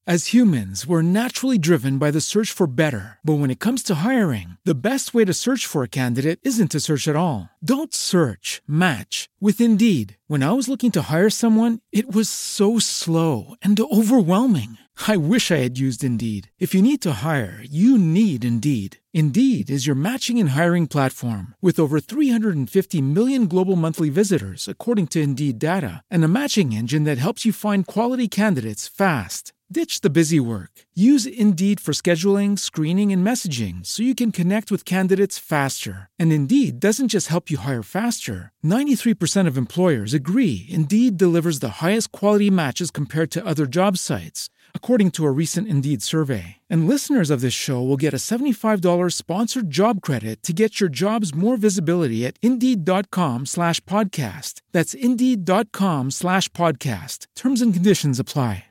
As humans, we're naturally driven by the search for better. But when it comes to hiring, the best way to search for a candidate isn't to search at all. Don't search, match with Indeed. When I was looking to hire someone, it was so slow and overwhelming. I wish I had used Indeed. If you need to hire, you need Indeed. Indeed is your matching and hiring platform with over 350 million global monthly visitors, according to Indeed data, and a matching engine that helps you find quality candidates fast. Ditch the busy work. Use Indeed for scheduling, screening, and messaging so you can connect with candidates faster. And Indeed doesn't just help you hire faster. 93% of employers agree Indeed delivers the highest quality matches compared to other job sites, according to a recent Indeed survey. And listeners of this show will get a $75 sponsored job credit to get your jobs more visibility at Indeed.com/podcast. That's Indeed.com/podcast. Terms and conditions apply.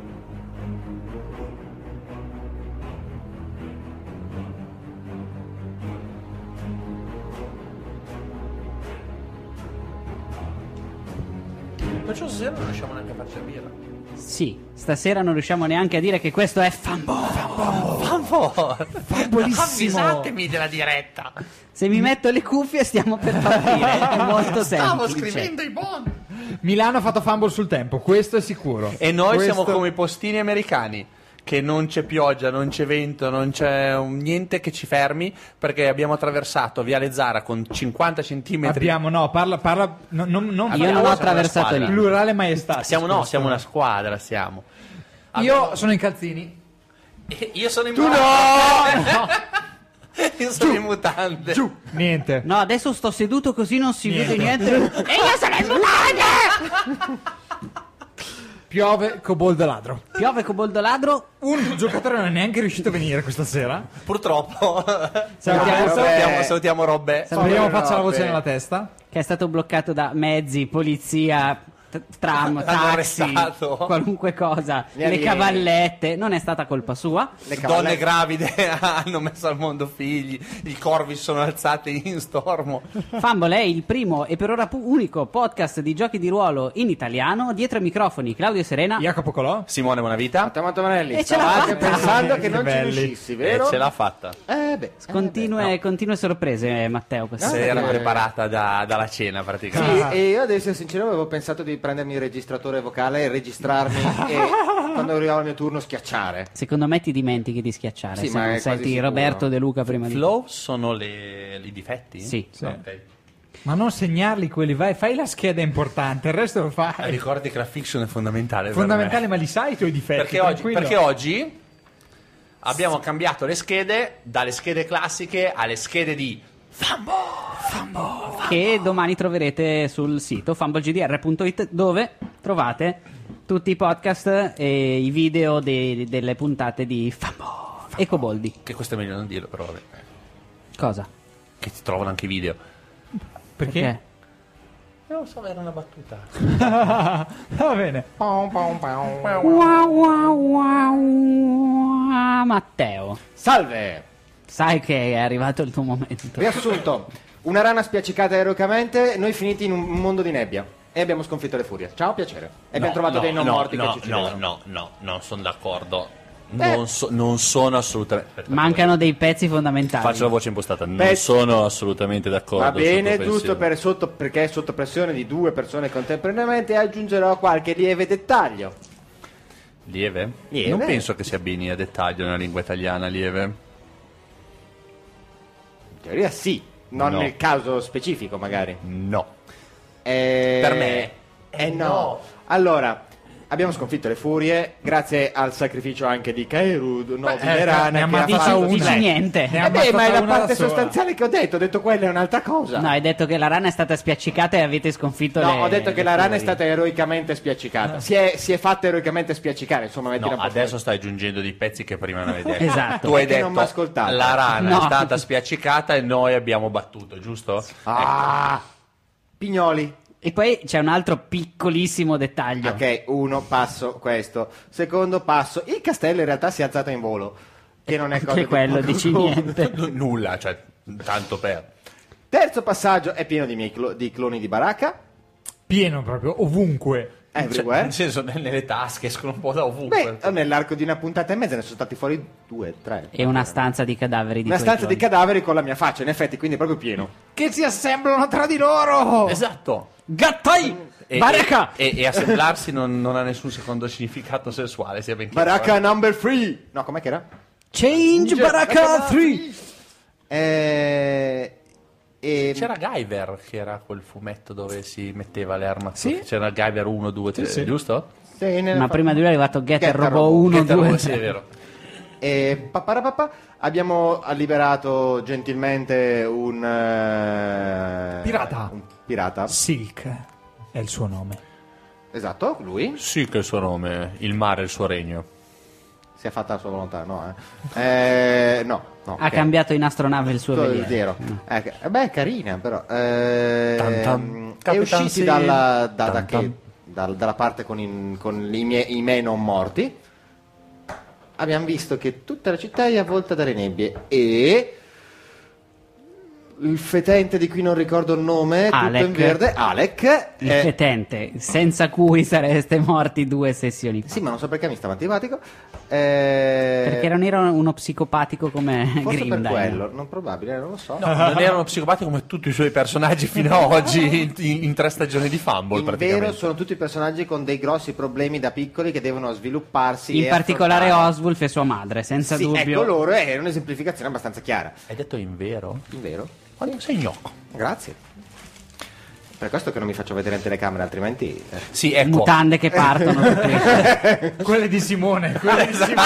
Perciò stasera non riusciamo neanche a farci la birra. Sì, stasera non riusciamo neanche a dire che questo è Fambolissimo. Avvisatemi della diretta. Se mi metto le cuffie stiamo per partire. È molto semplice. Stavo scrivendo i bon. Milano ha fatto fumble sul tempo, questo è sicuro. E noi siamo come i postini americani, che non c'è pioggia, non c'è vento, non c'è niente che ci fermi, perché abbiamo attraversato Viale Zara con 50 centimetri. Io non ho attraversato niente. Plurale maestà. Siamo una squadra, siamo. Io sono in calzini. Io sono in Tu no! Io sono in mutande. Giù, niente. No, adesso sto seduto così non si vede niente. E io sono in mutande! Piove Coboldo ladro. Piove Coboldo ladro. Un giocatore non è neanche riuscito a venire questa sera. Purtroppo. Salutiamo Robbe. Speriamo faccia la voce nella testa. Che è stato bloccato da mezzi, polizia, tram, taxi, arrestato. qualunque cosa, le cavallette. Non è stata colpa sua. Donne gravide hanno messo al mondo figli, i corvi sono alzati in stormo. Fumble è il primo e per ora unico podcast di giochi di ruolo in italiano. Dietro ai microfoni Claudio Serena, Jacopo Colò, Simone Bonavita. Matteo Manelli. E ce l'ha fatta. Pensando che non ci belli. riuscissi, vero? E ce l'ha fatta. Continue sorprese, Matteo. Si era preparata dalla cena praticamente. Sì, e io ad essere sincero avevo pensato di prendermi il registratore vocale e registrarmi e quando arrivava il mio turno schiacciare. Secondo me ti dimentichi di schiacciare. Sì, se ma non è senti quasi sicuro. Roberto De Luca prima di Flow sono i difetti? Sì. Ok. ma non segnarli quelli, vai, fai la scheda importante, il resto lo fai. Ricordi che la fiction è fondamentale. Fondamentale, ma li sai i tuoi difetti? Perché oggi abbiamo cambiato le schede dalle schede classiche alle schede di Fumble. che domani troverete sul sito fumblegdr.it, dove trovate tutti i podcast e i video delle puntate di Fumble e Coboldi. Che questo è meglio non dirlo, però vabbè. Cosa? Che ti trovano anche i video. Perché? Non so, era una battuta. Va bene. Matteo, Salve! sai che è arrivato il tuo momento. Riassunto, una rana spiaccicata eroicamente, noi finiti in un mondo di nebbia e abbiamo sconfitto le furie. Ciao, piacere. E abbiamo trovato dei non morti che ci uccidevano. No, non sono d'accordo. Non sono assolutamente. Mancano dei pezzi fondamentali. Faccio la voce impostata. Non sono assolutamente d'accordo. Va bene, sotto giusto pressione. perché è sotto pressione di due persone contemporaneamente aggiungerò qualche lieve dettaglio. Lieve? Lieve? Non penso che si abbini a dettaglio nella lingua italiana, lieve. In teoria sì, non No. nel caso specifico magari. No. Per me no. Allora, abbiamo sconfitto le furie grazie al sacrificio anche di Kaerud, nobile rana ne ha che ha ammazzato fatto... una. Dici niente. Ne ha ma è ammazzata la una da parte sola. sostanziale che ho detto quella è un'altra cosa. No, hai detto che la rana è stata spiaccicata e avete sconfitto No, le... ho detto che le la rana è furie. stata eroicamente spiaccicata. Si è fatta eroicamente spiaccicare, insomma, mettila No, un po' adesso fuori. stai aggiungendo dei pezzi che prima non avevi detto. Esatto. Tu hai Perché non detto m'ha ascoltato. la rana No. è stata spiaccicata e noi abbiamo battuto, giusto? Ah! Pignoli. E poi c'è un altro piccolissimo dettaglio. Ok, uno passo questo. Secondo passo, il castello in realtà si è alzato in volo. Che non è cosa Che di quello poco dici conto. niente. Nulla, cioè, tanto per. Terzo passaggio è pieno di miei di cloni di Baraka. Pieno proprio, ovunque. everywhere. Nel senso, nelle tasche, escono un po' da ovunque. Beh, nell'arco di una puntata e mezza ne sono stati fuori 2, 3. E una stanza di cadaveri di Una quei stanza di cloni. cadaveri con la mia faccia, in effetti, quindi è proprio pieno. Che si assemblano tra di loro. Esatto. Gattai! E, Baraka! e assemblarsi non ha nessun secondo significato sessuale, sia ben chiaro. Baraka number 3. No, com'è che era? Change Baraka 3! C'era Guyver, che era quel fumetto dove si metteva le armature. Sì? C'era Guyver 1, 2, 3, sì. giusto? Ma prima di lui è arrivato Getter Getter Robot Robot. 1, Getter 2, Robot, sì, è 3. vero. E abbiamo liberato gentilmente un Pirata. Un pirata. Silk è il suo nome. Esatto, lui. Sì, che è il suo nome, il mare è il suo regno. Si è fatta la sua volontà, no? No. Ha ok. cambiato in astronave il suo Tutto veliero. vero. Beh, è carina, però. Tam tam. È Capitan usciti Sil. dalla Tam tam. dalla parte con i miei non morti. Abbiamo visto che tutta la città è avvolta dalle nebbie e il fetente di cui non ricordo il nome, Alec. tutto in verde, Alec. Il fetente, senza cui sareste morti 2 sessioni fa. Sì, ma non so perché mi stava antipatico. Perché non era uno psicopatico come Forse per Grinda. quello, non probabile, non lo so. No, non era uno psicopatico come tutti i suoi personaggi fino ad oggi in 3 stagioni di Fumble, In praticamente. vero sono tutti personaggi con dei grossi problemi da piccoli che devono svilupparsi. In e particolare affrontare. Oswulf e sua madre, senza Sì, dubbio. ecco loro, è un'esemplificazione abbastanza chiara. Hai detto in vero? In vero? Quando sei gnocco? Grazie. Per questo che non mi faccio vedere in telecamera, altrimenti... Sì, ecco. Mutande che partono. tutte. Quelle di Simone. Quelle di Simone.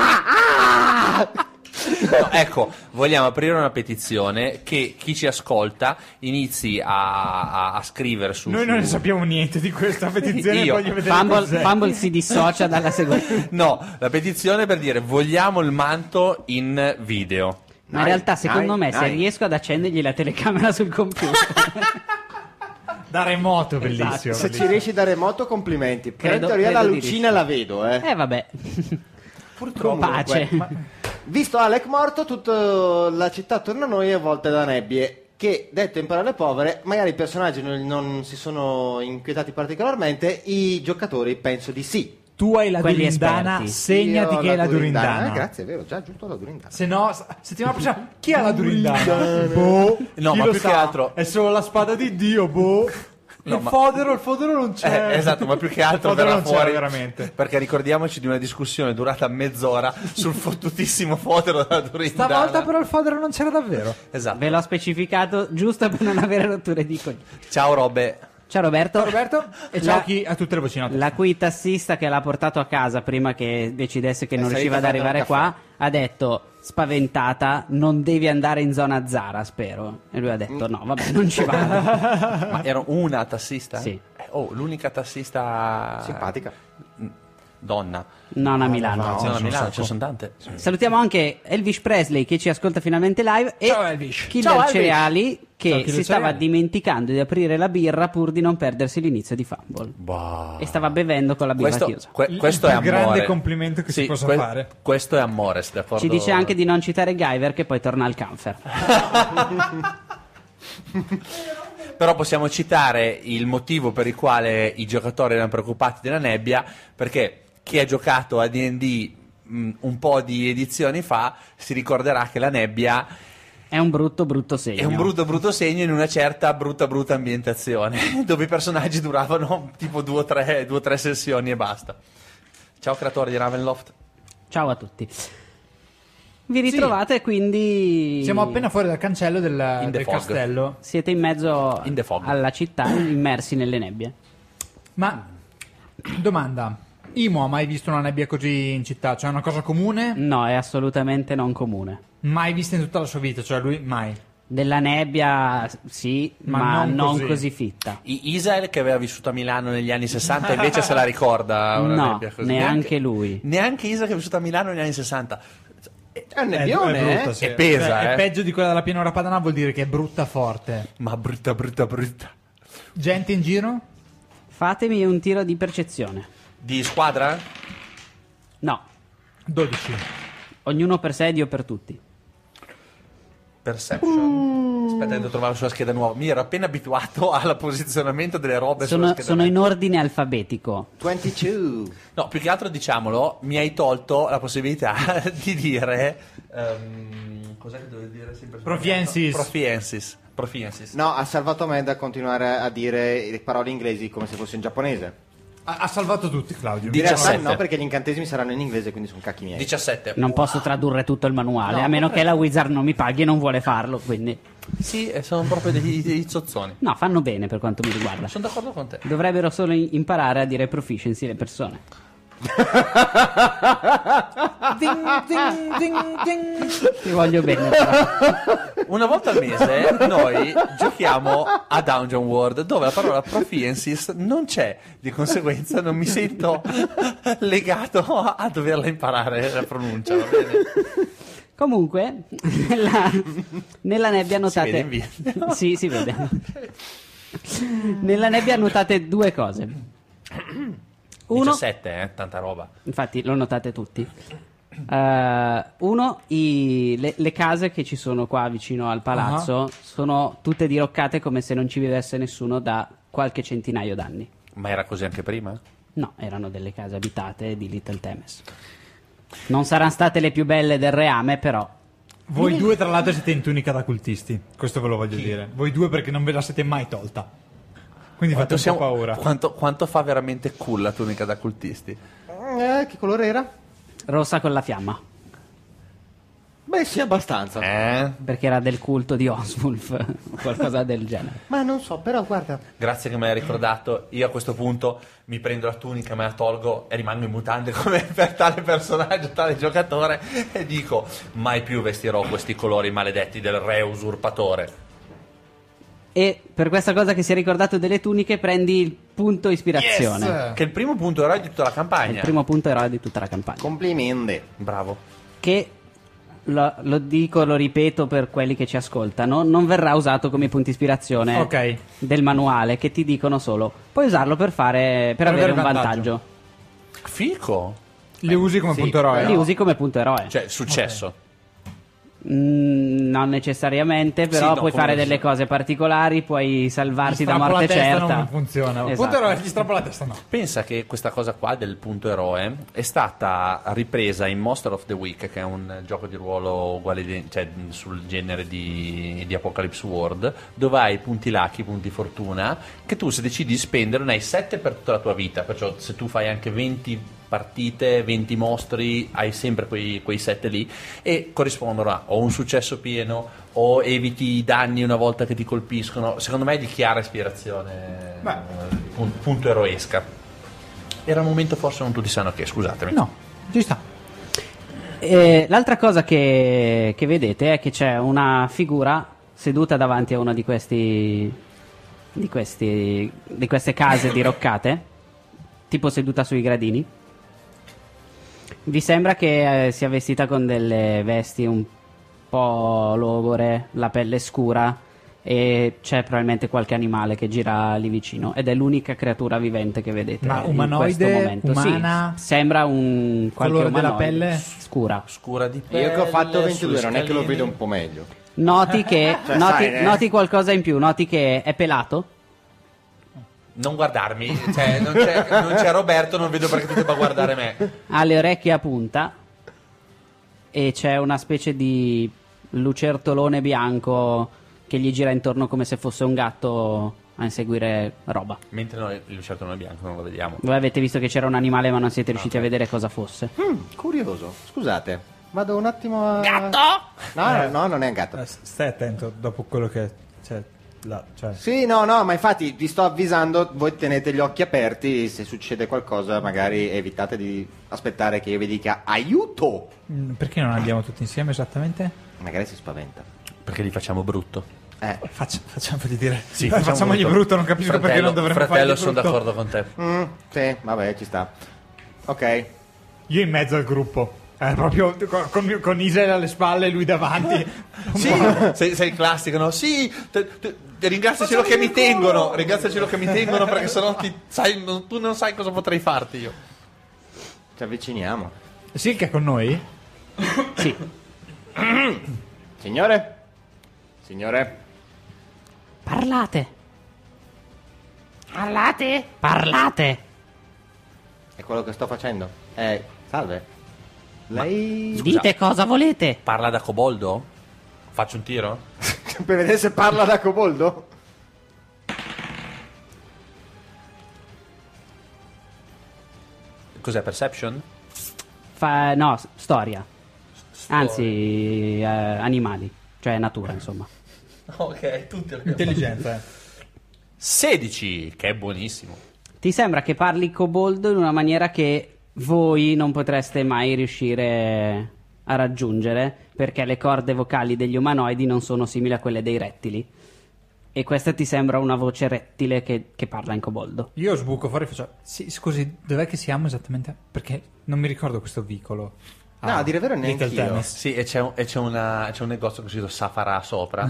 No, ecco, vogliamo aprire una petizione che chi ci ascolta inizi a scrivere su... Noi non ne sappiamo niente di questa petizione. Io. Voglio vedere Fumble, cos'è. Fumble si dissocia dalla seconda. No, la petizione per dire vogliamo il manto in video. Ma in realtà, secondo me, se dai. riesco ad accendergli la telecamera sul computer, Da remoto, bellissimo. Esatto. Se ci riesci da remoto, complimenti. Però in Credo- teoria la credo di lucina sì. la vedo, vabbè. Purtroppo. Pace. Visto Alec morto, tutta la città attorno a noi è avvolta da nebbie. Che, detto in parole povere, magari i personaggi non si sono inquietati particolarmente, i giocatori penso di sì. Tu hai la Quelli Durindana, esperti. segnati Io che è la Durindana. Durindana. Grazie, è vero, già giusto la Durindana. Se no, settimana prossima, chi ha la Durindana? Boh, No, chi ma lo più sa? che altro- È solo la spada di Dio, boh. No, il ma- fodero non c'è. Esatto, ma più che altro Il fodero verrà non c'è, fuori veramente. perché ricordiamoci di una discussione durata mezz'ora sul fottutissimo fodero della Durindana. Stavolta però il fodero non c'era davvero. Esatto. Ve l'ho specificato giusto per non avere rotture di coglioni. Ciao Robbe. Ciao Roberto. Ciao Roberto e ciao La- a tutte le vocinotte. La cui tassista che l'ha portato a casa prima che decidesse che non salita riusciva ad a prendere arrivare un qua, ha detto spaventata, non devi andare in zona Zara, spero. E lui ha detto no, vabbè, non ci vado. Ma era una tassista? Sì. L'unica tassista Simpatica. donna. Non a Milano. No, ce ne a sono Milano un ce ne sono tante. Salutiamo anche Elvis Presley che ci ascolta finalmente live e Ciao, Elvis. Killer Ciao, Elvis. Cereali che Ciao, Killer si stava Cereali. dimenticando di aprire la birra pur di non perdersi l'inizio di Fumble. Boh. E stava bevendo con la birra Questo, chiusa. questo Il è più amore. grande complimento che si possa fare. Questo è amore, d'accordo? Ci dice anche di non citare Guyver che poi torna al Canfer. Però possiamo citare il motivo per il quale i giocatori erano preoccupati della nebbia, perché chi ha giocato a D&D un po' di edizioni fa si ricorderà che la nebbia È un brutto segno. è un brutto segno in una certa brutta ambientazione dove i personaggi duravano tipo 2 o 3 sessioni e basta. Ciao creatore di Ravenloft. Ciao a tutti. Vi ritrovate quindi... Siamo appena fuori dal cancello In the del fog. castello. Siete in mezzo In the fog. alla città, immersi nelle nebbie. Ma, domanda. Imo ha mai visto una nebbia così in città? Cioè, è una cosa comune? No, è assolutamente non comune. Mai vista in tutta la sua vita? Cioè, lui mai. Della nebbia sì, Ma ma non non così. così fitta. Isael che aveva vissuto a Milano negli anni 60 invece se la ricorda una No, nebbia così. neanche lui. Neanche Isael che ha vissuto a Milano negli anni 60. È un nebbione, è brutta, eh? sì. E pesa, Cioè, eh. È peggio di quella della pianura padana, vuol dire che è brutta forte. Ma brutta. Gente in giro? Fatemi un tiro di percezione. Di squadra? No, 12. ognuno per sé, Dio per tutti. Perception. Aspetta, devo trovare sulla scheda nuova. Mi ero appena abituato al posizionamento delle robe sulla scheda Sono in ordine alfabetico. 22. No, più che altro diciamolo, mi hai tolto la possibilità di dire cos'è che dovevo dire sempre? Proficiencies. No, ha salvato me da continuare a dire le parole inglesi come se fosse in giapponese. Ha salvato tutti, Claudio. In realtà 17. no, perché gli incantesimi saranno in inglese, quindi sono cacchi miei. 17. Non posso tradurre tutto il manuale, No, a meno che la Wizard non mi paghi e non vuole farlo, quindi... Sì, sono proprio dei zozzoni. No, fanno bene per quanto mi riguarda. Sono d'accordo con te. Dovrebbero solo imparare a dire proficiency le persone. Ti voglio bene, però. Una volta al mese noi giochiamo a Dungeon World, dove la parola proficiencies non c'è, di conseguenza non mi sento legato a doverla imparare la pronuncia, va bene? Comunque, nella nebbia notate... vede in video? Sì, si vede. Nella nebbia notate due cose. Uno, 17, tanta roba. infatti lo notate tutti. Uno, le case che ci sono qua vicino al palazzo sono tutte diroccate come se non ci vivesse nessuno da qualche centinaio d'anni. Ma era così anche prima? No, erano delle case abitate di Little Temes. Non saranno state le più belle del reame, però. Voi due, tra l'altro, siete in tunica da cultisti. Questo ve lo voglio dire. Voi due perché non ve la siete mai tolta. Quindi fate un po' paura. Quanto fa veramente cool la tunica da cultisti? Che colore era? Rossa con la fiamma. Beh, sì, abbastanza. Perché era del culto di Oswulf o qualcosa del genere. Ma non so, però guarda. Grazie che me l'hai ricordato. Io a questo punto mi prendo la tunica, me la tolgo e rimango in mutande come per tale personaggio, tale giocatore, e dico: mai più vestirò questi colori maledetti del re usurpatore. E per questa cosa che si è ricordato delle tuniche prendi il punto ispirazione. Yes! Che è il primo punto eroe di tutta la È campagna. il primo punto eroe di tutta la campagna. Complimenti. Bravo. Che lo dico, lo ripeto per quelli che ci ascoltano, non verrà usato come punto ispirazione Ok. del manuale, che ti dicono solo puoi usarlo per avere un vantaggio. Fico. Li usi come Sì, punto eroe. Li usi come punto eroe. Cioè, successo. Non necessariamente, però no, puoi fare come delle cose particolari, puoi salvarti da Strappo morte la testa certa. non funziona. Esatto. Punto eroe, gli strappo la testa no. Pensa che questa cosa qua del punto eroe è stata ripresa in Monster of the Week, che è un gioco di ruolo uguale cioè, sul genere di Apocalypse World, dove hai punti lucky, punti fortuna, che tu se decidi di spendere ne hai 7 per tutta la tua vita. Perciò se tu fai anche 20 partite, 20 mostri, hai sempre quei 7 lì, e corrispondono a o un successo pieno o eviti i danni una volta che ti colpiscono. Secondo me è di chiara ispirazione, punto eroesca. Era un momento forse non tutti sanno che, scusatemi. No, ci sta. L'altra cosa che vedete è che c'è una figura seduta davanti a una di queste case diroccate, tipo seduta sui gradini. Vi sembra che sia vestita con delle vesti un po' logore, la pelle scura, e c'è probabilmente qualche animale che gira lì vicino, ed è l'unica creatura vivente che vedete. Ma in umanoide, questo momento. umana? Sì, sembra un qualche Colore della umanoide pelle? Scura. Scura di pelle. Io che ho fatto 22, sui non è che lo scalini. vedo un po' meglio. Noti che Cioè, sai, noti qualcosa in più, noti che è pelato. Non guardarmi, cioè, non c'è Roberto, non vedo perché tu debba guardare me. Ha le orecchie a punta e c'è una specie di lucertolone bianco che gli gira intorno come se fosse un gatto a inseguire roba. Mentre noi il lucertolone bianco non lo vediamo. Voi avete visto che c'era un animale ma non siete riusciti a vedere cosa fosse. Curioso. Scusate, vado un attimo a... Gatto! No, non è un gatto. Stai attento dopo quello che c'è là. Cioè. Sì, no, ma infatti vi sto avvisando, voi tenete gli occhi aperti, se succede qualcosa magari evitate di aspettare che io vi dica aiuto. Perché non andiamo tutti insieme esattamente? Magari si spaventa. Perché li facciamo brutto. Facciamogli dire. Sì, facciamogli brutto, non capisco perché non dovremmo Fratello, fargli sono brutto. d'accordo con te. Sì, vabbè, ci sta. Ok. Io in mezzo al gruppo. Proprio con Israel alle spalle e lui davanti. Sì, sei il classico, no? Sì, ringraziacelo che mi tengono, perché sennò tu non sai cosa potrei farti io. Ci avviciniamo. Sì, che è con noi? Sì. Signore? Parlate. Parlate. È quello che sto facendo. Salve. Lei... Dite cosa volete. Parla da coboldo? Faccio un tiro? per vedere se parla da coboldo? Cos'è, perception? No, storia. Anzi, animali. Cioè natura, insomma. Ok, tutte le Intelligenza. 16, che è buonissimo. Ti sembra che parli kobold in una maniera che voi non potreste mai riuscire a raggiungere, perché le corde vocali degli umanoidi non sono simili a quelle dei rettili. E questa ti sembra una voce rettile che parla in koboldo. Io sbuco fuori e faccio... Sì, scusi, dov'è che siamo esattamente? Perché non mi ricordo questo vicolo. No, a dire vero neanche Little io. Tennis. Sì, e c'è un negozio che si chiama Safara sopra.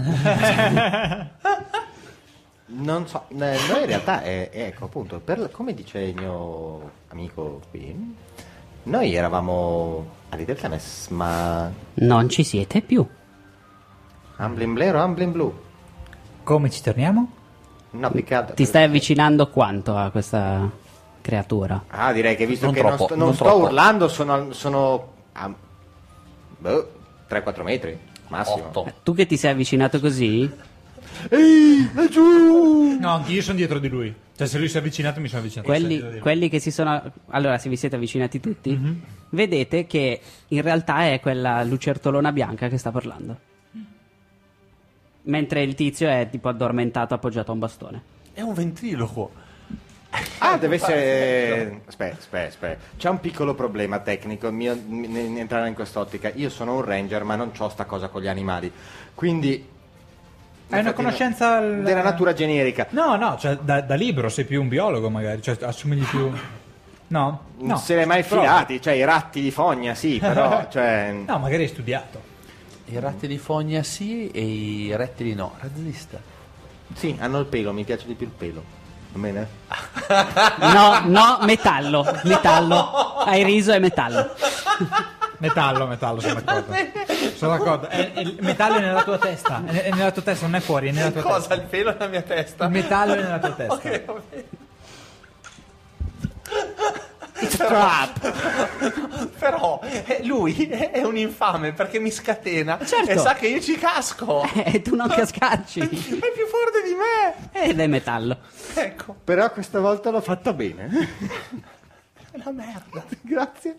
Non so, noi in realtà, ecco appunto, come dice il mio amico qui, noi eravamo a Little Tennis, ma Non ci siete più. Amblin Blair o Amblin Blue? Come ci torniamo? No, piccato. Ti stai avvicinando quanto a questa creatura? Ah, direi che visto Non che troppo, non non sto troppo. urlando, sono a 3-4 metri, massimo. 8. Tu che ti sei avvicinato così, Ehi, laggiù! No, anche io sono dietro di lui. Cioè, se lui si è avvicinato, mi sono avvicinato. quelli che si sono... Allora, se vi siete avvicinati tutti, vedete che in realtà è quella lucertolona bianca che sta parlando. Mentre il tizio è tipo addormentato appoggiato a un bastone. È un ventriloquo. Ah, deve essere... Aspetta. C'è un piccolo problema tecnico mio entrare in quest'ottica. Io sono un ranger, ma non c'ho sta cosa con gli animali. Quindi... Hai una conoscenza... della natura generica. No, cioè da libro sei più un biologo magari, cioè assomigli più... No? Non se ne è mai filati, cioè i ratti di fogna, sì, però, cioè... No, magari hai studiato. I ratti di fogna sì e i rettili no. Razzista. Sì, hanno il pelo, mi piace di più il pelo. Va bene? No, metallo. Hai riso e metallo. Metallo, sono d'accordo. Sono d'accordo. Il metallo è nella tua testa. È nella tua testa, non è fuori, è nella tua Cosa? testa. Il pelo nella mia testa? Il metallo è nella tua testa. Ok, va bene. Però lui è un infame perché mi scatena Certo. e sa che io ci casco. E tu non cascacci. È più forte di me. Ed è metallo. Ecco, Però questa volta l'ho fatta bene. è una merda. Grazie.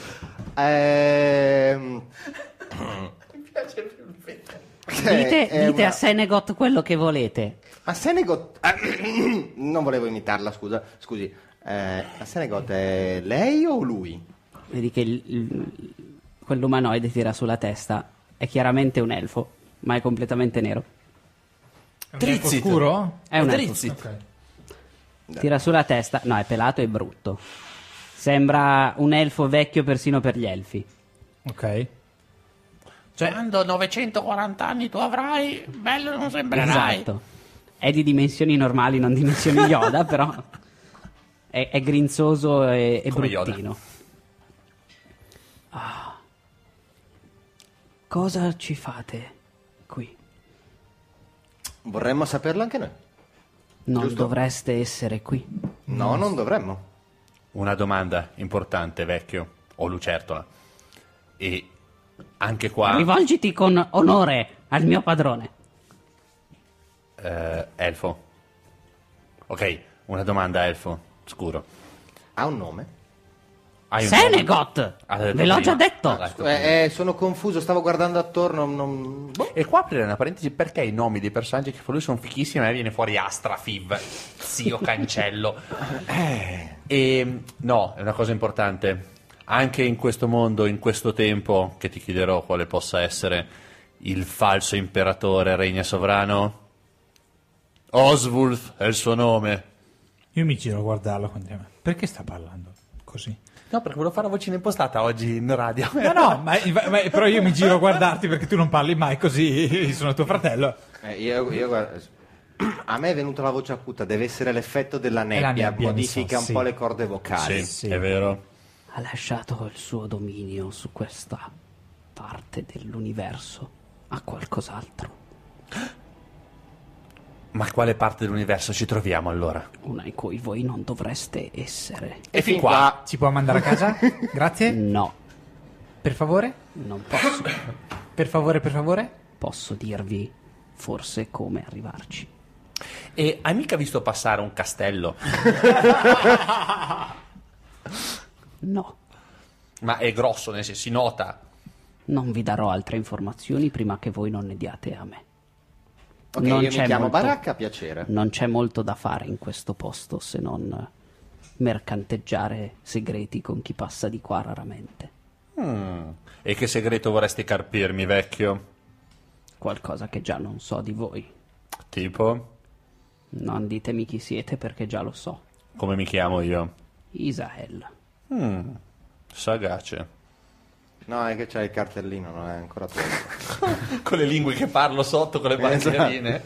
Mi piace più il pelo. Dite a Senegot quello che volete. Ma Senegot... non volevo imitarla, scusi. Ma Senegot è lei o lui? Vedi che quell'umanoide tira sulla testa. È chiaramente un elfo, ma è completamente nero. È un elfo Trizzit. scuro? È un elfo. Trizzit. Ok. Tira sulla testa. No, è pelato e brutto. Sembra un elfo vecchio persino per gli elfi. Ok. Cioè, quando 940 anni tu avrai, bello non sembrerai. Esatto. È di dimensioni normali, non dimensioni Yoda, però è grinzoso e Come bruttino. Cosa ci fate qui? Vorremmo saperlo anche noi. Non Giusto. dovreste essere qui. No, non dovremmo. Una domanda importante, vecchio, o lucertola. E anche qua, Rivolgiti con onore al mio padrone. elfo. Ok, una domanda, elfo, scuro. Ha un nome? Hai un Senegot! nome? Ah, l'ha detto Ve l'ho prima. già detto. Ah, l'ha detto prima. Sono confuso, stavo guardando attorno. Boh. E qua aprire una parentesi, perché i nomi dei personaggi che fa lui sono fichissimi, a me viene fuori Astrafiv, zio Cancello. E no, è una cosa importante. Anche in questo mondo, in questo tempo, che ti chiederò quale possa essere il falso imperatore regna sovrano, Oswulf è il suo nome. Io mi giro a guardarlo continuamente. Perché sta parlando così? No, perché volevo fare la vocina impostata oggi in radio. No, ma però io mi giro a guardarti perché tu non parli mai così, sono tuo fratello. Io guarda, a me è venuta la voce acuta, deve essere l'effetto della nebbia, nebbia, modifica mi sa, un po' sì. le corde vocali. Sì, è vero. Ha lasciato il suo dominio su questa parte dell'universo a qualcos'altro. Ma quale parte dell'universo ci troviamo allora? Una in cui voi non dovreste essere. E fin qua. Ci può mandare a casa? Grazie. No, Per favore? non posso. Per favore? Posso dirvi forse come arrivarci. E hai mica visto passare un castello? No, Ma è grosso, nel senso, si nota. non vi darò altre informazioni prima che voi non ne diate a me. Ok, Non io c'è mi chiamo molto- Baracca, piacere. Non c'è molto da fare in questo posto se non mercanteggiare segreti con chi passa di qua raramente. E che segreto vorresti carpirmi, vecchio? Qualcosa che già non so di voi. Tipo? Non ditemi chi siete perché già lo so. Come mi chiamo io? Isael. Sagace. No, è che c'è il cartellino, non è ancora tolto. Con le lingue che parlo sotto, con le bandierine.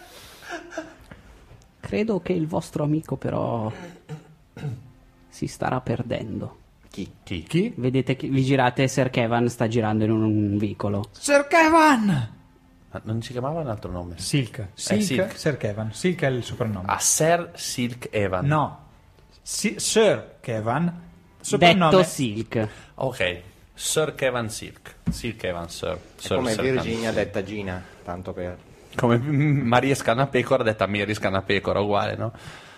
Credo che il vostro amico però si starà perdendo. Chi? Chi? Vedete che vi girate, Sir Kevan sta girando in un vicolo. Sir Kevan! Ma non si chiamava un altro nome? Silk. Silk. Sir Kevan. Silk è il soprannome. Ah, Sir Silk Evan. No. Sir Kevan. Soprannome. Detto Silk. Ok. Sir Kevan Silk. Silk Evan, Sir. È Sir come Sir Virginia detta Gina, tanto per... Come Maria Scannapecora detta Mary Scannapecora, uguale, no?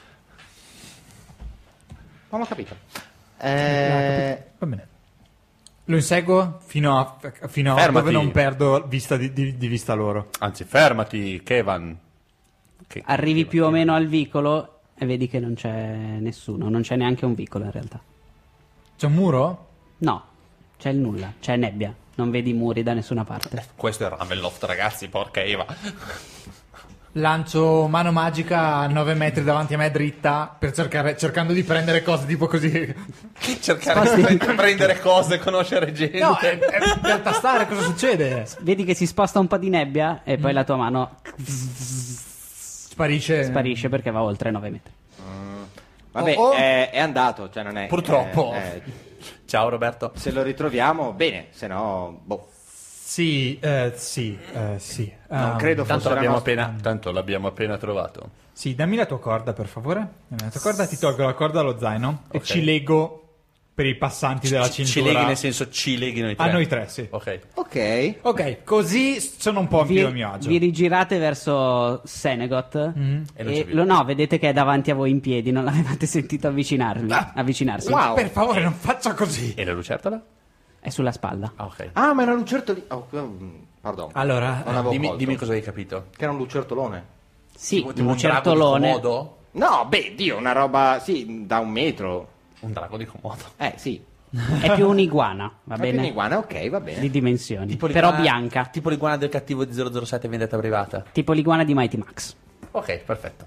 Non l'ho capito. Va bene. Lo inseguo fino a Fermati. dove non perdo vista di vista loro. Anzi, fermati, Kevan. Arrivi più o meno al vicolo e vedi che non c'è nessuno. Non c'è neanche un vicolo in realtà. C'è un muro? No, c'è il nulla, c'è nebbia. Non vedi muri da nessuna parte. Questo è Ravenloft, ragazzi, porca Eva. Lancio mano magica a 9 metri davanti a me dritta per cercando di prendere cose tipo così. Cercare di prendere cose, conoscere gente. No, è per tastare cosa succede. Vedi che si sposta un po' di nebbia e poi la tua mano Sparisce. sparisce perché va oltre 9 metri. Vabbè, Oh. è andato, cioè non è... Purtroppo. Ciao Roberto. se lo ritroviamo, bene, se no... Boh. Sì. Non credo Tanto fosse la l'abbiamo, nostra... l'abbiamo appena trovato. Sì, dammi la tua corda, per favore. Dammi la tua corda, ti tolgo la corda dallo zaino e Ok. ci leggo per i passanti della Ci cintura. leghi nel senso ci leghi noi tre. A noi tre, sì. Ok. Ok. Ok, così sono un po' più a mio agio. Vi rigirate verso Senegot E non c'è e più. no, vedete che è davanti a voi in piedi, non l'avevate sentito avvicinarsi. Wow. Per favore, non faccia così. E la lucertola? È sulla spalla. Ah, ok. Ah, ma era un lucertolino... Oh, pardon. Allora, Non avevo Dimmi, colto. dimmi cosa hai capito. Che era un lucertolone. Sì, Tipo un drago di lucertolone. Komodo? No, beh, Dio, una roba... Sì, da 1 metro. Un drago di Komodo. Sì. È più un'iguana, va È più bene? un'iguana, ok, va bene. Di dimensioni. Tipo Però l'iguana- bianca. Tipo l'iguana del cattivo di 007 Vendetta Privata. Tipo l'iguana di Mighty Max. Ok, perfetto.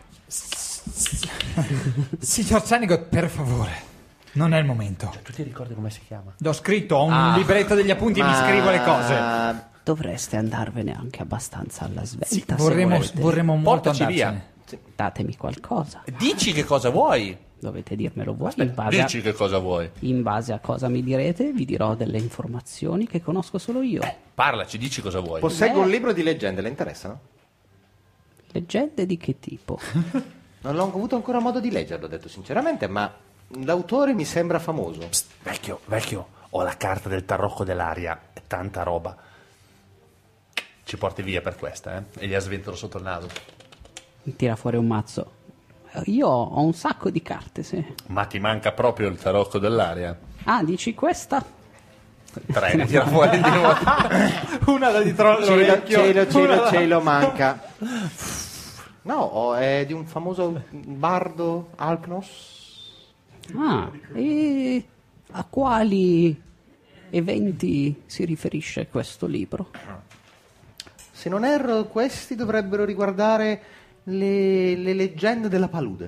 signor Senegot, per favore. Non è il momento. Tu ti ricordi come si chiama? L'ho scritto, ho un libretto degli appunti e mi scrivo le cose. Dovreste andarvene anche abbastanza alla svelta. Sì, se vorremmo volete. molto Portaci andarcene. Datemi qualcosa. Dici che cosa vuoi. Dovete dirmelo voi. Dici che cosa vuoi. In base a cosa mi direte, vi dirò delle informazioni che conosco solo io. Parlaci, dici cosa vuoi. Posseggo un libro di leggende, le interessano? Leggende di che tipo? Non ho avuto ancora modo di leggerlo, ho detto sinceramente, ma l'autore mi sembra famoso. Psst, vecchio, ho la carta del tarocco dell'aria. È tanta roba. Ci porti via per questa, E gli sventolo sotto il naso. Tira fuori un mazzo. Io ho un sacco di carte, sì. Ma ti manca proprio il tarocco dell'aria. Ah, dici questa? 3, ne tira fuori di nuovo. Una da dietro all'orecchio. Cielo, manca. No, è di un famoso bardo Alknos. Ah, e a quali eventi si riferisce questo libro? Se non erro, questi dovrebbero riguardare le leggende della palude.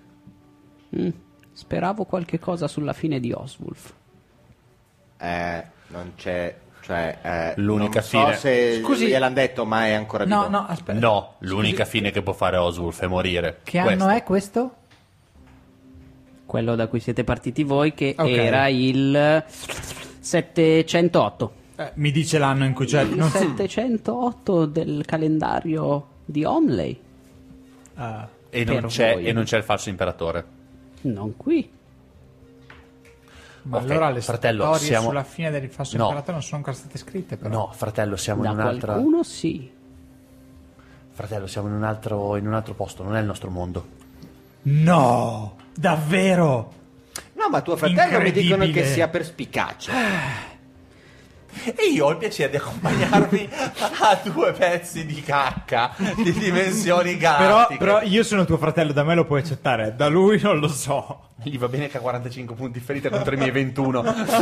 Speravo qualche cosa sulla fine di Oswulf. Non c'è, cioè, L'unica non so fine. se Scusi. gliel'hanno detto, ma è ancora vivo. No, aspetta. No, l'unica fine che può fare Oswulf è morire. Che Questa. anno è questo? Quello da cui siete partiti voi, che Ok. era il 708. Mi dice l'anno in cui c'è. Il 708 del calendario di Omley. E Per voi. non c'è il falso imperatore. Non qui. Ma Ok, allora le fratello, storie siamo- sulla fine del falso No. imperatore non sono ancora state scritte, però. No, fratello, siamo Da in un'altra. qualcuno sì. Fratello, siamo in un altro posto, non è il nostro mondo. No! Davvero? No, ma tuo fratello mi dicono Incredibile. che sia perspicace. E io ho il piacere di accompagnarvi a 2 pezzi di cacca di dimensioni galattiche. Però io sono tuo fratello, da me lo puoi accettare, da lui non lo so. Gli va bene che ha 45 punti ferita contro i miei 21.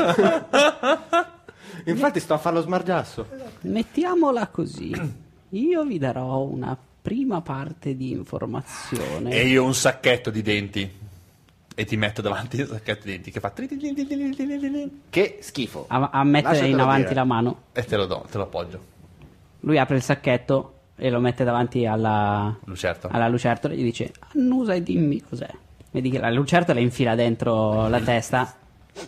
Infatti sto a farlo smargiasso. Mettiamola così. Io vi darò una prima parte di informazione. E io un sacchetto di denti. E ti metto davanti il sacchetto di denti che fa Che schifo. A mettere in Lasciatelo avanti dire. la mano. e te lo do, te lo appoggio. Lui apre il sacchetto e lo mette davanti alla Lucertola. alla lucertola e gli dice: annusa e dimmi cos'è. Vedi che la lucertola infila dentro la testa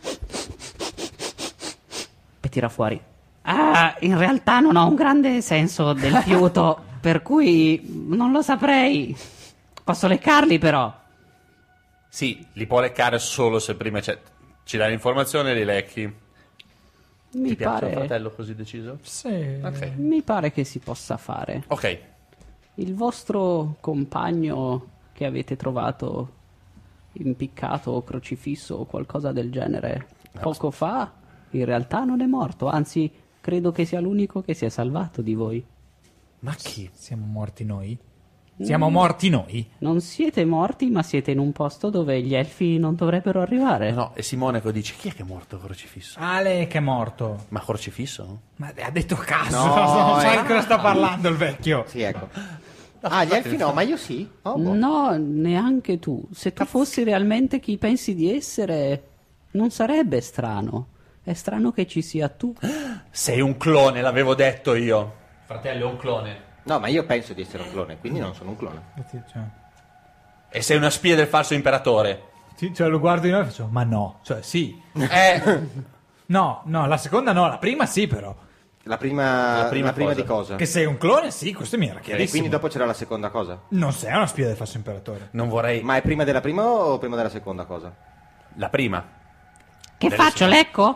e tira fuori. Ah, in realtà non ho un grande senso del fiuto, per cui non lo saprei. Posso leccarli però. Sì, li può leccare solo se prima ci dai l'informazione e li lecchi. Mi Ti piace il pare, fratello così deciso? Sì. Ok. mi pare che si possa fare. Ok. Il vostro compagno che avete trovato impiccato o crocifisso o qualcosa del genere poco fa, in realtà non è morto, anzi credo che sia l'unico che si è salvato di voi. Ma chi? Siamo morti noi? Siamo morti noi? Non siete morti, ma siete in un posto dove gli elfi non dovrebbero arrivare. No, e Simonaco dice: chi è che è morto crocifisso? Ale che è morto. Ma crocifisso? Ma ha detto caso, No, non so di cosa sta parlando il vecchio. Sì, ecco. Ah, gli elfi no, ma io sì. Oh, boh. No, neanche tu. Se tu fossi realmente chi pensi di essere, non sarebbe strano. È strano che ci sia tu. Sei un clone, l'avevo detto io. Fratello, è un clone. No, ma io penso di essere un clone, quindi non sono un clone. E sei una spia del falso imperatore. Cioè lo guardo di noi e faccio, ma no, cioè sì. No, la seconda no, la prima sì però. La prima cosa. di cosa? Che sei un clone, sì, questo mi era E chiarissimo. quindi dopo c'era la seconda cosa. Non sei una spia del falso imperatore. Non vorrei. Ma è prima della prima o prima della seconda cosa? La prima. Che faccio, lecco?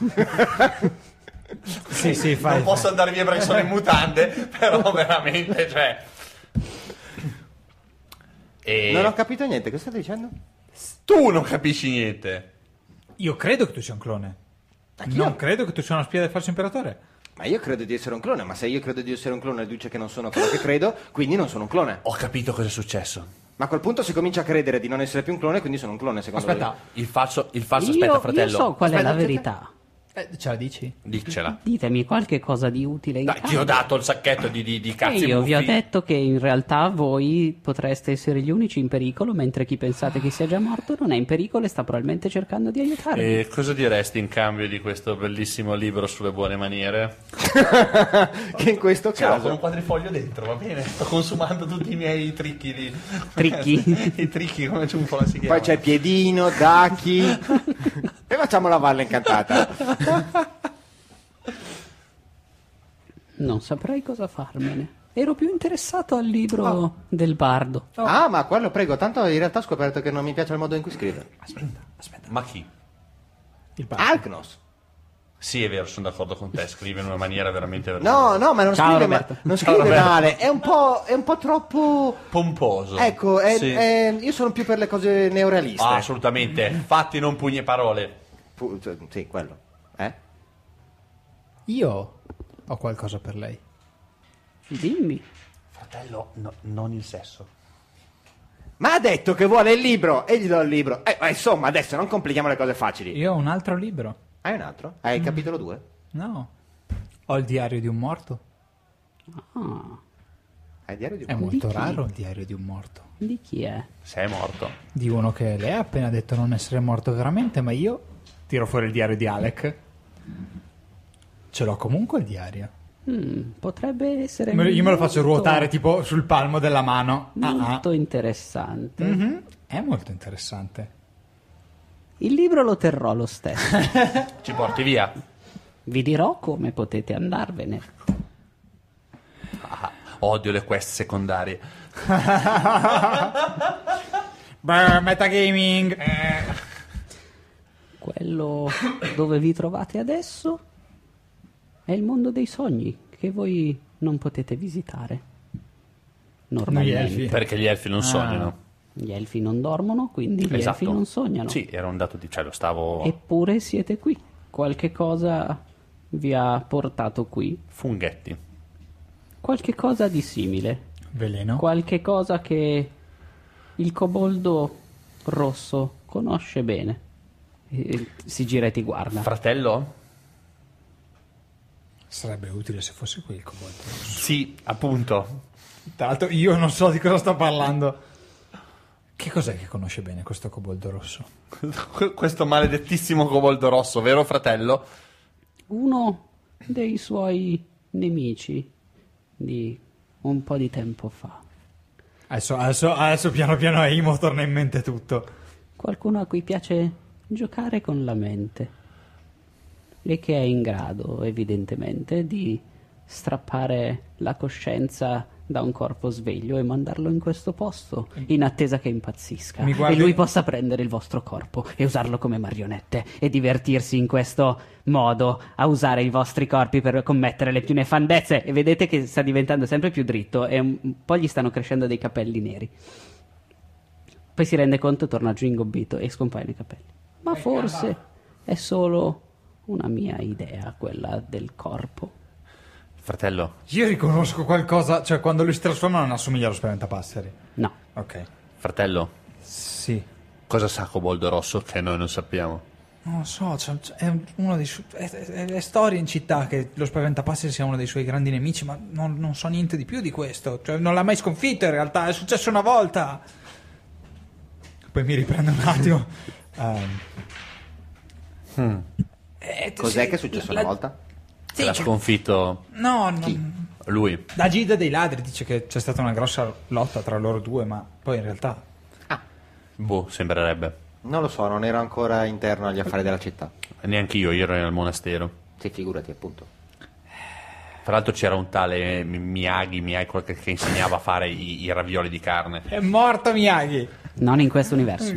Sì, fai. Non posso andare via perché sono in mutande, però veramente, cioè. E Non ho capito niente, cosa state dicendo? tu non capisci niente. Io credo che tu sia un clone. Anch'io. Non credo che tu sia una spia del falso imperatore. Ma io credo di essere un clone, ma se io credo di essere un clone e dice che non sono quello che credo, quindi non sono un clone. Ho capito cosa è successo. Ma a quel punto si comincia a credere di non essere più un clone, quindi sono un clone, secondo Aspetta, Il falso aspetta, Io fratello. so qual è Aspetta, la verità. ce la dici? Diccela. Ditemi qualche cosa di utile in Dai, ti cambio. ho dato il sacchetto di E cazzi io vi ho buffi. detto che in realtà voi potreste essere gli unici in pericolo, mentre chi pensate che sia già morto non è in pericolo e sta probabilmente cercando di aiutarvi. E cosa diresti in cambio di questo bellissimo libro sulle buone maniere? che in questo Ce l'ho con un caso... quadrifoglio dentro, va bene? Sto consumando tutti i miei tricchi di... Tricchi? I tricchi, come c'è un po' si chiama. Poi c'è Piedino, Dachi... e facciamo la Valle Incantata. Non saprei cosa farmene. Ero più interessato al libro del bardo. Ah, ma quello prego, tanto in realtà ho scoperto che non mi piace il modo in cui scrive. Aspetta. Ma chi? Il padre. Alknos. Sì, è vero, sono d'accordo con te, scrive in una maniera veramente No, no, ma non Ciao, scrive, Roberto. non scrive Roberto. male, è un po' troppo... pomposo. Ecco, Sì. io sono più per le cose neorealiste. Ah, assolutamente. Fatti, non pugni e parole. Cioè, sì, quello. Io ho qualcosa per lei. Dimmi. Fratello, non il sesso. Ma ha detto che vuole il libro e gli do il libro. Ma insomma, adesso non complichiamo le cose facili. Io ho un altro libro. Hai un altro? Hai il capitolo 2? No. Ho il diario di un morto. Ah, Hai il diario di È un molto chi? raro il diario di un morto. di chi è? Sei morto. Di uno che lei ha appena detto non essere morto veramente, ma io tiro fuori il diario di Alec. Ce l'ho comunque il diario. Potrebbe essere Io me lo faccio molto- ruotare tipo sul palmo della mano. molto interessante. Mhm. È molto interessante. Il libro lo terrò lo stesso. Ci porti via. Vi dirò come potete andarvene. Odio le quest secondarie. Metagaming. Quello dove vi trovate adesso è il mondo dei sogni che voi non potete visitare. Normalmente. elfi. Perché gli elfi non sognano. Gli elfi non dormono, quindi gli Esatto. elfi non sognano. Sì, era un dato di... cioè lo stavo... Eppure siete qui. Qualche cosa vi ha portato qui. Funghetti. Qualche cosa di simile. Veleno. Qualche cosa che il coboldo rosso conosce bene. E si gira e ti guarda. Fratello? Sarebbe utile se fosse qui il coboldo. Sì, appunto. Tra l'altro io non so di cosa sto parlando. Che cos'è che conosce bene questo coboldo rosso? Questo maledettissimo coboldo rosso, vero fratello? Uno dei suoi nemici di un po' di tempo fa. Adesso piano piano a Imo torna in mente tutto. Qualcuno a cui piace giocare con la mente e che è in grado, evidentemente, di strappare la coscienza da un corpo sveglio e mandarlo in questo posto in attesa che impazzisca Mi guardi- e lui possa prendere il vostro corpo e usarlo come marionette e divertirsi in questo modo a usare i vostri corpi per commettere le più nefandezze. E vedete che sta diventando sempre più dritto e un po' gli stanno crescendo dei capelli neri. Poi si rende conto, torna giù ingobbito e scompaiono i capelli. Ma forse è solo una mia idea, quella del corpo. Fratello, Io riconosco qualcosa, cioè quando lui si trasforma non assomiglia allo spaventapasseri. No. Ok. fratello, Sì. cosa sa coboldo rosso che noi non sappiamo? Non lo so, è uno dei è storia in città che lo spaventapasseri sia uno dei suoi grandi nemici, ma non so niente di più di questo. Cioè, non l'ha mai sconfitto in realtà, è successo una volta. Poi mi riprendo un attimo. Cos'è che è successo una volta? Sì, L'ha sconfitto No, lui. la Gilda dei ladri dice che c'è stata una grossa lotta tra loro due, ma poi in realtà Boh, sembrerebbe. Non lo so, non ero ancora interno agli affari della città. Neanche io ero nel monastero. Sì, figurati, appunto. Tra l'altro c'era un tale Miyagi che insegnava a fare i ravioli di carne. è morto Miyagi. Non in questo universo.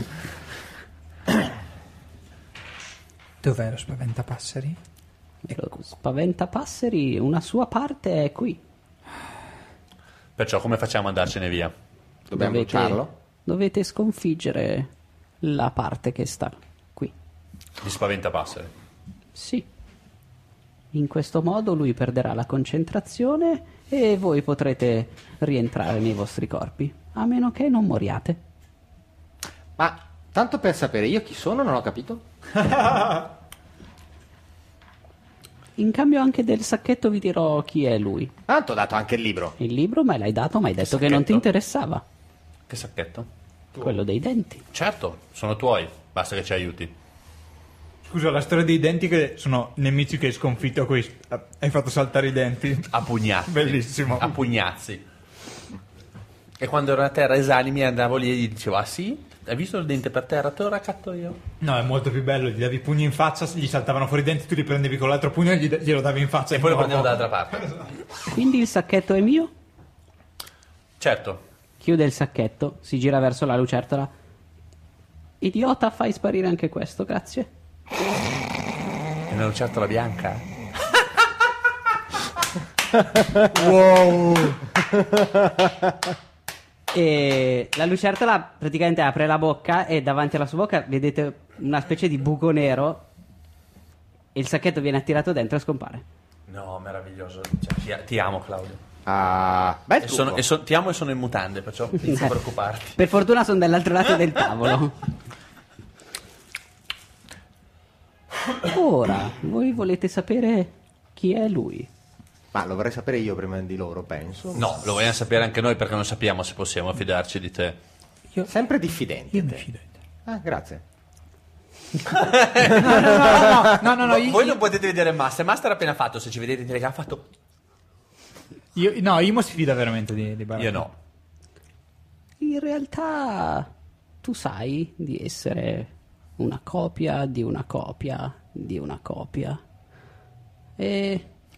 Dov'è lo spaventapasseri? Lo spaventapasseri, una sua parte è qui. Perciò come facciamo ad andarcene via? Dobbiamo bruciarlo? Dovete sconfiggere la parte che sta qui. Di spaventapasseri. Sì. In questo modo lui perderà la concentrazione e voi potrete rientrare nei vostri corpi, a meno che non moriate. Ma, tanto per sapere, io chi sono non ho capito? In cambio anche del sacchetto vi dirò chi è lui. Tanto ho dato anche il libro. Il libro me l'hai dato, ma hai detto che non ti sacchetto? interessava. Che sacchetto? Quello dei denti. Certo, sono tuoi, basta che ci aiuti. Scusa, la storia dei denti che sono nemici che hai sconfitto a cui hai fatto saltare i denti. A pugnazzi. Bellissimo. A pugnazzi. E quando ero a terra esanimi andavo lì e gli dicevo: ah sì? Hai visto il dente per terra? Te lo raccatto io. No, è molto più bello, gli davi i pugni in faccia, gli saltavano fuori i denti, tu li prendevi con l'altro pugno e glielo davi in faccia. E poi lo di prendevo nuovo. dall'altra parte. Quindi il sacchetto è mio? Certo. Chiude il sacchetto, si gira verso la lucertola. Idiota, fai sparire anche questo, grazie. È una lucertola bianca. E la lucertola praticamente apre la bocca e davanti alla sua bocca vedete una specie di buco nero e il sacchetto viene attirato dentro e scompare. No, meraviglioso. Cioè, ti amo, Claudio. Ah, bel E trucco. ti amo e sono in mutande, perciò inizio a preoccuparti. Per fortuna sono dall'altro lato del tavolo. Ora, voi volete sapere chi è lui? Ma lo vorrei sapere io prima di loro, penso. No, lo vogliamo sapere anche noi perché non sappiamo se possiamo fidarci di te. Sempre diffidente. Io mi te. fido di te. Ah, grazie. No, Voi non potete vedere Master. Master ha appena fatto, se ci vedete in telecamera, ha fatto... Imo si fida veramente di Baracca. Io no. In realtà tu sai di essere una copia di una copia di una copia. E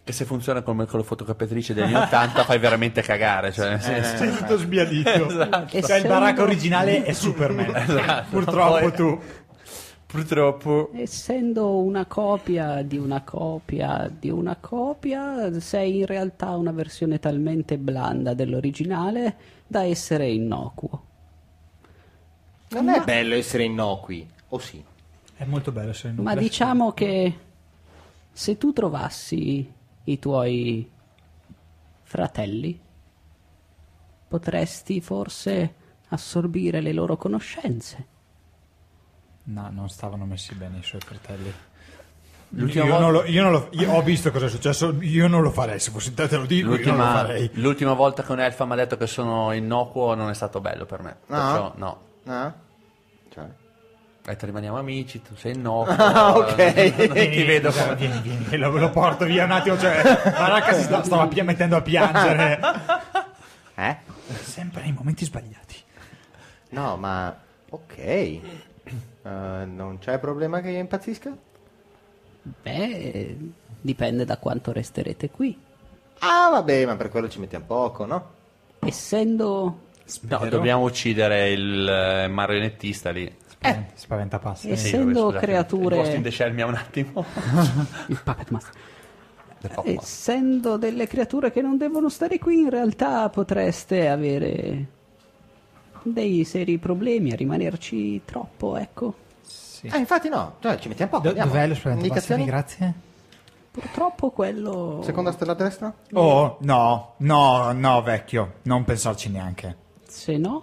che se funziona come con la fotocopiatrice degli anni 80 fai veramente cagare, cioè nel senso. Sei tutto sbiadito. Esatto. Cioè il baracca originale è Superman. Esatto. Purtroppo Poi- tu. Purtroppo Essendo una copia di una copia di una copia, sei in realtà una versione talmente blanda dell'originale da essere innocuo. Non è bello essere innocui, o sì? È molto bello essere Ma diciamo che se tu trovassi i tuoi fratelli, potresti forse assorbire le loro conoscenze. No, non stavano messi bene i suoi fratelli. L'ultima Io, volta- non lo- io non lo- io ho visto cosa è successo, io non lo farei, se fossi te te lo dico, io non lo farei. l'ultima volta che un elfa mi ha detto che sono innocuo non è stato bello per me. Perciò no. No? Cioè... Ho detto rimaniamo amici, tu sei innocuo. Ah, ok. Non ti vedo come... Vieni, lo porto via un attimo, cioè Baracca si stava mettendo a piangere. Sempre nei momenti sbagliati. No, ma... Ok. Non c'è problema che io impazzisca? Beh, dipende da quanto resterete qui. Ah, vabbè, ma per quello ci mettiamo poco, no? Essendo No, dobbiamo uccidere il marionettista lì. Spaventapassi. essendo Scusate, creature Ghost in the Shell mi ha un attimo. il Puppet Master. Essendo delle creature che non devono stare qui, in realtà potreste avere dei seri problemi a rimanerci troppo, ecco. Infatti no, cioè, ci mettiamo poco. andiamo. Dov'è lo spaventapassi? Indicazioni? Grazie. Purtroppo quello... Seconda stella a destra? Oh, no, vecchio, non pensarci neanche. Se no,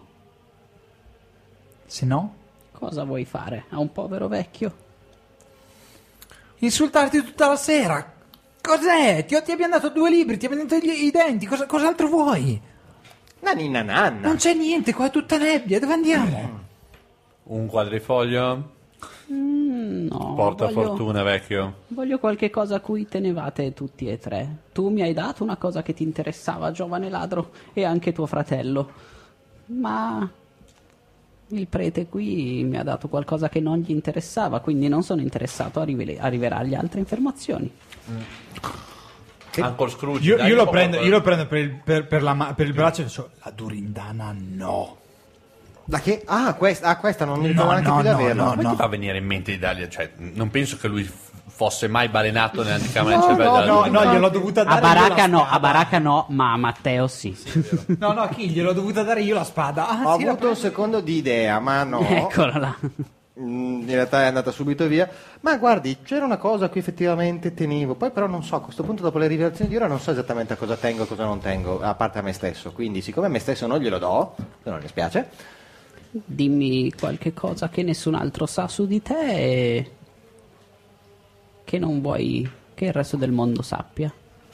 Se no, cosa vuoi fare a un povero vecchio? Insultarti tutta la sera. Cos'è? Ti abbiamo dato 2 libri, ti abbiamo dato i denti, cos'altro vuoi? Nanina nanna. Non c'è niente, qua è tutta nebbia, dove andiamo? Un quadrifoglio? No, Porta voglio, fortuna, vecchio. voglio qualche cosa a cui tenevate tutti e tre. Tu mi hai dato una cosa che ti interessava, giovane ladro, e anche tuo fratello. Ma il prete qui mi ha dato qualcosa che non gli interessava, quindi non sono interessato a rivelargli altre informazioni. Uncle Scrooge. io dai lo un po' prendo, qualcosa. io lo prendo per il braccio e faccio la Durindana no. La che? Ah, questa non mi ricordo No, neanche no, più di no, averla. no. Come ti fa venire in mente di dargli... Cioè, non penso che lui fosse mai balenato nell'anticamera del No, cervello della No, luna. no, gliel'ho dovuta dare A Baracca io la no, spada. a Baracca no, ma a Matteo sì. No, a chi? Gliel'ho dovuta dare io la spada. Ah, Ho sì, la avuto un secondo di idea, ma no. Eccola là. In realtà è andata subito via. Ma guardi, c'era una cosa a cui effettivamente tenevo. Poi però non so, a questo punto dopo le rivelazioni di ora non so esattamente a cosa tengo e cosa non tengo, a parte a me stesso. Quindi siccome a me stesso non glielo do, se non mi spiace, Dimmi qualche cosa che nessun altro sa su di te e che non vuoi che il resto del mondo sappia.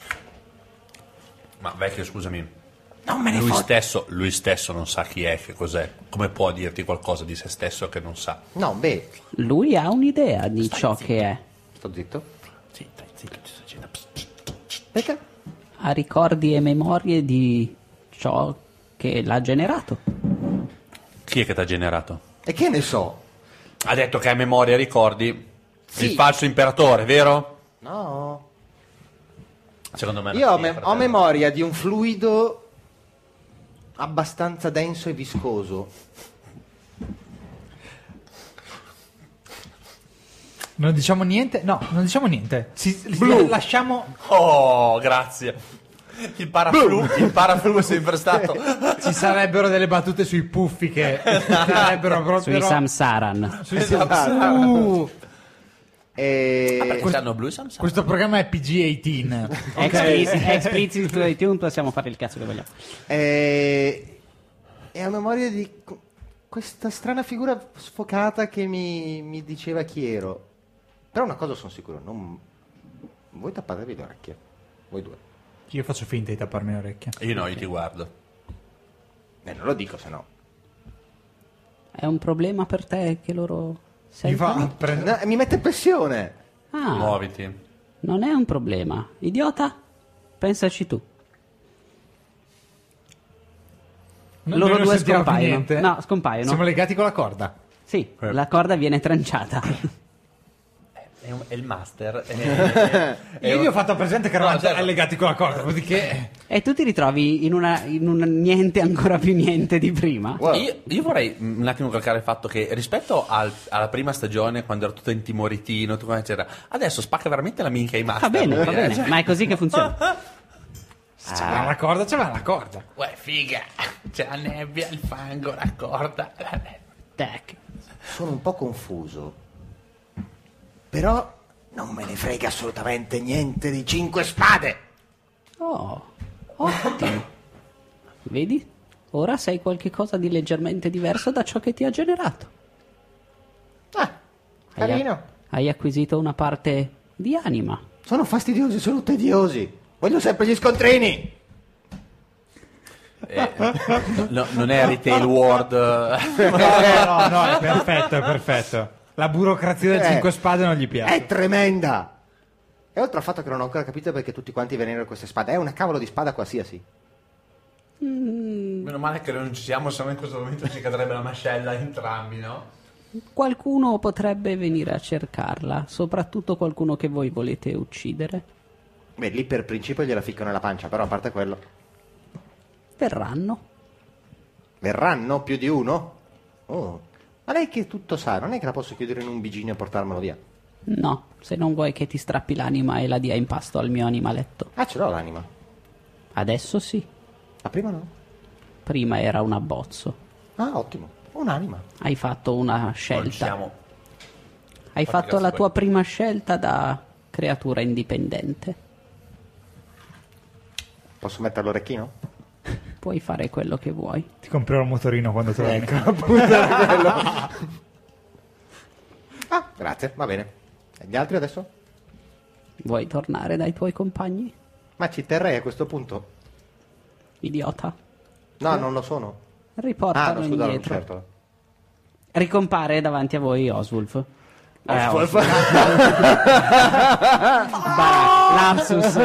Ma vecchio, scusami. Non me ne Lui stesso non sa chi è, che cos'è. Come può dirti qualcosa di se stesso che non sa? no, beh, Lui ha un'idea di ciò che è. sto zitto. Sì, dai, zitto, ti sto dicendo. Perché? Ha ricordi e memorie di ciò che l'ha generato. Chi è che ti ha generato? E che ne so? Ha detto che ha memoria, ricordi? Sì. Il falso imperatore, vero? No. Secondo me Io no, ho, sì, ho fratello. memoria di un fluido abbastanza denso e viscoso. Non diciamo niente? No, non diciamo niente. Lasciamo... Oh, grazie. Il paraflu è sempre stato. Ci sarebbero delle battute sui puffi che sarebbero proprio... Sui Samsaran. E... Quest'anno blu e Samsung. Questo programma è PG-18. Explicit su iTunes, possiamo fare il cazzo che vogliamo. E ho memoria di questa strana figura sfocata che mi diceva chi ero. Però una cosa sono sicuro, non... Voi tappatevi le orecchie. Voi due. Io faccio finta di tapparmi le orecchie. Io no, io ti guardo. Non lo dico, se no. È un problema per te che loro Mi fa sentano? prendere. No, mi mette pressione. Ah, Muoviti. non è un problema. Idiota? Pensaci tu. Loro due scompaiono. No, scompaiono. Siamo legati con la corda. Sì, la corda viene tranciata. è il master. Io gli ho fatto presente che erano certo. allegati con la corda, dopodiché... E tu ti ritrovi in un niente ancora più niente di prima. Wow. Io vorrei un attimo calcare il fatto che rispetto alla prima stagione, quando ero tutto intimoritino, tutto eccetera, adesso spacca veramente la minchia ai master. Va bene, lui, va bene, cioè. ma è così che funziona. C'aveva la corda, c'aveva la corda. Uè, figa, c'è la nebbia, il fango, la corda. Tac. Sono un po' confuso. Però non me ne frega assolutamente niente di 5 spade. Oh, ottimo. Vedi? Ora sei qualcosa di leggermente diverso da ciò che ti ha generato. Ah, carino. Hai acquisito una parte di anima. Sono fastidiosi, sono tediosi. Voglio sempre gli scontrini. No, non è Retail World. No, è perfetto, è perfetto. La burocrazia del 5 spade non gli piace. È tremenda. E oltre al fatto che non ho ancora capito perché tutti quanti venivano queste spade. È una cavolo di spada qualsiasi. Meno male che non ci siamo, se no in questo momento ci cadrebbe la mascella entrambi, no? Qualcuno potrebbe venire a cercarla, soprattutto qualcuno che voi volete uccidere. Beh, lì per principio gliela ficco nella pancia, però a parte quello. Verranno. Verranno più di uno? Oh. Ma lei che tutto sa, non è che la posso chiudere in un bigino e portarmelo via? No, se non vuoi che ti strappi l'anima e la dia in pasto al mio animaletto. Ah, ce l'ho l'anima. Adesso sì. Ma prima no. Prima era un abbozzo. Ah, ottimo. Un'anima. Hai fatto una Non ci scelta. siamo. Hai Fatti fatto la cazzo tua prima scelta da creatura indipendente. Posso mettere l'orecchino? Puoi fare quello che vuoi. Ti comprerò un motorino quando torni. Ecco, appunto era quello. Ah, grazie, va bene. E gli altri adesso? Vuoi tornare dai tuoi compagni? Ma ci terrei a questo punto? Idiota. No, non lo sono. Riportalo Ah, no, scusa, non indietro. certo. Ricompare davanti a voi Oswulf. Lapsus.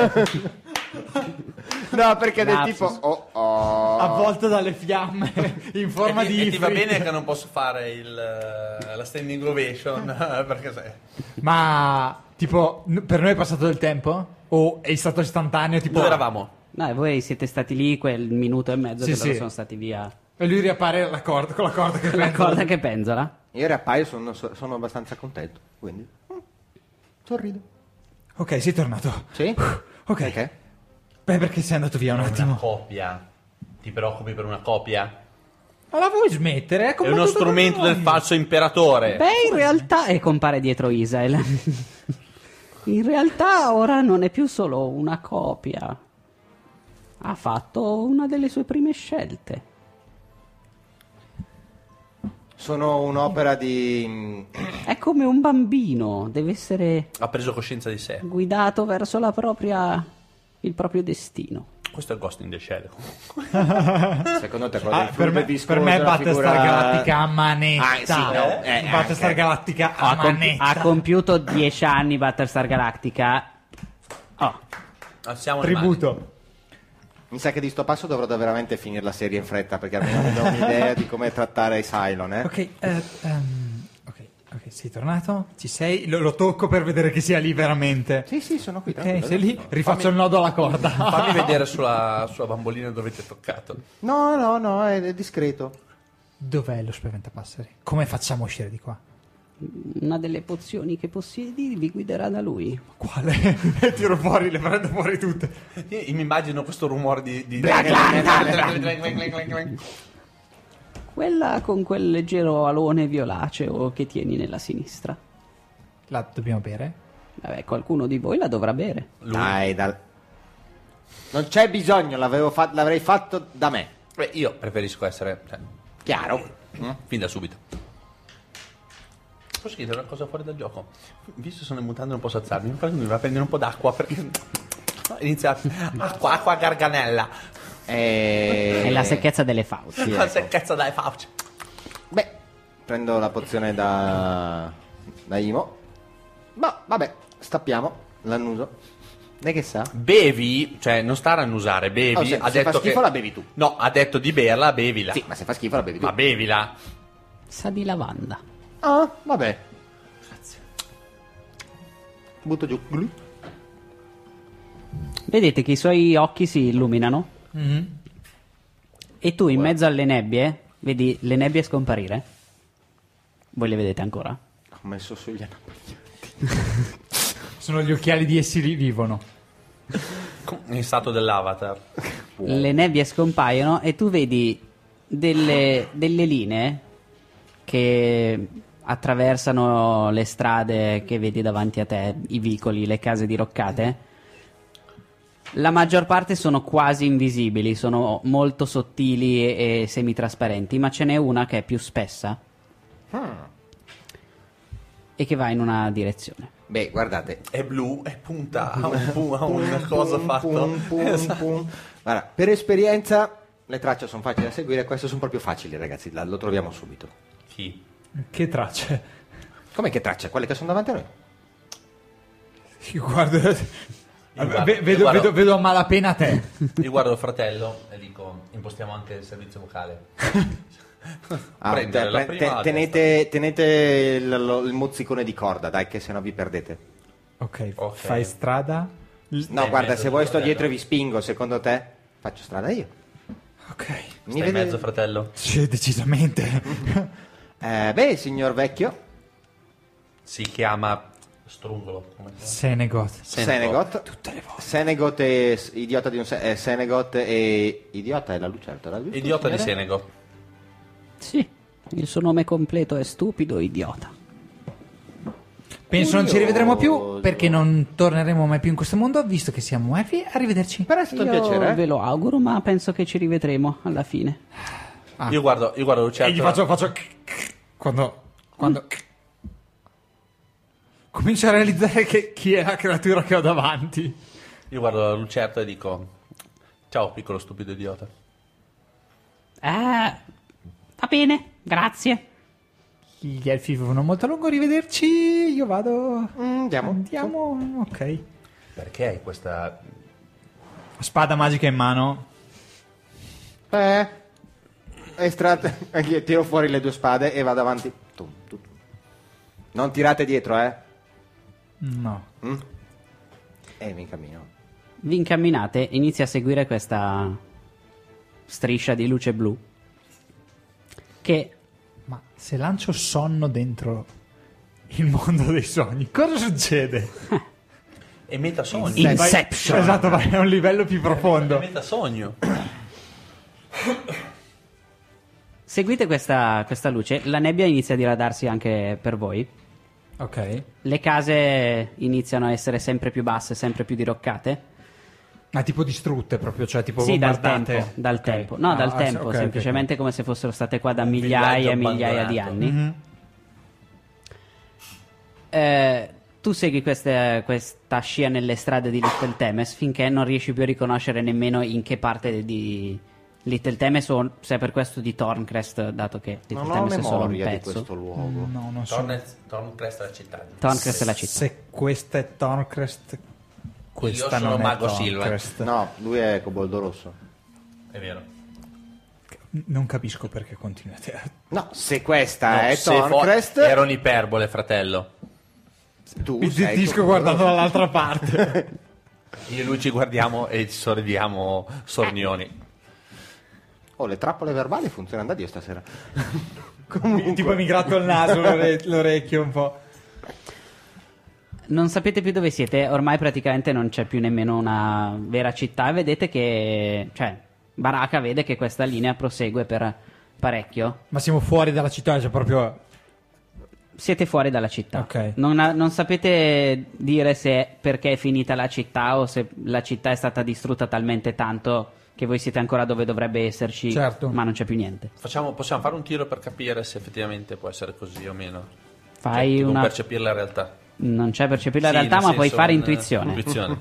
No, perché del Lapsus. tipo... Oh. Avvolto dalle fiamme in forma di... E ti va ifrit. bene che non posso fare la standing ovation perché sai. Ma, tipo, per noi è passato del tempo? O è stato istantaneo, tipo... Dove eravamo? No, voi siete stati lì quel minuto e mezzo Sì, che loro sì. sono stati via. E lui riappare la corda, con la corda che La pentola. corda che penzola. Io riappaio, sono abbastanza contento, quindi... sorrido. Ok, sei tornato. Sì? Ok. Perché? Beh, perché sei andato via un Una attimo? copia. Ti preoccupi per una copia? Ma la vuoi smettere? È uno strumento del falso imperatore. Beh, in realtà... E compare dietro Isael. In realtà ora non è più solo una copia. Ha fatto una delle sue prime scelte. Sono un'opera di... È come un bambino, deve essere Ha preso coscienza di sé. guidato verso il proprio destino. Questo è Ghost in the Shell. Secondo te quello del per, me, viscoso, per me è la Battlestar figura- Galactica a manetta. Ah, sì, no. Battlestar Anche. Galactica a Ha manetta. compiuto 10 anni Battlestar Galactica. Oh, Alziamo le mani. Tributo. Mi sa che di sto passo dovrò veramente finire la serie in fretta, perché almeno mi do un'idea di come trattare i Cylon, eh? Ok, ok, sei tornato? Ci sei? Lo tocco per vedere che sia lì veramente. Sì, sì, sono qui. Ok, tranquillo. sei lì, rifaccio il nodo alla corda. Fammi vedere sulla bambolina dove ti è toccato. No, è discreto. Dov'è lo spaventapasseri? Come facciamo a uscire di qua? una delle pozioni che possiedi vi guiderà da lui. Quale? Tiro fuori, le prendo fuori tutte. Io mi immagino questo rumore di... Quella con quel leggero alone violaceo che tieni nella sinistra. La dobbiamo bere? Vabbè, qualcuno di voi la dovrà bere. Dai, non c'è bisogno, l'avrei fatto da me. Beh, io preferisco essere... Chiaro? fin da subito. Posso chiedere una cosa fuori dal gioco? Visto che sono in mutande non posso alzarmi, mi va a prendere un po' d'acqua perché inizia acqua garganella. È la secchezza delle fauci. Sì, La ecco. secchezza dai fauci. Beh, prendo la pozione da Imo. Ma vabbè, stappiamo, l'annuso. Lei che sa? Bevi, cioè non stare a annusare, bevi. Oh, se ha fa detto schifo che... la bevi tu. No, ha detto di berla, bevila. Sì, ma se fa schifo la bevi tu. Ma bevila. Sa di lavanda. Ah, vabbè. butto giù. Glu. Vedete che i suoi occhi si illuminano e tu in mezzo alle nebbie vedi le nebbie scomparire. Voi le vedete ancora? Ho messo sugli anabbaglianti. Sono gli occhiali di essi vivono. In stato dell'avatar. Le nebbie scompaiono e tu vedi delle linee che attraversano le strade che vedi davanti a te, i vicoli, le case diroccate. La maggior parte sono quasi invisibili, sono molto sottili e semitrasparenti, ma ce n'è una che è più spessa e che va in una direzione. Beh, guardate. È blu e punta a una cosa fatta. Guarda, per esperienza le tracce sono facili da seguire, queste sono proprio facili, ragazzi, lo troviamo subito. Chi? Che tracce? Com'è che tracce? Quelle che sono davanti a noi? Io guardo... guardo- vedo a malapena te. Io guardo il fratello e dico, impostiamo anche il servizio vocale. Prendere la prima tenete il mozzicone di corda, dai, che sennò vi perdete. Ok, Ok. fai strada. No, guarda, mezzo se vuoi tuo sto fratello. dietro e vi spingo, secondo te faccio strada io. Ok. Stai in mezzo, fratello? Sì, decisamente. Beh, signor vecchio, Si chiama Strungolo. Come si Senegot. Senegot. Tutte le volte. Senegot è idiota di un Senegot e idiota è la lucertola, giusto? Idiota di signore? Senego. Sì, il suo nome completo è stupido idiota. Penso non ci rivedremo più Curioso. perché non torneremo mai più in questo mondo, visto che siamo elfi. Arrivederci. Però è stato un Io piacere. ve lo auguro, ma penso che ci rivedremo alla fine. Io guardo E gli Lucertola. faccio quando comincio a realizzare che chi è la creatura che ho davanti. Io guardo la Lucertola e dico, ciao piccolo stupido idiota. Va bene, grazie. Gli elfi vivono molto a lungo, arrivederci. Io vado. Andiamo. Ok. Perché hai questa... Spada magica in mano. Tiro fuori le due spade e vado avanti. Tum, tum, tum. Non tirate dietro, No. mi incammino. Vi incamminate, inizia a seguire questa striscia di luce blu che Ma se lancio sonno dentro il mondo dei sogni, cosa succede? È metasogno. Inception. Esatto, vai a un livello più È profondo. metasogno. seguite questa luce, la nebbia inizia a diradarsi anche per voi. Ok. Le case iniziano a essere sempre più basse, sempre più diroccate. Ma tipo distrutte proprio, cioè tipo Sì, dal bombardate. tempo, dal Ok. tempo. No, Ah, dal ah, tempo, ok, semplicemente come se fossero state qua da Un migliaia e villaggio migliaia di abbandonato. anni. Mhm. Tu segui questa scia nelle strade di Little Temes finché non riesci più a riconoscere nemmeno in che parte di Little Temes o se è per questo di Thorncrest, dato che Little Non ho Temes è solo un memoria di pezzo. questo luogo. No, non so. Thorncrest è la città. Thorncrest è la città. Se questa è Thorncrest, questa sono non è Mago Silva. Thorncrest. No, lui è Coboldo Rosso. È vero. Non capisco perché continuate a... No, se questa No, è se Thorncrest, era un'iperbole, fratello. tu Mi sei zittisco Coboldo guardando Rosso. dall'altra parte. Io e lui ci guardiamo e ci sorridiamo sornioni. Oh, le trappole verbali funzionano da Dio stasera. Tipo mi gratto il naso, l'orecchio un po'. Non sapete più dove siete, ormai praticamente non c'è più nemmeno una vera città e vedete che, cioè, Baraka vede che questa linea prosegue per parecchio. Ma siamo fuori dalla città, cioè proprio... Siete fuori dalla città. Ok. Non sapete dire se perché è finita la città o se la città è stata distrutta talmente tanto che voi siete ancora dove dovrebbe esserci, Certo. ma non c'è più niente. Possiamo fare un tiro per capire se effettivamente può essere così o meno. Fai tipo una... percepire la realtà. Non c'è percepire la Sì, realtà, nel ma puoi senso fare un- intuizione. Intuizione.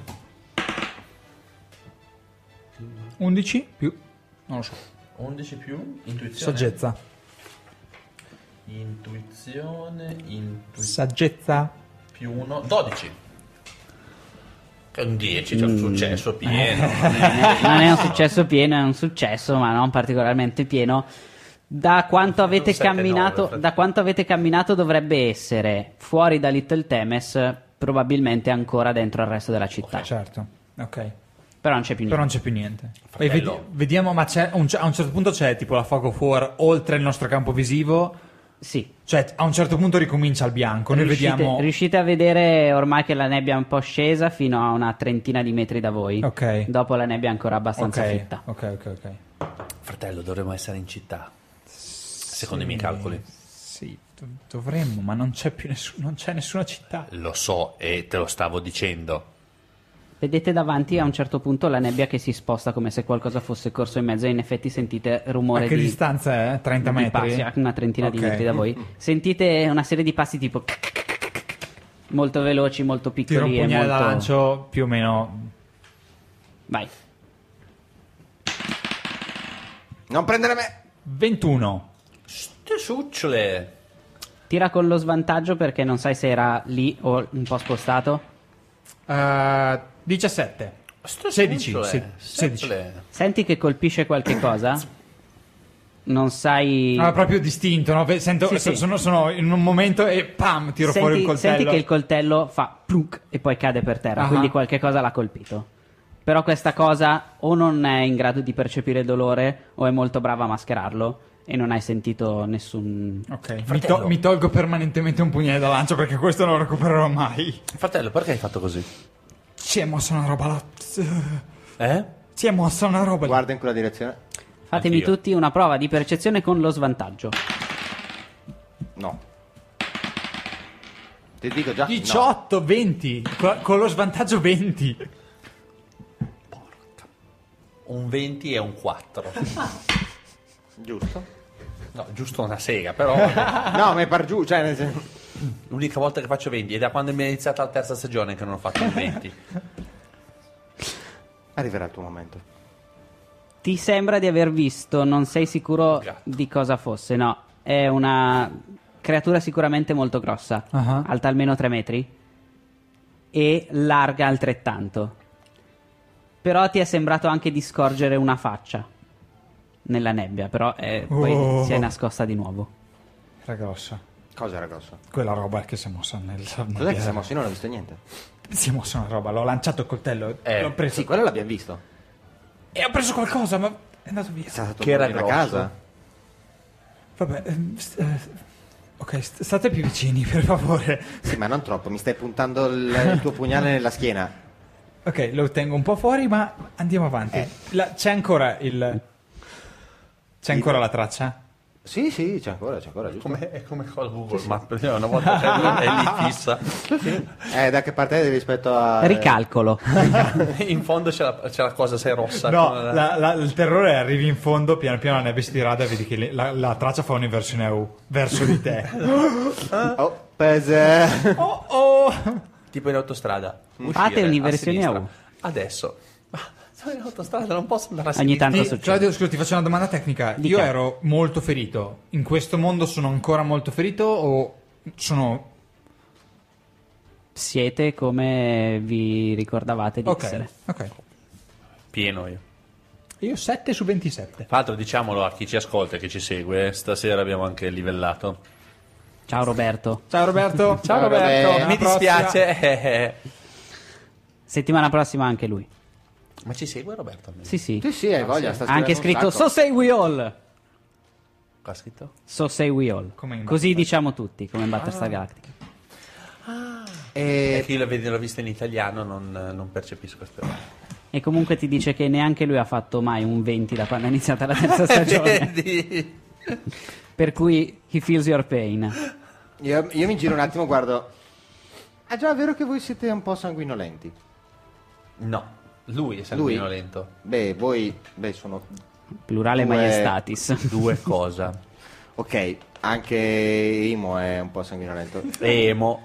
11 più... non lo so. 11 più intuizione. Saggezza. Intuizione Saggezza. più 1, 12. Che è un 10, c'è un successo pieno. Non è un successo pieno, è un successo, ma non particolarmente pieno. Da quanto avete 7, 9, camminato, fra- da quanto avete camminato dovrebbe essere fuori da Little Temes probabilmente ancora dentro al resto della città. Certo, ok. Però non c'è più niente. E vediamo, ma a un certo punto c'è tipo la fog of war oltre il nostro campo visivo. Sì. Cioè, a un certo punto ricomincia il bianco. Noi vediamo. Riuscite a vedere ormai che la nebbia è un po' scesa fino a una trentina di metri da voi. Ok. Dopo la nebbia è ancora abbastanza fitta. Ok. Fratello, dovremmo essere in città. Secondo i miei calcoli. Sì, dovremmo, ma non c'è più non c'è nessuna città. Lo so e te lo stavo dicendo. Vedete davanti a un certo punto la nebbia che si sposta come se qualcosa fosse corso in mezzo e in effetti sentite rumore A che di distanza è? 30 di metri? passi, a una trentina di Ok. metri da voi. Sentite una serie di passi tipo molto veloci, molto Tiro un piccoli e pugnale molto... da lancio più o meno. Vai. Non prendere me! 21. Ste succiole. Tira con lo svantaggio perché non sai se era lì o un po' spostato. 17. Ste 16. succiole. 16. Succiole. Senti che colpisce qualche cosa? Non sai... Proprio distinto, no? Sento, Sì, sì. Sono in un momento e pam, tiro fuori il coltello. Senti che il coltello fa plunk e poi cade per terra, Ah. quindi qualche cosa l'ha colpito. Però questa cosa o non è in grado di percepire il dolore o è molto brava a mascherarlo e non hai sentito nessun... Ok, Fratello. mi tolgo permanentemente un pugnale da lancio perché questo non lo recupererò mai. Fratello, perché hai fatto così? Si è mossa una roba là. Eh? Si è mossa una roba lì. Guarda in quella direzione. Fatemi Anch'io. tutti una prova di percezione con lo svantaggio. No. Ti dico già. 18, 20. Con lo svantaggio 20. Un 20 e un 4. No. Giusto? No, giusto una sega, però No, ma è par giù, cioè nel senso. l'unica volta che faccio 20 è da quando mi è iniziata la terza stagione che non ho fatto un 20. Arriverà il tuo momento. Ti sembra di aver visto, non sei sicuro Gatto. di cosa fosse, no. È una creatura sicuramente molto grossa, Ah. alta almeno 3 metri e larga altrettanto. Però ti è sembrato anche di scorgere una faccia nella nebbia, però poi Oh. si è nascosta di nuovo. Era grossa. Cosa era grosso? Quella roba che si è mossa Cos'è che siamo? Io non ho visto niente. Si è mossa una roba, l'ho lanciato il coltello, l'ho preso. Sì, quello l'abbiamo visto. E ho preso qualcosa, ma è andato via. È stato Che era a grosso. casa. Vabbè, ok, state più vicini, per favore. Sì, ma non troppo. Mi stai puntando il tuo pugnale nella schiena. Ok, lo tengo un po' fuori, ma andiamo avanti. C'è ancora C'è ancora la traccia? Sì, c'è ancora, giusto? È come con Google Maps, una volta c'è lì, è lì fissa. Da che parte è rispetto a... Ricalcolo. In fondo c'è la cosa, sei rossa. No, con il terrore è arrivi in fondo, piano piano la nebbia si dirada e vedi che la traccia fa un'inversione a U verso di te. Oh, pese. Oh! tipo in autostrada. Fate Uscire un'inversione a sinistra. U. Adesso. Ma sono in autostrada, non posso andare a Ogni sinistra. tanto succede. Claudio, scusa, ti faccio una domanda tecnica. Io Dica. ero molto ferito. In questo mondo sono ancora molto ferito o sono... Siete come vi ricordavate di essere. Ok. Pieno io. Io 7 su 27. Tra l'altro diciamolo a chi ci ascolta e chi ci segue, stasera abbiamo anche livellato. Ciao Roberto. Ciao Roberto. Ciao, Roberto. Alla Mi prossima. dispiace. Settimana prossima anche lui. Ma ci segue Roberto? almeno? Sì, sì. Sì, hai voglia. Sta Ha anche scrivendo scritto un So sacco. say we all. Qua ha scritto? So say we all. Come in Così diciamo tutti, come in Battlestar Galactica. Perché io l'ho vista in italiano, non percepisco queste robe. E comunque ti dice che neanche lui ha fatto mai un 20 da quando è iniziata la terza stagione. Vedi? Per cui he feels your pain. Io mi giro un attimo, guardo. Ah già, è vero che voi siete un po' sanguinolenti. No, lui è sanguinolento. Beh, voi... Beh, sono... Plurale Due- maiestatis. Due cosa. Ok, anche Imo è un po' sanguinolento. Emo.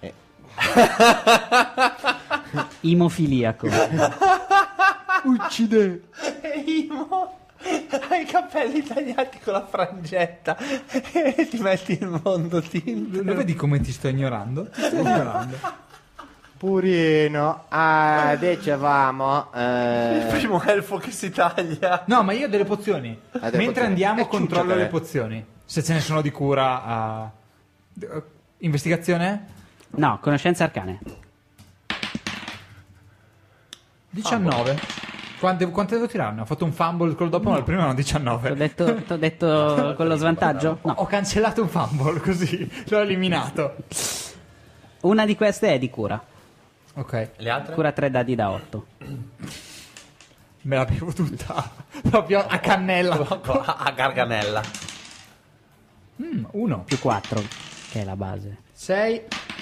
Imofiliaco. Uccide. Emo. Hai i capelli tagliati con la frangetta e ti metti il mondo Tinder. Lo vedi come ti sto ignorando? Ti sto ignorando. Purino. Ah, dicevamo... Il primo elfo che si taglia. No, ma io ho delle pozioni. delle Mentre pozioni. andiamo, Ciuccia controllo te. le pozioni. Se ce ne sono di cura a... Investigazione? No, conoscenze arcane. 19. Quante devo tirarne? Ho fatto un fumble, quello dopo, ma il primo erano 19. T'ho detto con lo svantaggio? No. Ho cancellato un fumble così, l'ho eliminato. Una di queste è di cura. Ok, Le altre? Cura 3 dadi da 8. me la bevo tutta proprio a cannella. A garganella. 1, Più 4, che è la base. 6.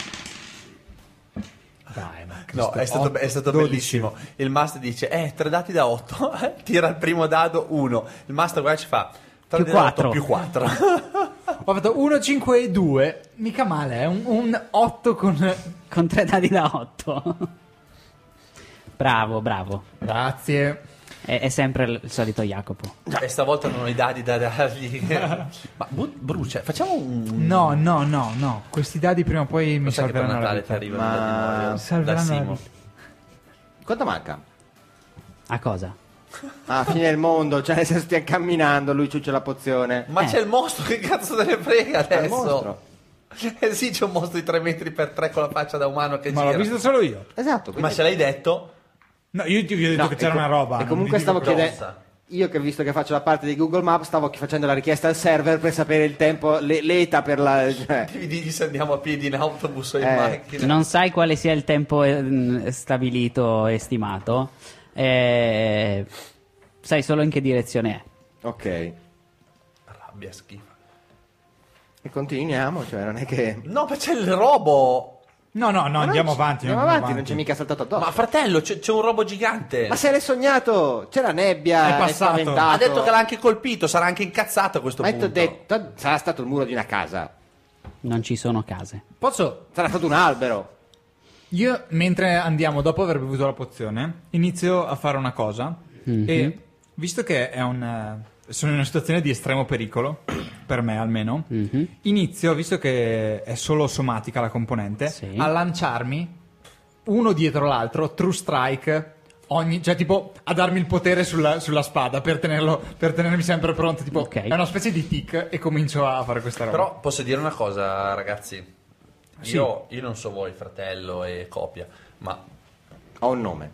Dai, ma No, è stato 12. bellissimo. Il master dice, 3 dati da 8. Tira il primo dado, 1. Il master guarda ci fa, 3 Più dati da 8 4. più 4. Ho fatto 1, 5 e 2. Mica male, è un 8 con... Con 3 dadi da 8. Bravo. Grazie. È sempre il solito Jacopo. E stavolta non ho i dadi da dargli. Ma brucia, facciamo un... No. Questi dadi prima o poi mi Lo sai che per salveranno la Natale ti vita. arrivano Ma- i dadi Morio salveranno da la Simo. vita. Quanto manca? A cosa? Ah, fine del mondo, cioè nel senso stiamo camminando, lui ciuccia la pozione. Ma c'è il mostro, che cazzo te ne frega Al adesso? mostro. Sì, c'è un mostro di 3 metri per 3 con la faccia da umano che Ma gira. l'ho visto solo io. Esatto. Ma ce l'hai detto? No, io ti ho detto No, che c'era e co- una roba. E non comunque vi dico stavo cosa. chiedendo. Io che visto che faccio la parte di Google Maps stavo facendo la richiesta al server per sapere il tempo, l'eta per la... Cioè, Devi dirgli se andiamo a piedi in autobus o in Eh. macchina. Non sai quale sia il tempo stabilito e stimato. Sai solo in che direzione è. ok. Rabbia, schifo. E continuiamo, cioè non è che... No, ma c'è il robo. No, andiamo avanti. Andiamo avanti, non c'è mica saltato addosso. Ma fratello, c'è un robo gigante. Ma se l'hai sognato, c'è la nebbia, È passato. Ha detto che l'ha anche colpito, sarà anche incazzato a questo Ma punto. ti ho detto, sarà stato il muro di una casa, Non ci sono case. Posso... sarà stato un albero. Io, mentre andiamo, dopo aver bevuto la pozione, inizio a fare una cosa. E visto che è sono in una situazione di estremo pericolo, per me almeno, inizio, visto che è solo somatica la componente, Sì. a lanciarmi uno dietro l'altro, true strike, cioè tipo a darmi il potere sulla spada per tenermi sempre pronto. Tipo, Ok. è una specie di tic e comincio a fare questa roba. Però posso dire una cosa, ragazzi. Sì. Io non so voi, fratello e copia, ma Ho un nome.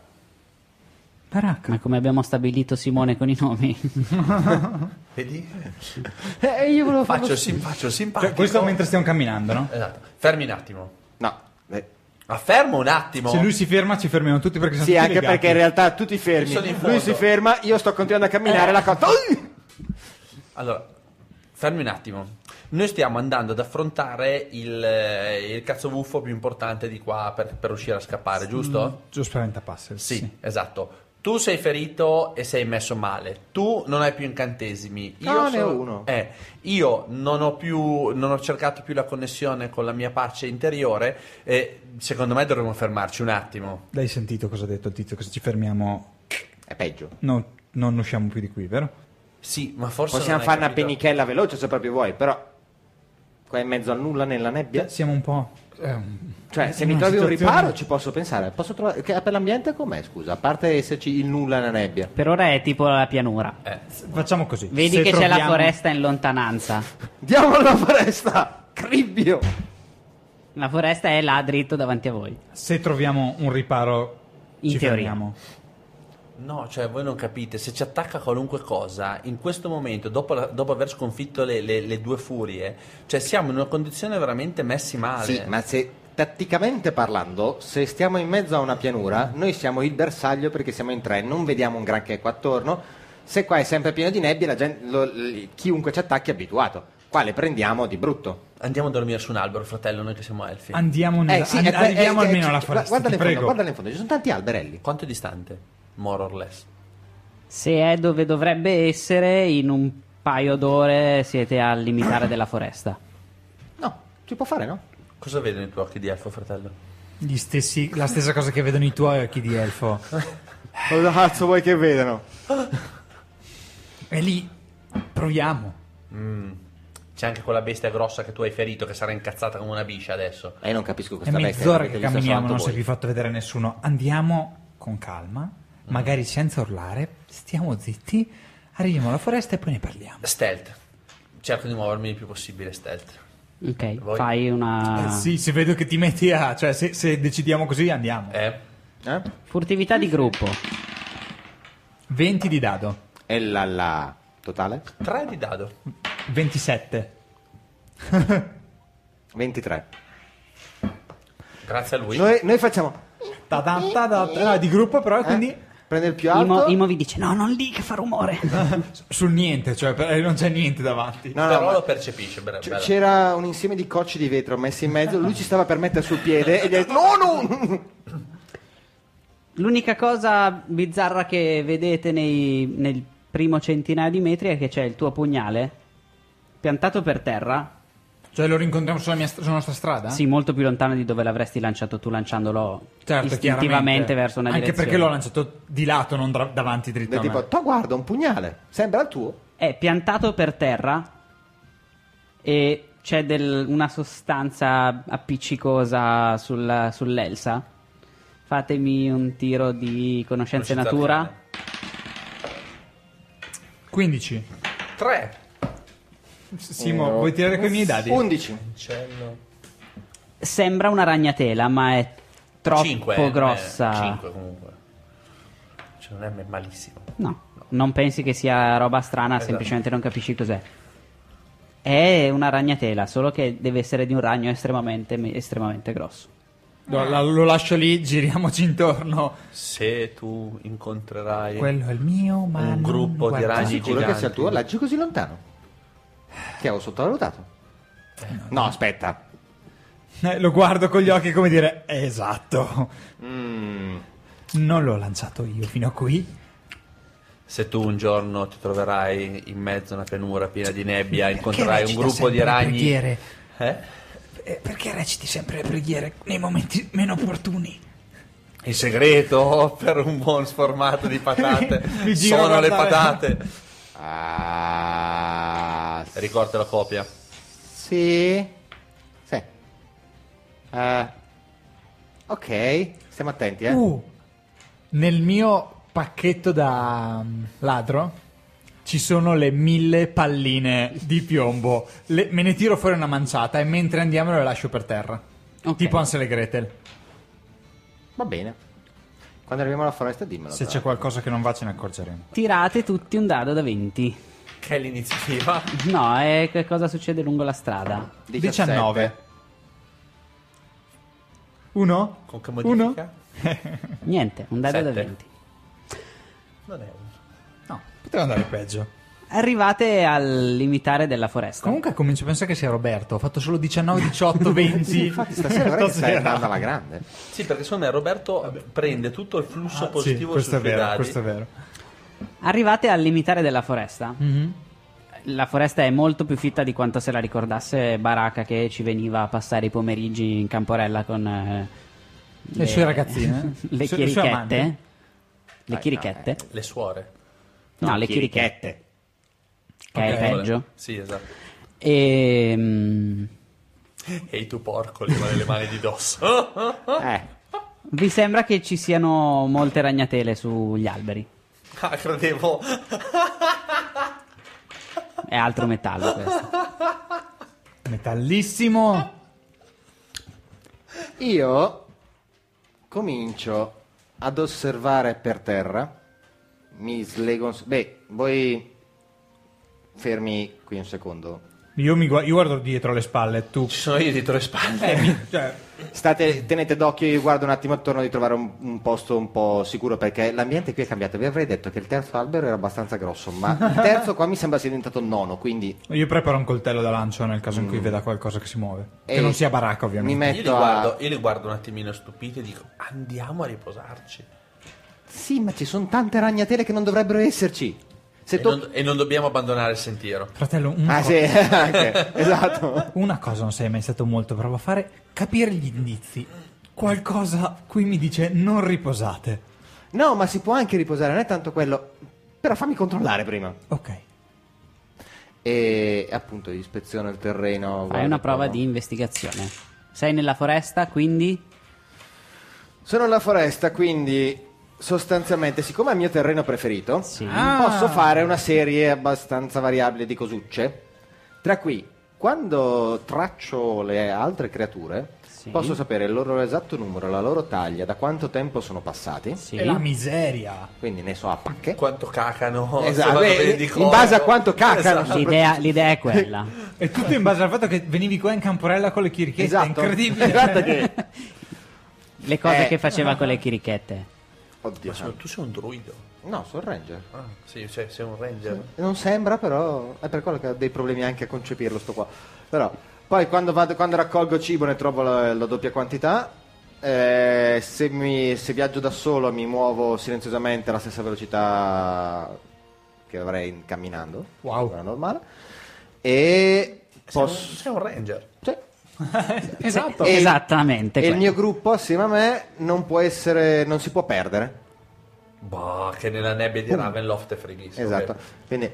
Baracca. Ma come abbiamo stabilito Simone con i nomi? vedi? Io volevo Faccio il simpatico. Cioè, questo mentre stiamo camminando, no? Esatto. Fermi un attimo. No. Ma fermo un attimo. Se lui si ferma, ci fermiamo tutti perché siamo Sì, tutti anche legati. perché in realtà tu ti fermi. Sono in Lui fondo. si ferma, io sto continuando a camminare la cosa. Allora, fermi un attimo. Noi stiamo andando ad affrontare il cazzo buffo più importante di qua per riuscire a scappare, giusto? Giusto spaventapasseri. Sì, esatto. Tu sei ferito e sei messo male. Tu non hai più incantesimi. No, ne ho uno. Io non ho cercato più la connessione con la mia pace interiore e secondo me dovremmo fermarci un attimo. L'hai sentito cosa ha detto il tizio? Che se ci fermiamo È peggio. non usciamo più di qui, vero? Sì, ma forse Possiamo non hai fare una capito. penichella veloce se proprio vuoi, però qua in mezzo al nulla nella nebbia. Siamo un po'... Cioè, se in mi una trovi un situazione- riparo ci posso pensare. Posso trovare che per l'ambiente com'è, scusa? A parte esserci il nulla nella nebbia. Per ora è tipo la pianura. Facciamo così. Vedi Se che c'è la troviamo- foresta in lontananza. Andiamo alla foresta! Cribbio! La foresta è là dritto davanti a voi. Se troviamo un riparo, In ci teoria. fermiamo. No, cioè voi non capite, se ci attacca qualunque cosa, in questo momento, dopo aver sconfitto le due furie, cioè siamo in una condizione veramente messi male. Sì, ma se tatticamente parlando, se stiamo in mezzo a una pianura, noi siamo il bersaglio perché siamo in tre, non vediamo un granché qua attorno. Se qua è sempre pieno di nebbia, chiunque ci attacchi è abituato. Qua le prendiamo di brutto. Andiamo a dormire su un albero, fratello, noi che siamo elfi. Andiamo, arriviamo almeno alla foresta, Guarda ti in fondo, prego. guarda in fondo, ci sono tanti alberelli. Quanto è distante? More or less. Se è dove dovrebbe essere, in un paio d'ore siete al limitare della foresta. No, si può fare, no? Cosa vedono i tuoi occhi di elfo, fratello? La stessa cosa che vedono i tuoi occhi di elfo. Cosa cazzo vuoi che vedano? E lì proviamo. C'è anche quella bestia grossa che tu hai ferito, che sarà incazzata come una biscia adesso. Non capisco È questa bestia. mezz'ora avete che visto camminiamo, soltanto non si è voi. più fatto vedere nessuno. Andiamo con calma, magari senza urlare, stiamo zitti, arriviamo alla foresta e poi ne parliamo. Stealth. Cerco di muovermi il più possibile stealth. Ok, Voi? fai una... Sì, se vedo che ti metti a... cioè se decidiamo così andiamo. Furtività di gruppo. 20 di dado. E la totale? 3 di dado. 27. 23. Grazie a lui. Noi facciamo... No, di gruppo però, quindi Prende il più alto. Imo vi dice: no, non lì che fa rumore. sul niente, cioè non c'è niente davanti. No, Però ma lo percepisce. Bello. c'era un insieme di cocci di vetro messi in mezzo. Lui ci stava per mettere sul piede e gli ha detto no. L'unica cosa bizzarra che vedete nel primo centinaio di metri è che c'è il tuo pugnale piantato per terra. Cioè lo rincontriamo sulla nostra strada? Sì, molto più lontano di dove l'avresti lanciato tu, lanciandolo Certo, istintivamente chiaramente. verso una Anche direzione. perché l'ho lanciato di lato, non davanti dritto Del a me. tipo, tu guarda, un pugnale. Sembra il tuo. È piantato per terra e c'è una sostanza appiccicosa sull'elsa. Fatemi un tiro di conoscenza natura. 15. 3. Simo, vuoi tirare con i miei dadi? 11. Sembra una ragnatela, ma è troppo 5 grossa. 5 comunque. Cioè non è malissimo. No, non pensi che sia roba strana, Esatto. semplicemente non capisci cos'è. È una ragnatela, solo che deve essere di un ragno estremamente grosso. Lo lascio lì, giriamoci intorno. Se tu incontrerai Quello è il mio, ma un non gruppo di guarda. ragni Sicuro giganti, che sia il tuo? Laggi così lontano. Che avevo sottovalutato. No, aspetta. Lo guardo con gli occhi come dire, esatto. Mm. Non l'ho lanciato io fino a qui. Se tu un giorno ti troverai in mezzo a una pianura piena di nebbia, incontrerai un gruppo di ragni. Preghiere? Perché reciti sempre le preghiere nei momenti meno opportuni? Il segreto per un buon sformato di patate Mi giro a sono le guardare. patate. Ah, Ricorda la copia. sì. Sì. Ok, stiamo attenti, Nel mio pacchetto da ladro ci sono le 1000 palline di piombo. Me ne tiro fuori una manciata e mentre andiamo le lascio per terra. Ok. Tipo Hansel e Gretel. Va bene. Quando arriviamo alla foresta dimmelo. Se c'è qualcosa che non va ce ne accorgeremo. Tirate tutti un dado da 20. Che è l'iniziativa. No, è che cosa succede lungo la strada. 19. Uno? Con che modifica? Niente, un dado da 7. 20. Non è un... No, poteva andare peggio. Arrivate al limitare della foresta. Comunque comincio a pensare che sia Roberto. Ho fatto solo 19, 18, 20. Infatti stasera guarda che stai andando alla grande. Sì, perché secondo me Roberto prende tutto il flusso positivo Sì, questo sui è suoi vero, dadi. questo è vero. Arrivate al limitare della foresta. La foresta è molto più fitta di quanto se la ricordasse Baraka, che ci veniva a passare i pomeriggi in Camporella con Le sue ragazzine? le Sue amanti? chierichette. Le chierichette? Le suore. No, le chierichette. Che è Ok. peggio. Sì, esatto. E Ehi tu porco, le mani le mani di dosso. vi sembra che ci siano molte ragnatele sugli alberi. Ah, credevo. È altro metallo questo. Metallissimo. Io comincio ad osservare per terra. Mi slego. Beh, voi fermi qui un secondo. Io guardo dietro le spalle, tu. Ci sono io dietro le spalle. Cioè, Tenete d'occhio, io guardo un attimo attorno di trovare un posto un po' sicuro, perché l'ambiente qui è cambiato. Vi avrei detto che il terzo albero era abbastanza grosso, ma il terzo qua mi sembra sia diventato il nono, quindi io preparo un coltello da lancio nel caso in cui veda qualcosa che si muove. Che E non sia baracca, mi ovviamente. metto a... Io li guardo un attimino stupito e dico andiamo a riposarci. Sì, ma ci sono tante ragnatele che non dovrebbero esserci. Se E, non dobbiamo abbandonare il sentiero. Fratello, Ah sì, anche, esatto. una cosa non sei mai stato molto bravo a fare: capire gli indizi. Qualcosa qui mi dice non riposate. No, ma si può anche riposare, non è tanto quello. Però fammi controllare prima. Ok. E appunto ispeziono il terreno. Fai guardo una prova attorno. di investigazione. Sei nella foresta, quindi Sono nella foresta, quindi sostanzialmente, siccome è il mio terreno preferito, sì. posso fare una serie abbastanza variabile di cosucce. Tra cui, quando traccio le altre creature, Sì. Posso sapere il loro esatto numero, la loro taglia, da quanto tempo sono passati, Sì. È la miseria. quindi ne so a pacche. Quanto cacano. Esatto, se vanno beh, bene di in collo. base a quanto cacano. Esatto. L'idea è quella. E tutto in base al fatto che venivi qua in Camporella con le chirichette. Esatto. È incredibile. Guarda che... Le cose che faceva con le chirichette. Oddio. Ma tu sei un druido. No, sono ranger. Ah, sì, cioè, sei un ranger. Non sembra, però è per quello che ho dei problemi anche a concepirlo sto qua. Però poi quando raccolgo cibo ne trovo la doppia quantità. Se viaggio da solo mi muovo silenziosamente alla stessa velocità che avrei camminando. Wow. Quella normale. E Sei un ranger. Sì. Esatto. E- Esattamente E il quello. mio gruppo assieme a me non si può perdere. Bah, che nella nebbia di Ravenloft è freghissimo. Esatto. ok. Quindi,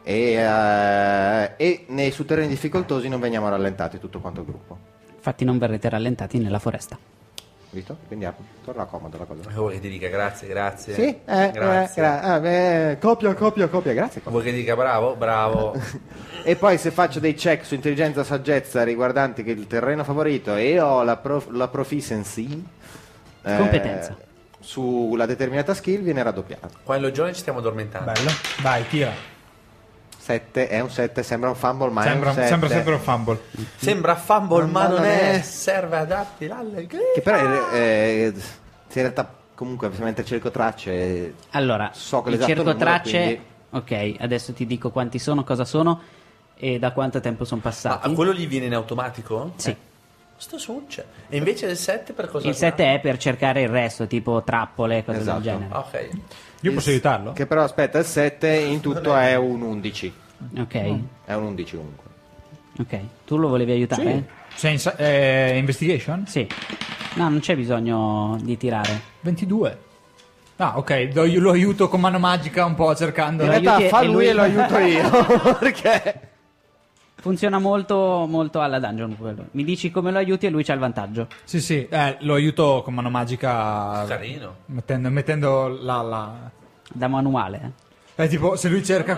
e su terreni difficoltosi non veniamo rallentati tutto quanto il gruppo. Infatti non verrete rallentati nella foresta. Visto? Quindi torna comodo la cosa. Vuoi che ti dica grazie? Sì? Grazie. Copia, grazie. Vuoi che ti dica bravo? E poi se faccio dei check su intelligenza e saggezza riguardanti che il terreno favorito e ho la proficiency Competenza. sulla determinata skill viene raddoppiata. Qua in Logione ci stiamo addormentando. Bello. Vai, tira. 7 è un 7, sembra un fumble, ma è un 7. Sembra sempre un fumble. Sembra fumble, ma non è. è. Serve adatti l'allegria. Che però in realtà comunque mentre cerco tracce Allora, so che il l'esatto cerco numero, tracce. quindi- Ok, adesso ti dico quanti sono, cosa sono e da quanto tempo sono Ma passati. quello lì viene in automatico? Sì. Sto succe. E invece il 7 per cosa? Il 7 è per cercare il resto, tipo trappole, cose Esatto. del genere. Ok. Io posso aiutarlo? che però aspetta il 7 in tutto è un 11. Ok, È un 11 comunque. ok. Tu lo volevi aiutare? Sei in investigation? Sì. No, non c'è bisogno di tirare. 22. Ah, ok, lo aiuto con mano magica un po' cercando. In Lo realtà aiuti fa e lui lui- e lo aiuto io. Perché? Funziona molto, molto alla dungeon quello. Mi dici come lo aiuti e lui c'ha il vantaggio. Sì, sì, lo aiuto con mano magica. Carino. Mettendo la... Da manuale. tipo, se lui cerca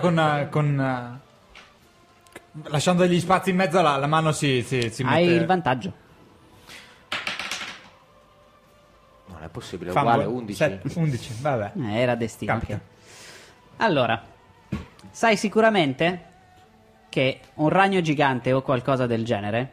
lasciando degli spazi in mezzo, la mano si mette... Hai il vantaggio. Non è possibile, è Fumble. uguale 11. 11, vabbè. Era destino. Capita. ok. Allora, sai sicuramente che un ragno gigante o qualcosa del genere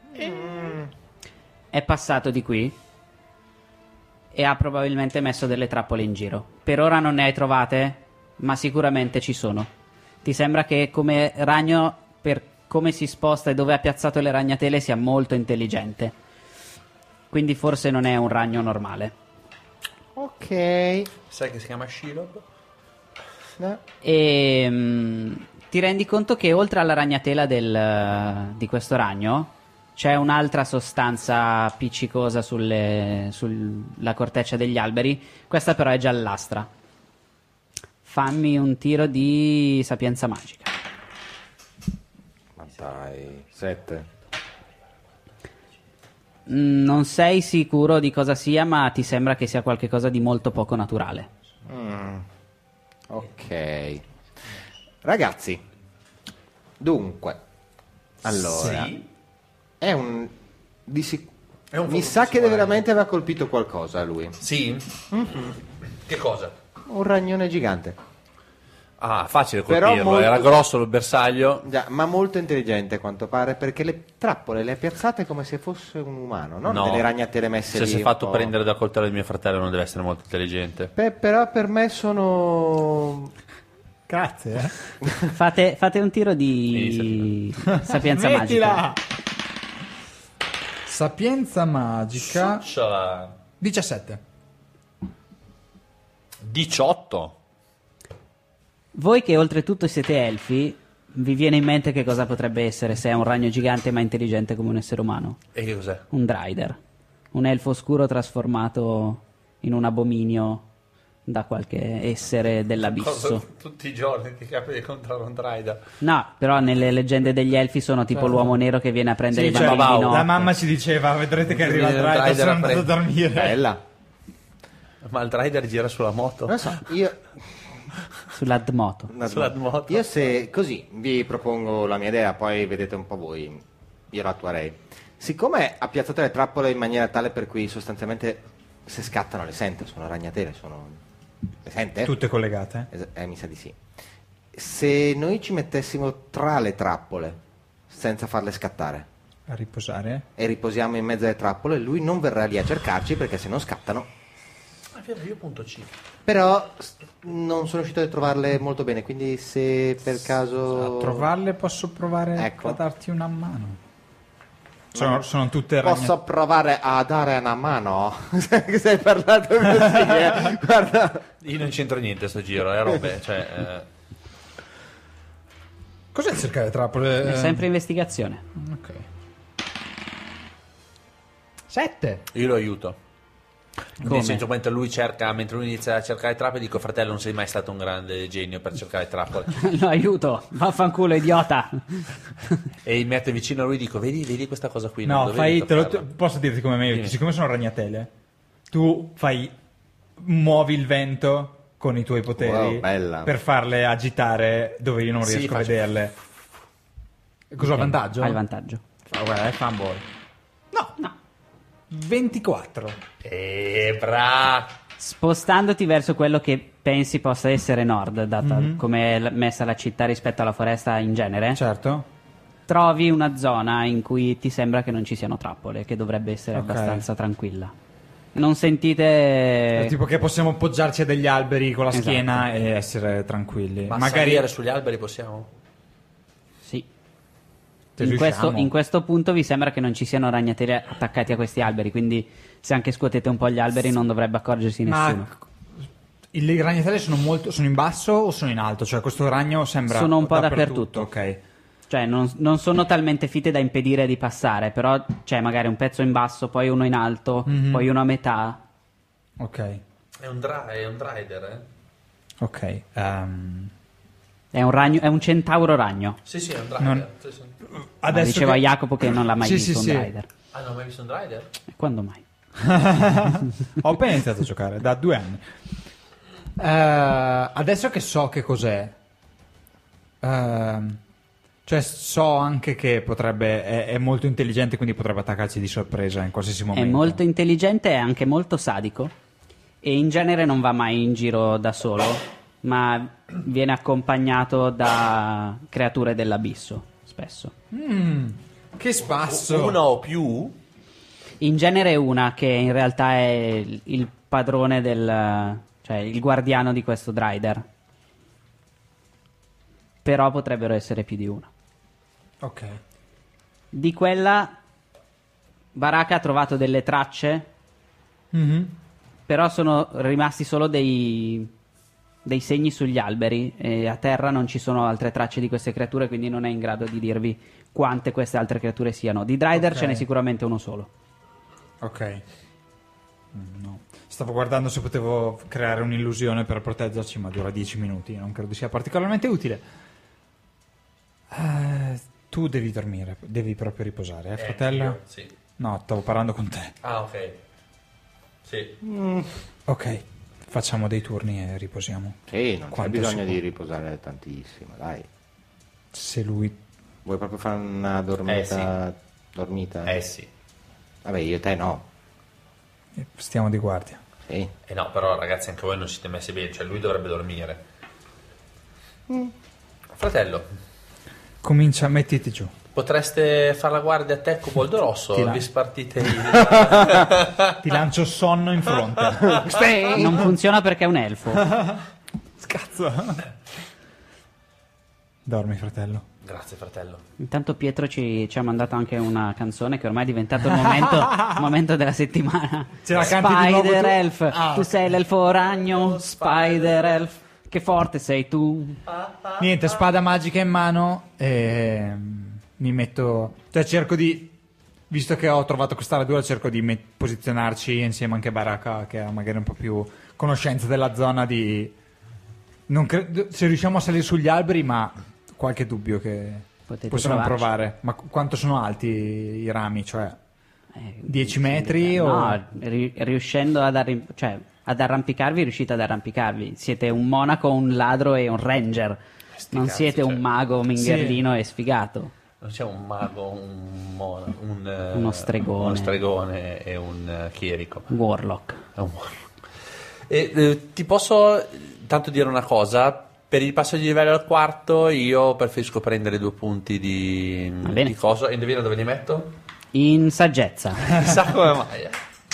è passato di qui e ha probabilmente messo delle trappole in giro. Per ora non ne hai trovate, ma sicuramente ci sono. Ti sembra che come ragno, per come si sposta e dove ha piazzato le ragnatele, sia molto intelligente. Quindi forse non è un ragno normale. Ok. Sai che si chiama Shilob? No. E ti rendi conto che oltre alla ragnatela di questo ragno c'è un'altra sostanza appiccicosa sulla corteccia degli alberi. Questa però è giallastra. Fammi un tiro di sapienza magica. Ma dai, 7. Non sei sicuro di cosa sia, ma ti sembra che sia qualcosa di molto poco naturale. Ok. Ragazzi, dunque, allora, Sì. è un... È un mi fuoco sa che sessuale. veramente aveva colpito qualcosa a lui. Sì? Che cosa? Un ragnone gigante. Ah, facile Però colpirlo. molto- Era grosso il bersaglio. Già, ma molto intelligente a quanto pare, perché le trappole le ha piazzate come se fosse un umano, non No. delle ragnatele messe Se lì. si è un fatto po'. prendere da coltello di mio fratello non deve essere molto intelligente. Però per me sono... Grazie, Fate un tiro di sapienza magica. Mettila! Sapienza magica. Succiola. 17. 18. Voi che oltretutto siete elfi, vi viene in mente che cosa potrebbe essere se è un ragno gigante ma intelligente come un essere umano? E che cos'è? Un Drider. Un elfo oscuro trasformato in un abominio da qualche essere dell'abisso. Tutti i giorni ti capita di incontrare un Drider. No, però nelle leggende degli elfi sono tipo l'uomo nero che viene a prendere Sì, i cioè, bambini di Babau. notte. la mamma ci diceva, vedrete che arriva il Viene il driver, driver sono a andato a dormire. Bella. Ma il Drider gira sulla moto? Non so, io... Sull'Admoto. Sulla moto. Io se così vi propongo la mia idea, poi vedete un po' voi, io la attuerei. Siccome ha piazzato le trappole in maniera tale per cui sostanzialmente se scattano le sente, sono ragnatele, le sente? Tutte collegate? Mi sa di sì. Se noi ci mettessimo tra le trappole senza farle scattare A riposare? e riposiamo in mezzo alle trappole, lui non verrà lì a cercarci perché se non scattano. Io punto C. Però non sono riuscito a trovarle molto bene, quindi se per caso... A trovarle posso provare Ecco. a darti una mano. Sono tutte Posso provare a dare una mano? Se hai parlato così, guarda. Io non c'entro niente sto giro, robe, cioè... Cos'è cercare trappole? È sempre investigazione. Ok. 7. Io lo aiuto. Come? Nel senso, mentre lui inizia a cercare trappole, dico: fratello, non sei mai stato un grande genio per cercare trappole. Lo aiuto, vaffanculo idiota. E mi metto vicino a lui e dico: vedi questa cosa qui? No, non dovevi toccarla." posso dirti come meglio. Dimmi. Siccome sono ragnatele, tu muovi il vento con i tuoi poteri Wow, bella. per farle agitare dove io non Sì, riesco a faccio- vederle. Cosa ho vantaggio? Hai il vantaggio. Guarda, è fumble. No. 24. Bra. Spostandoti verso quello che pensi possa essere nord, data come è messa la città rispetto alla foresta in genere, Certo. trovi una zona in cui ti sembra che non ci siano trappole, che dovrebbe essere Ok. abbastanza tranquilla. Non sentite... Tipo che possiamo appoggiarci a degli alberi con la Esatto. schiena e essere tranquilli. Ma Magari salire sugli alberi possiamo? Sì. Se In questo, riusciamo. in questo punto vi sembra che non ci siano ragnateli attaccati a questi alberi, quindi se anche scuotete un po' gli alberi non dovrebbe accorgersi nessuno. i ragnateli sono in basso o sono in alto? Cioè questo ragno sembra Sono un po' dappertutto. Ok. Cioè non sono talmente fitte da impedire di passare, però c'è magari un pezzo in basso, poi uno in alto, poi uno a metà. Ok. È un drider, eh? Ok. È un ragno, è un centauro ragno. Sì, è un drider. Non- Sì, sì. Ma Adesso diceva che- Jacopo che non l'ha mai Sì, visto sì, un sì. rider. Ah, non ho mai visto un drider? E quando mai? Ho appena iniziato a giocare, da 2 anni. Adesso che so che cos'è, cioè so anche che è molto intelligente, quindi potrebbe attaccarci di sorpresa in qualsiasi È momento. molto intelligente e anche molto sadico. E in genere non va mai in giro da solo, ma viene accompagnato da creature dell'abisso, spesso. Che spasso! Una o più? In genere una che in realtà è il padrone cioè il guardiano di questo Drider. Però potrebbero essere più di una. Ok. Di quella Baraka ha trovato delle tracce, però sono rimasti solo dei segni sugli alberi e a terra non ci sono altre tracce di queste creature, quindi non è in grado di dirvi quante queste altre creature siano. Di Drider Ok. ce n'è sicuramente uno solo. Ok. No. Stavo guardando se potevo creare un'illusione per proteggerci, ma dura 10 minuti. Non credo sia particolarmente utile. Tu devi dormire, devi proprio riposare, fratello? Io, sì. No, stavo parlando con te. Ah, ok. Sì. Ok, facciamo dei turni e riposiamo. Sì, non c'è Quanto bisogno si può. di riposare tantissimo, dai. Se lui... Vuoi proprio fare una dormita? Sì. Vabbè, io e te no. Stiamo di guardia. Sì. No, però ragazzi, anche voi non siete messi bene, cioè lui dovrebbe dormire. Fratello, Comincia, mettiti giù. potreste fare la guardia a te, Coboldo Rosso? Ti là. Vi spartite Ti lancio sonno in fronte. Non funziona perché è un elfo. Scazzo. Dormi, fratello. Grazie, fratello. Intanto Pietro ci ha mandato anche una canzone che ormai è diventato il momento della settimana. Ce la canti di nuovo tu? Spider Elf, Ah, tu ok. sei l'elfo ragno, Spider Elf, che forte sei tu. Niente, spada magica in mano e mi metto... Cioè cerco di... Visto che ho trovato questa radura, cerco di posizionarci insieme anche a Baraka, che ha magari un po' più conoscenza della zona di... Non credo... Se riusciamo a salire sugli alberi, ma qualche dubbio che Potete possiamo provarci. provare. Ma quanto sono alti i rami? Cioè 10 metri o... No, riuscendo ad arrampicarvi, riuscite ad arrampicarvi. Siete un monaco, un ladro e un ranger. Non cazzi, siete cioè. un mago mingherlino e sfigato. Non c'è un mago, Uno stregone. uno stregone e un chierico. Warlock. È un warlock. E, ti posso tanto dire una cosa? Per il passaggio di livello al quarto io preferisco prendere 2 punti Va bene. di coso. E indovina dove li metto? In saggezza. Chissà come mai.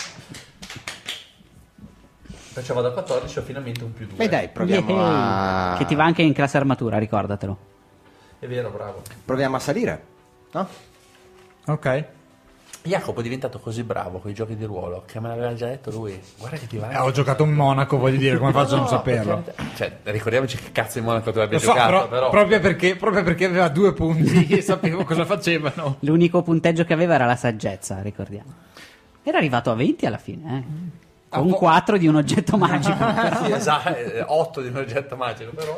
Perciò vado a 14 ho finalmente un +2. Beh dai, proviamo Yay. a... Che ti va anche in classe armatura, ricordatelo. È vero, bravo. Proviamo a salire, no? Ok. Jacopo è diventato così bravo con i giochi di ruolo che me l'aveva già detto lui. Guarda che ti va. Ho giocato in Monaco, voglio dire, come faccio a non saperlo? Cioè, ricordiamoci che cazzo di Monaco tu abbia Lo so, giocato, però. proprio perché aveva 2 punti e sapevo cosa facevano. L'unico punteggio che aveva era la saggezza, ricordiamo. Era arrivato a 20 alla fine, Con un 4 di un oggetto magico. però. Sì, esatto, 8 di un oggetto magico, però.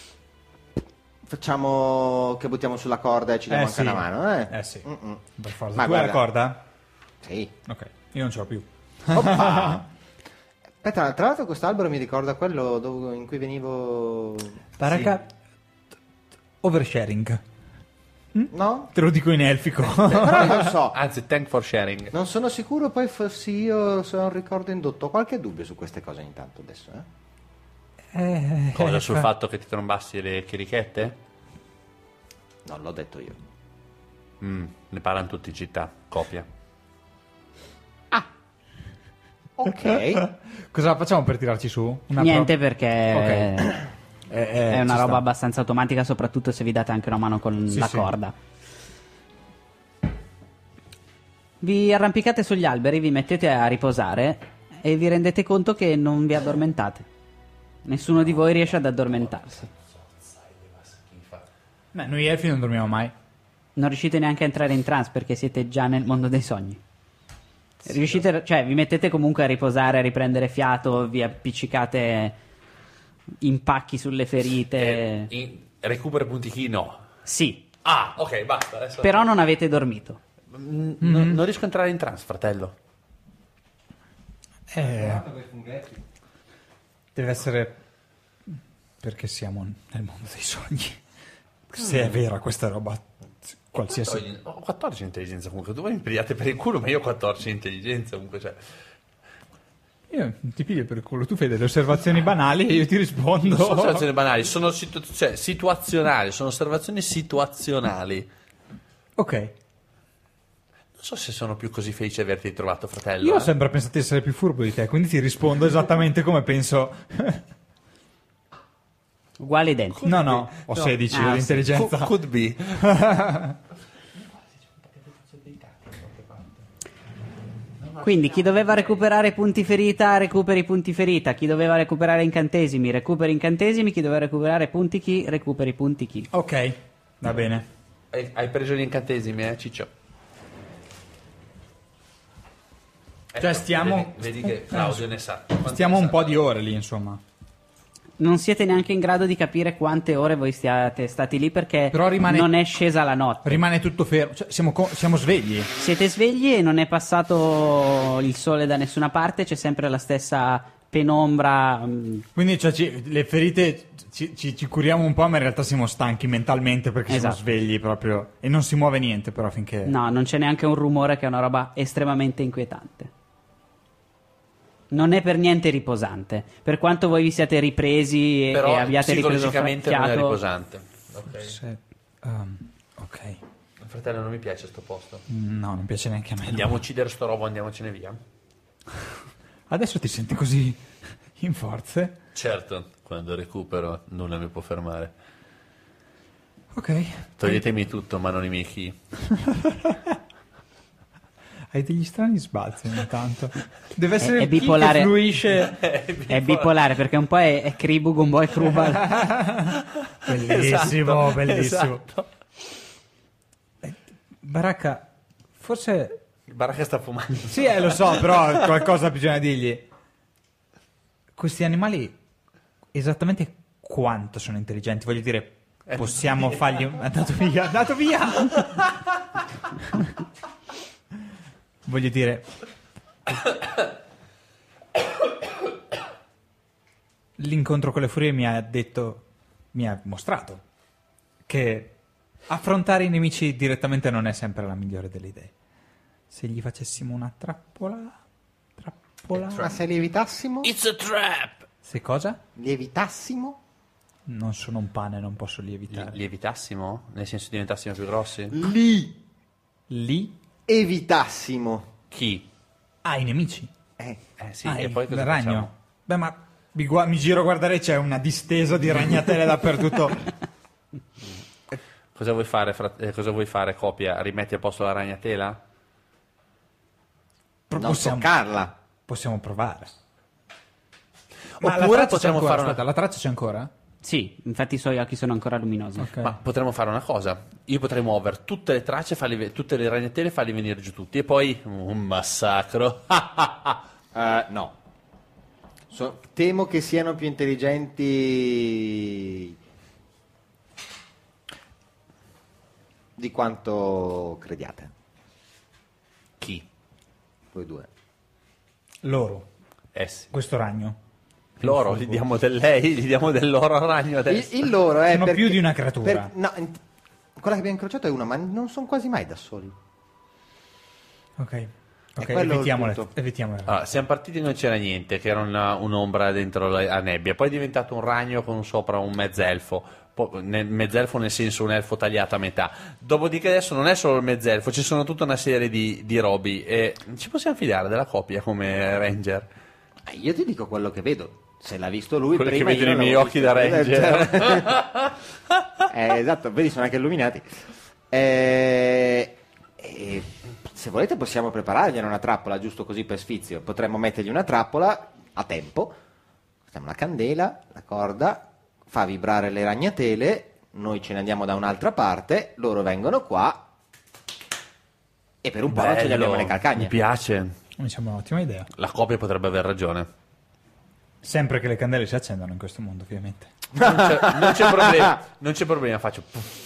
Facciamo che buttiamo sulla corda e ci diamo anche Sì. una mano, eh? Sì. Mm-mm. Per forza. Ma Tu hai la guarda. corda? Sì. Ok, io non ce l'ho più. Oppa! Aspetta, tra l'altro quest'albero mi ricorda quello in cui venivo... Baraka. Oversharing. No? Te lo dico in elfico. Però non so. Anzi, thank for sharing. Non sono sicuro, poi fossi io se non ricordo indotto. Ho qualche dubbio su queste cose ogni tanto adesso, Cosa sul fatto che ti trombassi le chirichette? Non l'ho detto io. Ne parlano tutti in città, copia. Ok. Cosa facciamo per tirarci su? Niente, perché Ok. è una roba abbastanza automatica, soprattutto se vi date anche una mano con Sì, la sì. corda. Vi arrampicate sugli alberi, vi mettete a riposare e vi rendete conto che non vi addormentate. Nessuno di voi riesce ad addormentarsi. Beh, noi elfi non dormiamo mai. Non riuscite neanche a entrare in trance perché siete già nel mondo dei sogni. Riuscite, cioè, vi mettete comunque a riposare, a riprendere fiato, vi appiccicate impacchi sulle ferite. Recupero punti chi? No. Sì, Ah, ok, basta. Adesso... però non avete dormito. Non riesco a entrare in trance, fratello. Deve essere perché siamo nel mondo dei sogni. Se è vera questa roba, qualsiasi. Ho 14 intelligenza comunque. Tu voi mi pigliate per il culo, ma io ho 14 intelligenza comunque. Cioè. Io ti piglio per il culo, tu fai delle osservazioni banali e io ti rispondo. Non sono osservazioni banali, sono situazionali, sono osservazioni situazionali. Ok. Non so se sono più così felice di averti trovato, fratello. Io ho sempre pensato di essere più furbo di te, quindi ti rispondo esattamente come penso. Uguale identico. No, ho 16 Ah, di intelligenza. Could be. Quindi chi doveva recuperare punti ferita recuperi punti ferita, chi doveva recuperare incantesimi recuperi incantesimi, chi doveva recuperare punti chi recuperi punti chi. Ok, va bene. Hai preso gli incantesimi, Ciccio? Cioè stiamo- Vedi che Claudio ne sa. Stiamo un po' di ore lì, insomma. Non siete neanche in grado di capire quante ore voi siate stati lì perché Però rimane- non è scesa la notte. Rimane tutto fermo, cioè, siamo svegli. Siete svegli e non è passato il sole da nessuna parte, c'è sempre la stessa penombra. Quindi cioè, le ferite ci curiamo un po', ma in realtà siamo stanchi mentalmente perché siamo Esatto. svegli proprio. E non si muove niente però finché... No, non c'è neanche un rumore, che è una roba estremamente inquietante. Non è per niente riposante. Per quanto voi vi siate ripresi e Però abbiate ripreso psicologicamente non è fiato, riposante. Ok. Ok. Fratello, non mi piace sto posto. No, non piace neanche a me. Andiamo a uccidere sto robo, andiamocene via. Adesso ti senti così in forze? Certo, quando recupero nulla mi può fermare. Ok. Toglietemi tutto, ma non i miei key. Hai degli strani sbalzi ogni tanto. Deve essere è chi bipolare. che fluisce. è bipolare perché un po' è Kribug, un po' è Krubal. Bellissimo, Esatto, bellissimo. esatto. Baracca, forse... Il baracca sta fumando. Sì, lo so, però qualcosa bisogna dirgli. Questi animali esattamente quanto sono intelligenti? Voglio dire, possiamo fargli... È andato via, è andato via! Voglio dire... L'incontro con le furie mi ha mostrato che affrontare i nemici direttamente non è sempre la migliore delle idee. Se gli facessimo una trappola... Ma se lievitassimo? It's a trap! Se cosa? Lievitassimo? Non sono un pane, non posso lievitare. Lievitassimo? Nel senso diventassimo più grossi? Lì? Evitassimo. Chi? Ah, i nemici. Sì, Ah, e poi il cosa ragno. facciamo? Beh, ma mi giro a guardare, c'è una distesa di ragnatele dappertutto. Cosa vuoi fare, copia? Rimetti a posto la ragnatela? Non toccarla. Possiamo provare. Oppure la traccia potremmo c'è ancora, fare una- aspetta, la traccia c'è ancora? Sì, infatti i suoi occhi sono ancora luminosi. Ok. Ma potremmo fare una cosa. Io potrei muovere tutte le tracce, tutte le ragnatele e farli venire giù tutti. E poi un massacro. No. Temo che siano più intelligenti di quanto crediate. Chi? Voi due. Loro, Sì. questo ragno. Loro, gli diamo del loro al ragno adesso. Il loro è Sono perché- più di una creatura. no, quella che abbiamo incrociato è una, ma non sono quasi mai da soli. Ok, quello evitiamole. il punto. Allora, siamo partiti e non c'era niente, che era un'ombra dentro la nebbia. Poi è diventato un ragno con sopra un mezzelfo. Mezzelfo nel senso un elfo tagliato a metà. Dopodiché adesso non è solo il mezzelfo, ci sono tutta una serie di robi. E ci possiamo fidare della coppia come Ranger? Io ti dico quello che vedo. Se l'ha visto lui Quello che prima, vedono io i non miei l'avevo occhi visto. da Ranger. Esatto, vedi, sono anche illuminati. Se volete possiamo preparargliene una trappola, giusto così per sfizio. Potremmo mettergli una trappola a tempo. Mettiamo la candela, la corda, fa vibrare le ragnatele, noi ce ne andiamo da un'altra parte, loro vengono qua e per un po' non ce li abbiamo le Mi calcagna. piace. Mi sembra un'ottima idea. La coppia potrebbe aver ragione. Sempre che le candele si accendano in questo mondo, ovviamente. Non c'è problema. Non c'è problema, faccio.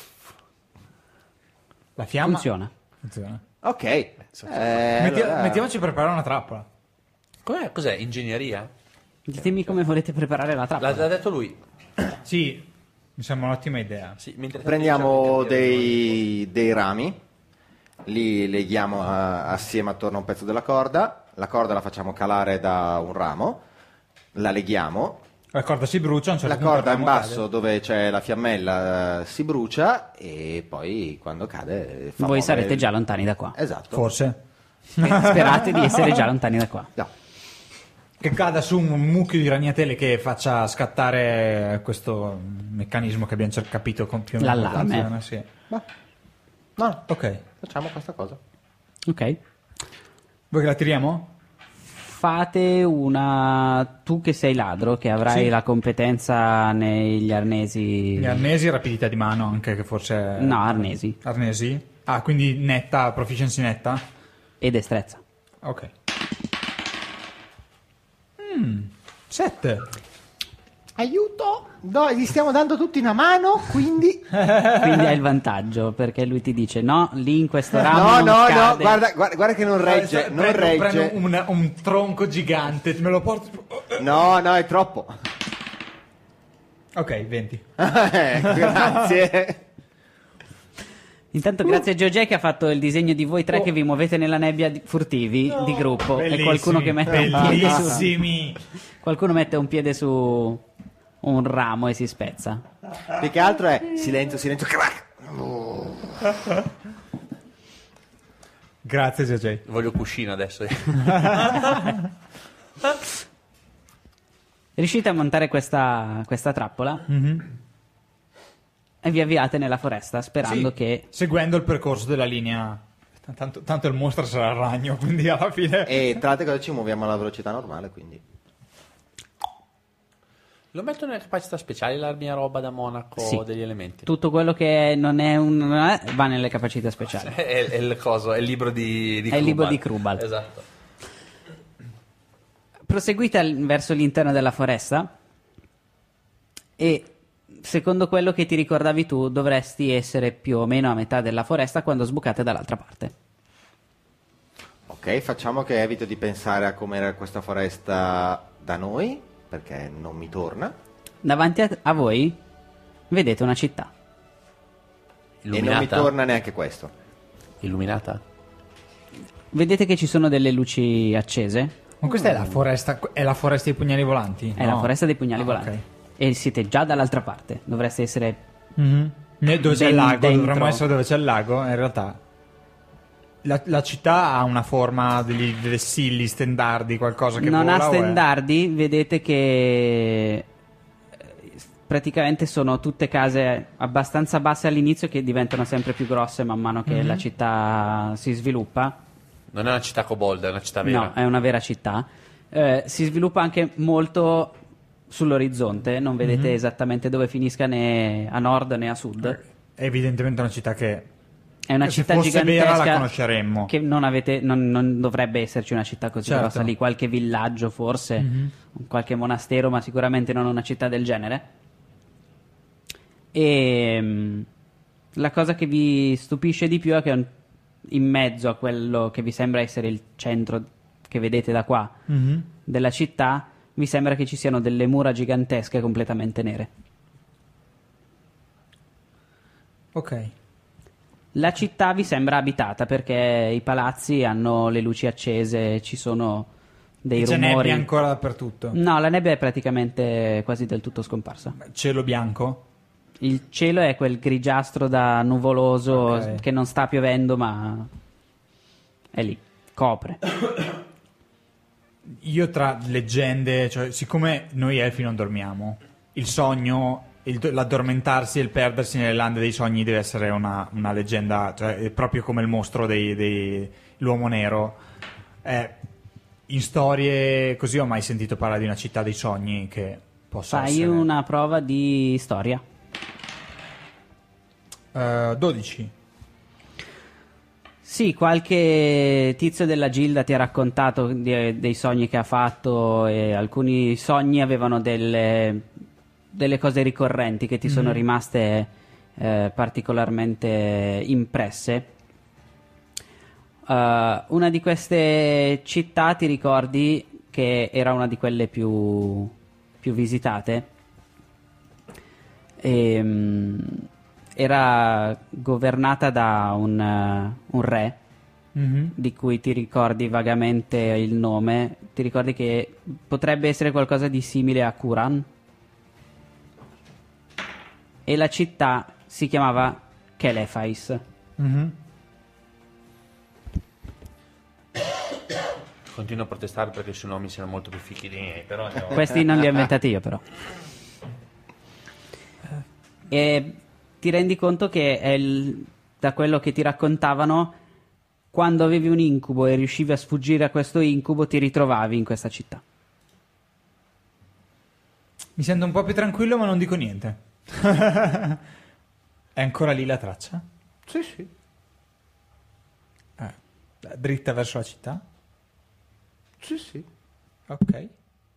La fiamma Funziona. funziona. Ok. Mettiamoci a preparare una trappola. Cos'è? Ingegneria? Ditemi come volete preparare la trappola. L'ha detto lui. Sì, mi sembra un'ottima idea. Sì, mentre Prendiamo dei rami, li leghiamo assieme attorno a un pezzo della corda, la corda la facciamo calare da un ramo, la leghiamo, La corda si brucia, a un certo la punto corda il in ramo basso cade. dove c'è la fiammella si brucia e poi quando cade fa Voi muovere sarete il- già lontani da qua. Esatto. Forse. Sperate di essere già lontani da qua. No. Che cada su un mucchio di ragnatele che faccia scattare questo meccanismo che abbiamo capito con più o meno. L'allarme. funziona, sì. No, Ok. facciamo questa cosa. Ok. Vuoi che la tiriamo? Fate una... Tu che sei ladro, che avrai Sì. la competenza negli arnesi... Gli arnesi e rapidità di mano anche, che forse... No, arnesi. Arnesi? Ah, quindi netta, proficiency netta? E destrezza. Ok. 7. Aiuto! No, gli stiamo dando tutti una mano, quindi... Quindi hai il vantaggio, perché lui ti dice no, lì in questo ramo No, non no, cade. guarda che non regge, non regge. Prendo un tronco gigante, me lo porto... No, è troppo. Ok, 20. Grazie. Intanto grazie a Giorgio che ha fatto il disegno di voi tre che vi muovete nella nebbia furtivi di gruppo e qualcuno che mette un piede su... Bellissimi. Qualcuno mette un piede su un ramo e si spezza. Più che altro è silenzio, crack. Grazie JJ. Voglio cuscino adesso. Riuscite a montare questa trappola e vi avviate nella foresta sperando Sì, che... seguendo il percorso della linea. Tanto il mostro sarà il ragno, quindi alla fine... E tra l'altro cose ci muoviamo alla velocità normale, quindi. Lo metto nelle capacità speciali la mia roba da monaco Sì. degli elementi. Tutto quello che non è va nelle capacità speciali. È il coso, è il libro di È il libro di Krubal. Esatto. Proseguite verso l'interno della foresta e secondo quello che ti ricordavi tu dovresti essere più o meno a metà della foresta quando sbucate dall'altra parte. Ok, facciamo che evito di pensare a com'era questa foresta da noi, perché non mi torna. Davanti a voi vedete una città. E non mi Illuminata? torna neanche questo. Illuminata? Vedete che ci sono delle luci accese? Ma questa è la foresta dei pugnali volanti? È No. la foresta dei pugnali Ah, volanti. ok. E siete già dall'altra parte. Dovreste essere Dove c'è il lago, dentro. dovremmo essere dove c'è il lago. In realtà la città ha una forma delle silli, stendardi, qualcosa che non vola. ha o è- stendardi, vedete che praticamente sono tutte case abbastanza basse all'inizio che diventano sempre più grosse man mano che la città si sviluppa. Non è una città kobold, è una città vera. No, è una vera città. Si sviluppa anche molto sull'orizzonte, non vedete esattamente dove finisca né a nord né a sud. È evidentemente una città che È una se città fosse gigantesca vera la conosceremmo. che non avete, non dovrebbe esserci una città così Certo. grossa lì, qualche villaggio forse, qualche monastero, ma sicuramente non una città del genere. E la cosa che vi stupisce di più è che in mezzo a quello che vi sembra essere il centro che vedete da qua della città, vi sembra che ci siano delle mura gigantesche completamente nere. Ok. La città vi sembra abitata perché i palazzi hanno le luci accese, ci sono dei C'è rumori. nebbia ancora dappertutto. No, la nebbia è praticamente quasi del tutto scomparsa. Cielo bianco. Il cielo è quel grigiastro da nuvoloso Ok. che non sta piovendo, ma è lì, copre. Io tra leggende, cioè siccome noi elfi non dormiamo, il sogno, l'addormentarsi e il perdersi nelle lande dei sogni deve essere una leggenda, cioè è proprio come il mostro l'uomo nero. In storie così ho mai sentito parlare di una città dei sogni che possa Fai essere... una prova di storia. 12. Sì, qualche tizio della Gilda ti ha raccontato dei sogni che ha fatto e alcuni sogni avevano delle cose ricorrenti che ti sono rimaste particolarmente impresse. Una di queste città ti ricordi che era una di quelle più visitate. Era governata da un re di cui ti ricordi vagamente il nome. Ti ricordi che potrebbe essere qualcosa di simile a Kuran? E la città si chiamava Kelefais. Continuo a protestare perché i suoi nomi siano molto più fichi dei miei, però andiamo. Questi non li ho inventati io, però. E ti rendi conto che da quello che ti raccontavano, quando avevi un incubo e riuscivi a sfuggire a questo incubo, ti ritrovavi in questa città. Mi sento un po' più tranquillo, ma non dico niente. È ancora lì la traccia? Sì, sì. Dritta verso la città? Sì, sì. Ok.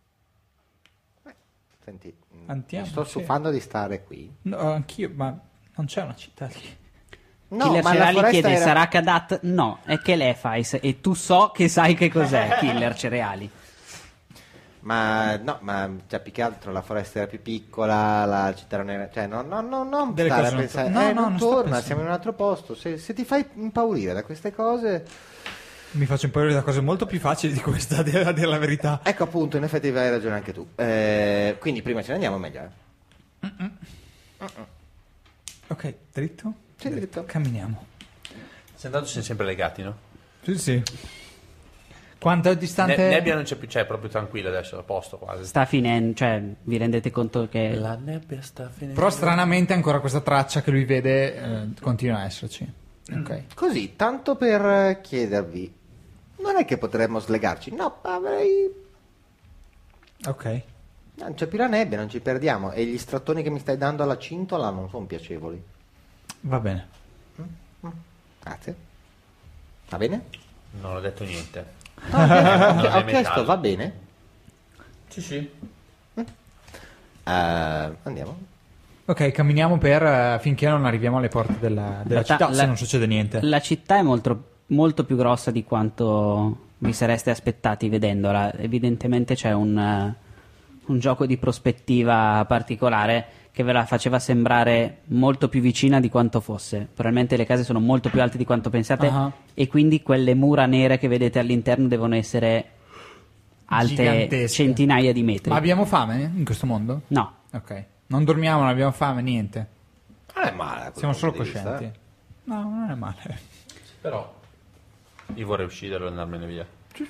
Senti, Andiamo, mi sto sì. stufando di stare qui. No, anch'io, ma non c'è una città lì. No, Killer ma la Cereali foresta chiede, era... sarà Kadat? No, è Kelefais. E tu so che sai che cos'è Killer Cereali. Ma no, ma cioè, più che altro la foresta era più piccola, la città non era... Cioè, non Delle stare cose a non- pensare... no, no, non non sto torna, pensando. siamo in un altro posto. Se ti fai impaurire da queste cose... Mi faccio impaurire da cose molto più facili di questa, a dire la verità. Ecco appunto, in effetti hai ragione anche tu. Quindi prima ce ne andiamo meglio, Ok, dritto? Sì, dritto. Camminiamo. Siamo andati sempre legati, no? Sì, sì. Quanto è distante? Nebbia non c'è più, c'è proprio tranquilla adesso, a posto quasi. Sta finendo, cioè vi rendete conto che La nebbia sta finendo. Però stranamente ancora questa traccia che lui vede continua a esserci. Ok. Così, tanto per chiedervi, non è che potremmo slegarci? No, avrei... Ok. Non c'è più la nebbia, non ci perdiamo. E gli strattoni che mi stai dando alla cintola non sono piacevoli. Va bene. Grazie. Va bene? Non ho detto niente. Ho è chiesto, metallo. va bene? Sì, sì. Andiamo. Ok, camminiamo finché non arriviamo alle porte della realtà città, se non succede niente. la città è molto, molto più grossa di quanto vi sareste aspettati vedendola. Evidentemente c'è un gioco di prospettiva particolare che ve la faceva sembrare molto più vicina di quanto fosse. Probabilmente le case sono molto più alte di quanto pensate Ah. e quindi quelle mura nere che vedete all'interno devono essere alte Gigantesche. centinaia di metri. Ma abbiamo fame in questo mondo? No, Ok. Non dormiamo, non abbiamo fame, niente. Non è male. da quel Siamo solo punto di vista, coscienti. No, non è male. Però io vorrei ucciderlo e andarmene via.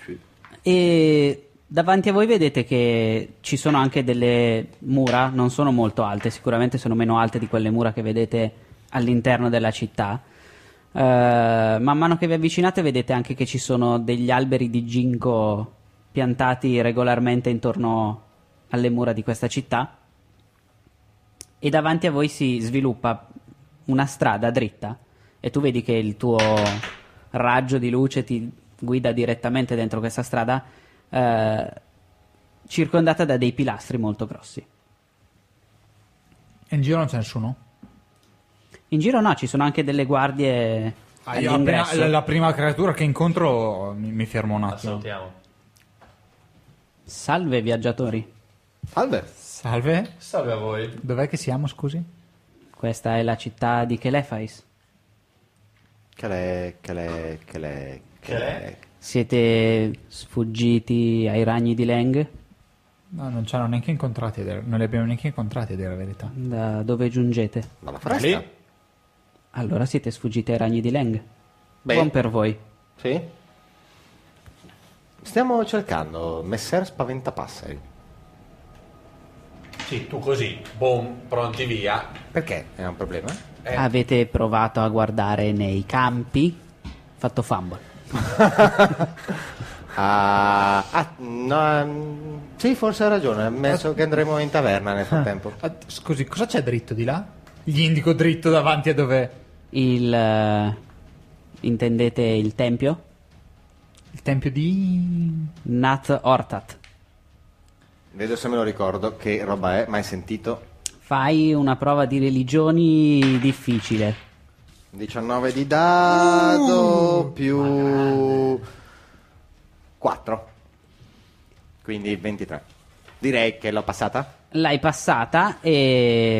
e davanti a voi vedete che ci sono anche delle mura, non sono molto alte, sicuramente sono meno alte di quelle mura che vedete all'interno della città. Man mano che vi avvicinate vedete anche che ci sono degli alberi di ginkgo piantati regolarmente intorno alle mura di questa città e davanti a voi si sviluppa una strada dritta e tu vedi che il tuo raggio di luce ti guida direttamente dentro questa strada circondata da dei pilastri molto grossi. E in giro non c'è nessuno? In giro no, ci sono anche delle guardie Io all'ingresso. appena, la prima creatura che incontro mi fermo un La attimo. salutiamo. Salve viaggiatori, Salve. Salve. Salve a voi. Dov'è che siamo, scusi? questa è la città di Kelefais. Che lei. Siete sfuggiti ai ragni di Leng? No, non ci hanno neanche incontrati, non li abbiamo neanche incontrati, a dire la verità. Da dove giungete? Dalla foresta? Lì? Allora siete sfuggiti ai ragni di Leng. Beh. Buon per voi. Sì? Stiamo cercando Messer Spaventapasseri. Sì, tu così, boom, pronti via. Perché? È un problema? Avete provato a guardare nei campi? Fatto fumble. No, sì, forse ha ragione. Ammesso che andremo in taverna nel frattempo. Scusi, cosa c'è dritto di là? Gli indico dritto davanti a dove... Intendete il tempio? Il tempio di... Nat Ortat. Vedo se me lo ricordo. Che roba è? Mai sentito? Fai una prova di religioni difficile. 19 di dado più 4. Quindi 23. Direi che l'ho passata. L'hai passata e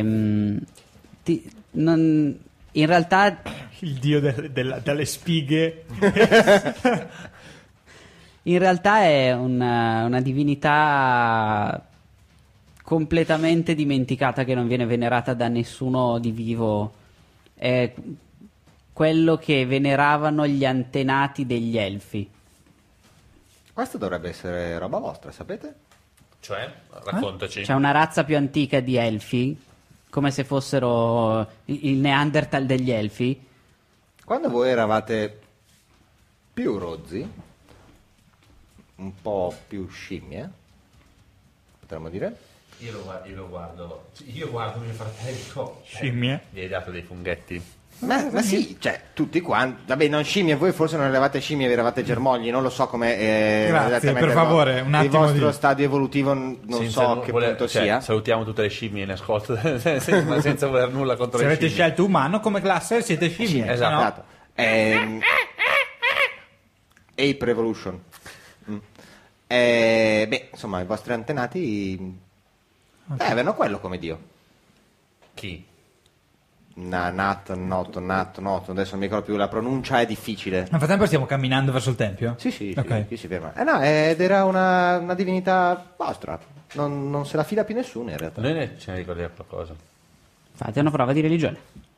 in realtà Il dio dalle spighe. in realtà è una divinità completamente dimenticata che non viene venerata da nessuno di vivo. È quello che veneravano gli antenati degli elfi. Questo dovrebbe essere roba vostra, sapete? Cioè, raccontaci. C'è una razza più antica di elfi, come se fossero il Neanderthal degli elfi. Quando voi eravate più rozzi, un po' più scimmie, potremmo dire? Io lo guardo. Io guardo mio fratello. Scimmie? Gli hai dato dei funghetti. Ma sì, cioè, tutti quanti. Vabbè, non scimmie, voi forse non eravate scimmie, vi eravate germogli, non lo so come. Grazie, esattamente per favore, un attimo il vostro di- stadio evolutivo non so che punto sia. Salutiamo tutte le scimmie in ascolto, senza voler nulla contro Se le avete scimmie. scelto umano come classe siete scimmie. esatto. no? Esatto. Ape Revolution. Beh, insomma, i vostri antenati avevano quello come dio. Chi? Nat, adesso non mi ricordo più, la pronuncia è difficile. Nel frattempo stiamo camminando verso il tempio? Sì, Ok. qui si ferma. No, ed era una divinità vostra. Non se la fila più nessuno in realtà. Noi ce ne ricordiamo qualcosa. Fate una prova di religione.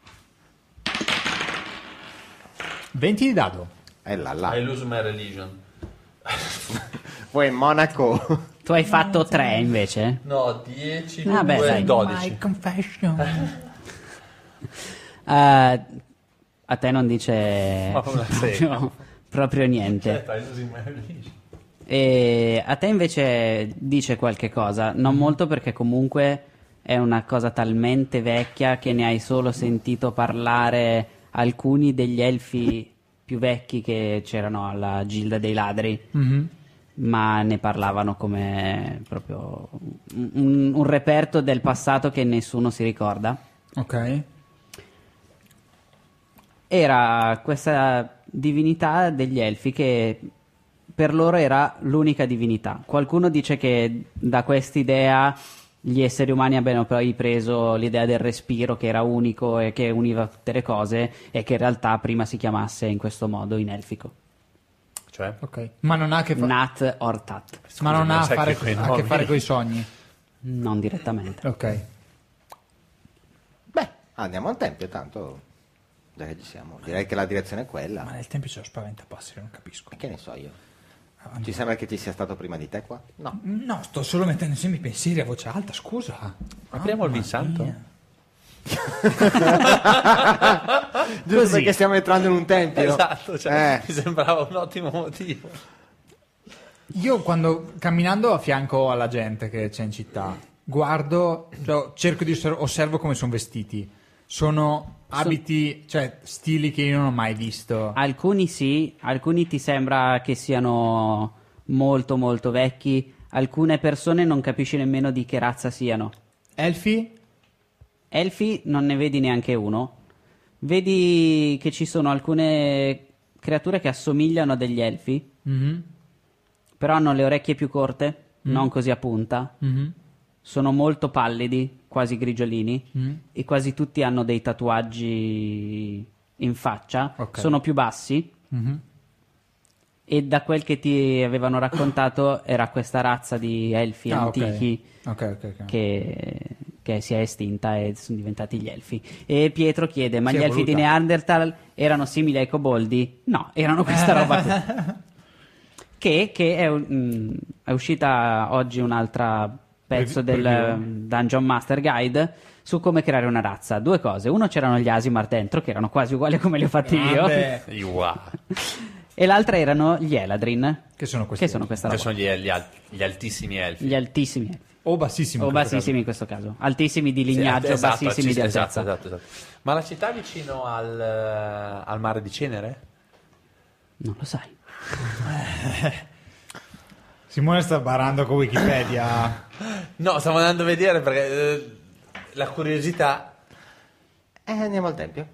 20 di dado. È là. I lose my religion. Poi in Monaco. Tu hai fatto 3 invece? No, 10, Vabbè, 2, dai. 12. confession. A te non dice Ma una proprio niente. I lose my religion. E a te invece dice qualche cosa, non molto perché comunque è una cosa talmente vecchia che ne hai solo sentito parlare alcuni degli elfi più vecchi che c'erano alla Gilda dei Ladri, ma ne parlavano come proprio un reperto del passato che nessuno si ricorda. Ok. Era questa divinità degli elfi che per loro era l'unica divinità. Qualcuno dice che da quest'idea gli esseri umani abbiano poi preso l'idea del respiro che era unico e che univa tutte le cose e che in realtà prima si chiamasse in questo modo in elfico. Cioè? Ok. Ma non ha a che fare. Nat or Tat. Ma non ha sai a che quei che nomi. fare con i sogni. Non direttamente. Ok. Beh, andiamo al tempio, tanto. Già che ci siamo. Direi che la direzione è quella. Ma nel tempio c'è lo spaventapasseri, non capisco. E che ne so io? Ci sembra che ci sia stato prima di te qua? No. No, sto solo mettendo insieme i pensieri a voce alta, scusa. Apriamo il Vinsanto? Giusto perché stiamo entrando in un tempio. Esatto, cioè, mi sembrava un ottimo motivo. Io quando camminando a fianco alla gente che c'è in città, guardo, cioè, cerco di osservo come sono vestiti. Sono abiti, cioè stili che io non ho mai visto. Alcuni sì, alcuni ti sembra che siano molto molto vecchi, alcune persone non capisci nemmeno di che razza siano. Elfi? Elfi non ne vedi neanche uno. Vedi che ci sono alcune creature che assomigliano a degli elfi, Mhm. però hanno le orecchie più corte, non così a punta. Mhm. Sono molto pallidi, quasi grigiolini, Mm. e quasi tutti hanno dei tatuaggi in faccia. Ok. Sono più bassi. Mhm. E da quel che ti avevano raccontato era questa razza di elfi Ah, ok. antichi Ok. che si è estinta e sono diventati gli elfi. E Pietro chiede: ma Si gli è elfi di evoluta. Neanderthal erano simili ai coboldi? No, erano questa roba qui. che è uscita oggi un'altra pezzo del Dungeon Master Guide su come creare una razza. Due cose: uno, c'erano gli Asimar dentro che erano quasi uguali a come li ho fatti io, Wow. e l'altra erano gli Eladrin, Che sono questi? che sono questa Che roba, sono gli altissimi elfi. gli altissimi elfi. O bassissimi. O in questo bassissimi in questo caso, altissimi di lignaggio, Esatto, bassissimi di altezza. esatto. Ma la città è vicino al mare di Cenere? Non lo sai. caso. Simone sta barando con Wikipedia. No, stavo andando a vedere perché la curiosità. Andiamo al tempio.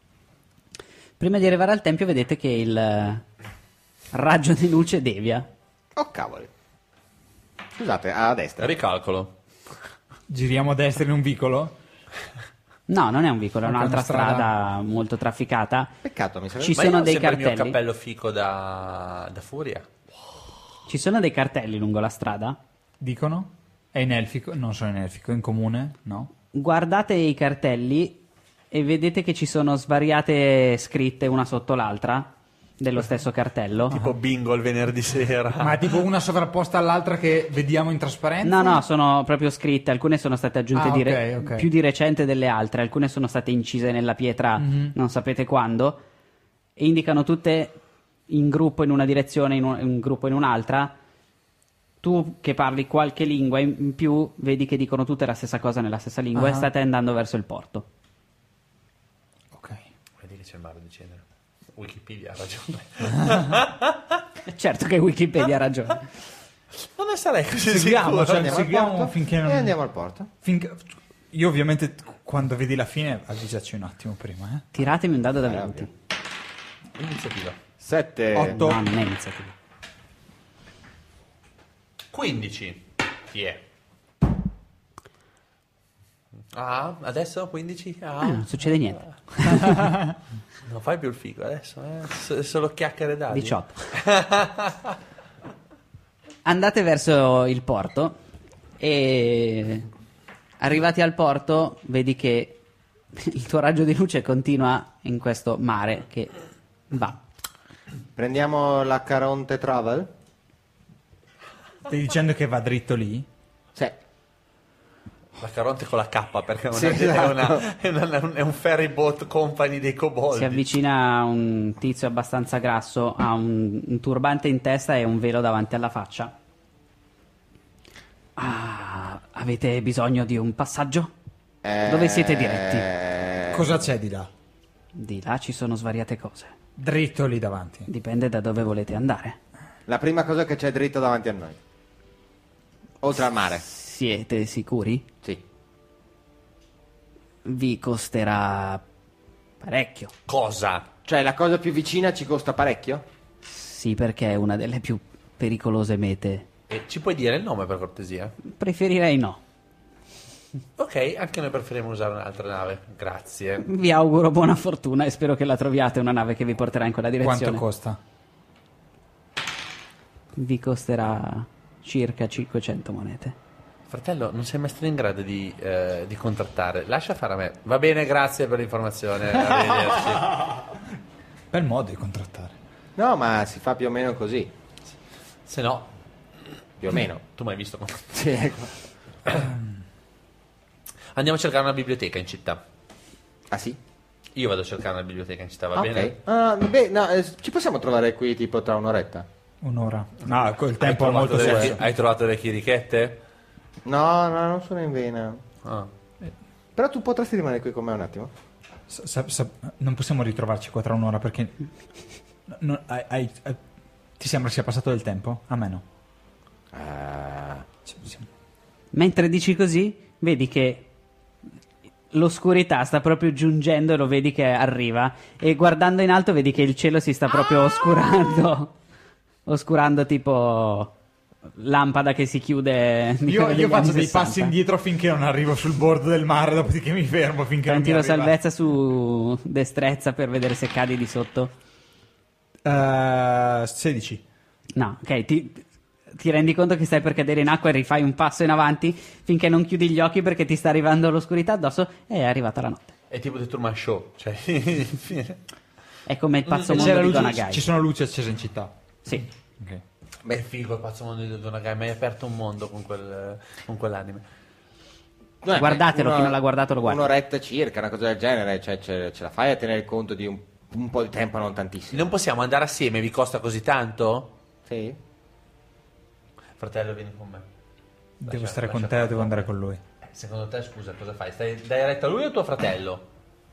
Prima di arrivare al tempio vedete che il raggio di luce devia. Oh cavoli. Scusate, a destra. Ricalcolo. Giriamo a destra in un vicolo. No, non è un vicolo, è Ok, un'altra una strada. strada molto trafficata. Peccato, mi Ci sa. Ma sono io ho dei sempre il mio cartelli. cappello fico da furia. Ci sono dei cartelli lungo la strada. Dicono? È in elfico? Non sono in elfico, in comune? No? Guardate i cartelli e vedete che ci sono svariate scritte una sotto l'altra dello stesso cartello. Tipo bingo il venerdì sera. Ma è tipo una sovrapposta all'altra che vediamo in trasparenza? No, sono proprio scritte, alcune sono state aggiunte ok. più di recente delle altre, alcune sono state incise nella pietra non sapete quando, e indicano tutte in gruppo in una direzione, in gruppo in un'altra. Tu che parli qualche lingua in più, vedi che dicono tutte la stessa cosa nella stessa lingua e state andando verso il porto. Ok. Vedi che c'è il mare di Cenere. Wikipedia ha ragione. Certo che Wikipedia ha ragione. Non ne sarei così Seguiamo, sicuro. cioè, Andiamo al seguiamo porto. finché E non... andiamo al porto. Io ovviamente quando vedi la fine avvisaci un attimo prima, eh. Tiratemi un dado da 20. Iniziativa. 7. 8. No, non è iniziativa. 15. Chi è? Ah, adesso 15? Non succede niente. Non fai più il figo adesso, solo chiacchiere dadi. 18. Andate verso il porto e arrivati al porto vedi che il tuo raggio di luce continua in questo mare che va. Prendiamo la Caronte Travel? Stai dicendo che va dritto lì? Sì. La Caronte con la K perché non Sì, è, esatto. è un ferry boat company dei coboldi. Si avvicina un tizio abbastanza grasso, ha un turbante in testa e un velo davanti alla faccia. Ah, avete bisogno di un passaggio? Dove siete diretti? Cosa c'è di là? Di là ci sono svariate cose. Dritto lì davanti. Dipende da dove volete andare. La prima cosa che c'è dritto davanti a noi. Oltre al mare. Siete sicuri? Sì. Vi costerà parecchio. Cosa? Cioè la cosa più vicina ci costa parecchio? Sì, perché è una delle più pericolose mete. E ci puoi dire il nome per cortesia? Preferirei no. Ok, anche noi preferiamo usare un'altra nave. Grazie. Vi auguro buona fortuna e spero che la troviate una nave che vi porterà in quella direzione. Quanto costa? Vi costerà circa 500 monete. Fratello, non sei mai stato in grado di contrattare. Lascia fare a me. Va bene, grazie per l'informazione. Arrivederci. Bel modo di contrattare. No, ma si fa più o meno così. Se no, Più o meno. tu mi hai visto. Sì, ecco. Andiamo a cercare una biblioteca in città. Ah sì? Io vado a cercare una biblioteca in città, va Ok. bene? Beh, no, ci possiamo trovare qui tipo tra un'oretta? Un'ora. No, col Hai tempo trovato, molto delle, serio. hai trovato le chirichette? No, non sono in vena. Ah. Però tu potresti rimanere qui con me un attimo? Non possiamo ritrovarci qua tra un'ora perché... ti sembra sia passato del tempo? A me no. Mentre dici così, vedi che l'oscurità sta proprio giungendo e lo vedi che arriva. E guardando in alto vedi che il cielo si sta proprio oscurando. Oscurando tipo lampada che si chiude. di Io quelle degli faccio anni dei 60. passi indietro finché non arrivo sul bordo del mare, dopodiché mi fermo finché Fai non un mi tiro arriva. salvezza su destrezza per vedere se cadi di sotto. 16. No, ok, ti rendi conto che stai per cadere in acqua e rifai un passo in avanti finché non chiudi gli occhi perché ti sta arrivando l'oscurità addosso e è arrivata la notte. È tipo The Truman Show. Cioè, È come il pazzo C'è mondo la di luce- Donagai. ci sono luci accese in città. Sì. Ok. Beh, figo il pazzo mondo di Donagai. Mi hai aperto un mondo con quell'anime. Guardatelo, chi non l'ha guardato lo guarda. Un'oretta circa, una cosa del genere, cioè ce la fai a tenere conto di un po' di tempo, non tantissimo. Non possiamo andare assieme? Vi costa così tanto? Sì? Fratello, vieni con me. Devo Lascia- stare con lascia te o fare. devo andare con lui? Secondo te, scusa, cosa fai? Dai retta a lui o a tuo fratello?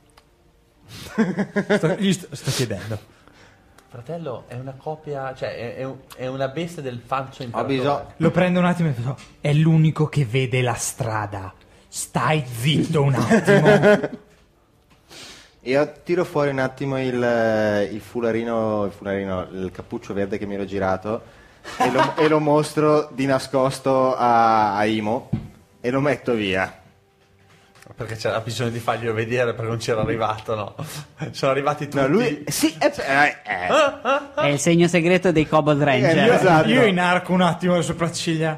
Sto chiedendo. Fratello è una copia, cioè è una bestia del falso Ho imperatore. bisogno... Lo prendo un attimo e dico, è l'unico che vede la strada. Stai zitto un attimo. Io tiro fuori un attimo il fularino, il cappuccio verde che mi ero girato e lo mostro di nascosto a Imo e lo metto via. Perché c'era bisogno di farglielo vedere perché non c'era arrivato, no? Sono arrivati tutti. No, lui... Sì, È il segno segreto dei Kobold Ranger. esatto. Io inarco un attimo le sopracciglia.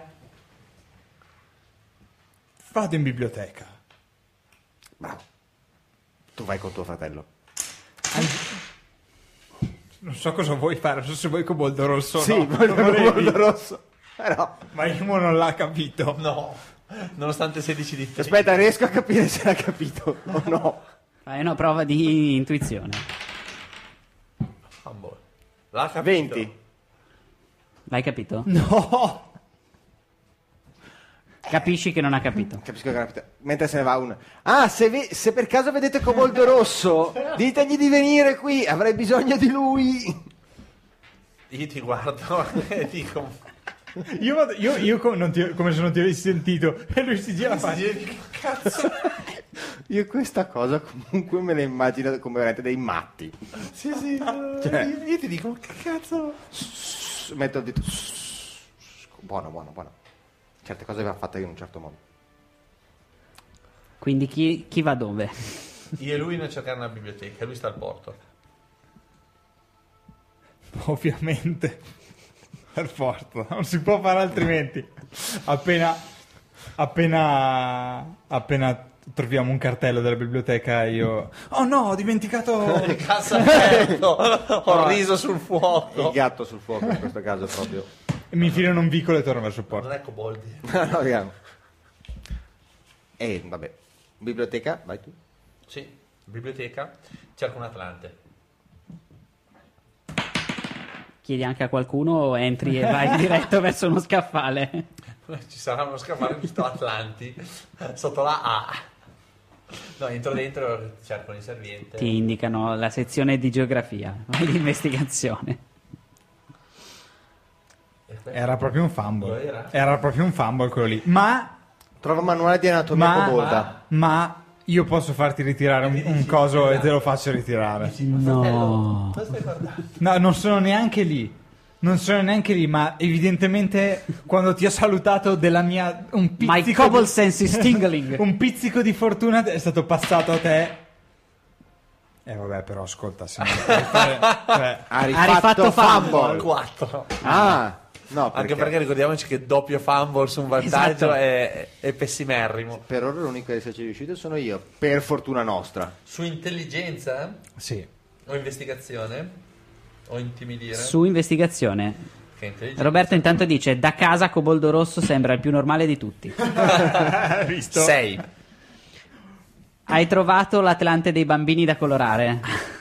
Vado in biblioteca. Bravo. Tu vai con tuo fratello. Non so cosa vuoi fare, non so se vuoi Coboldo Rosso o Sì, no. voglio Non volevi. il rosso. Però... Ma Imo non l'ha capito. No, nonostante 16 di te. Aspetta, riesco a capire se l'ha capito o no. Fai una prova di intuizione. Fumble. L'ha capito. 20. L'hai capito? No. Capisci che non ha capito. Capisco che capito. Mentre se ne va una. Ah, se per caso vedete Coboldo Rosso, ditegli di venire qui, avrei bisogno di lui. Io ti guardo e dico... Io come se non ti avessi sentito. E lui si gira e fa. Cazzo. Io questa cosa comunque me la immagino come veramente dei matti. Sì, sì. Cioè- Io ti dico, ma che cazzo... Metto il dito. Buono. Certe cose va fatte in un certo modo. Quindi chi va dove? Io e lui andiamo a cercare una biblioteca, lui sta al porto. Ovviamente. Per forza. Non si può fare altrimenti. Appena troviamo un cartello della biblioteca io... Oh no, ho dimenticato... Cazzo aperto, ho riso sul Il fuoco. gatto sul fuoco in questo caso proprio. Mi infilo in un vicolo e torno verso il porto. Non è Coboldi. No, vediamo. Vabbè. Biblioteca, vai tu. Sì, biblioteca, cerco un Atlante. Chiedi anche a qualcuno o entri e vai diretto verso uno scaffale? Ci sarà uno scaffale visto Atlanti sotto la A. No, entro dentro e cerco l'inserviente. Ti indicano la sezione di geografia, vai di investigazione. Era proprio un Lo fumble. era? Era proprio un fumble quello lì. Ma Trova manuale di anatomia Cobolda. io posso farti ritirare un coso e te lo faccio ritirare. No. Cosa stai guardando? No, non sono neanche lì. Non sono neanche lì, ma evidentemente quando ti ho salutato della mia... un My pizzico cobble di- sense is tingling. un pizzico di fortuna è stato passato a te. Vabbè, però ascolta, se non puoi fare... cioè, Ha rifatto fumble. 4. Ah, no, Anche perché ricordiamoci che doppio fumble su un vantaggio Esatto. è pessimerrimo. per ora l'unico ad esserci riuscito sono io, per fortuna nostra. Su intelligenza sì. o investigazione o intimidire? Su investigazione. Che intelligenza? Roberto intanto dice: da casa Coboldo Rosso sembra il più normale di tutti. Visto? 6. Hai trovato l'Atlante dei bambini da colorare.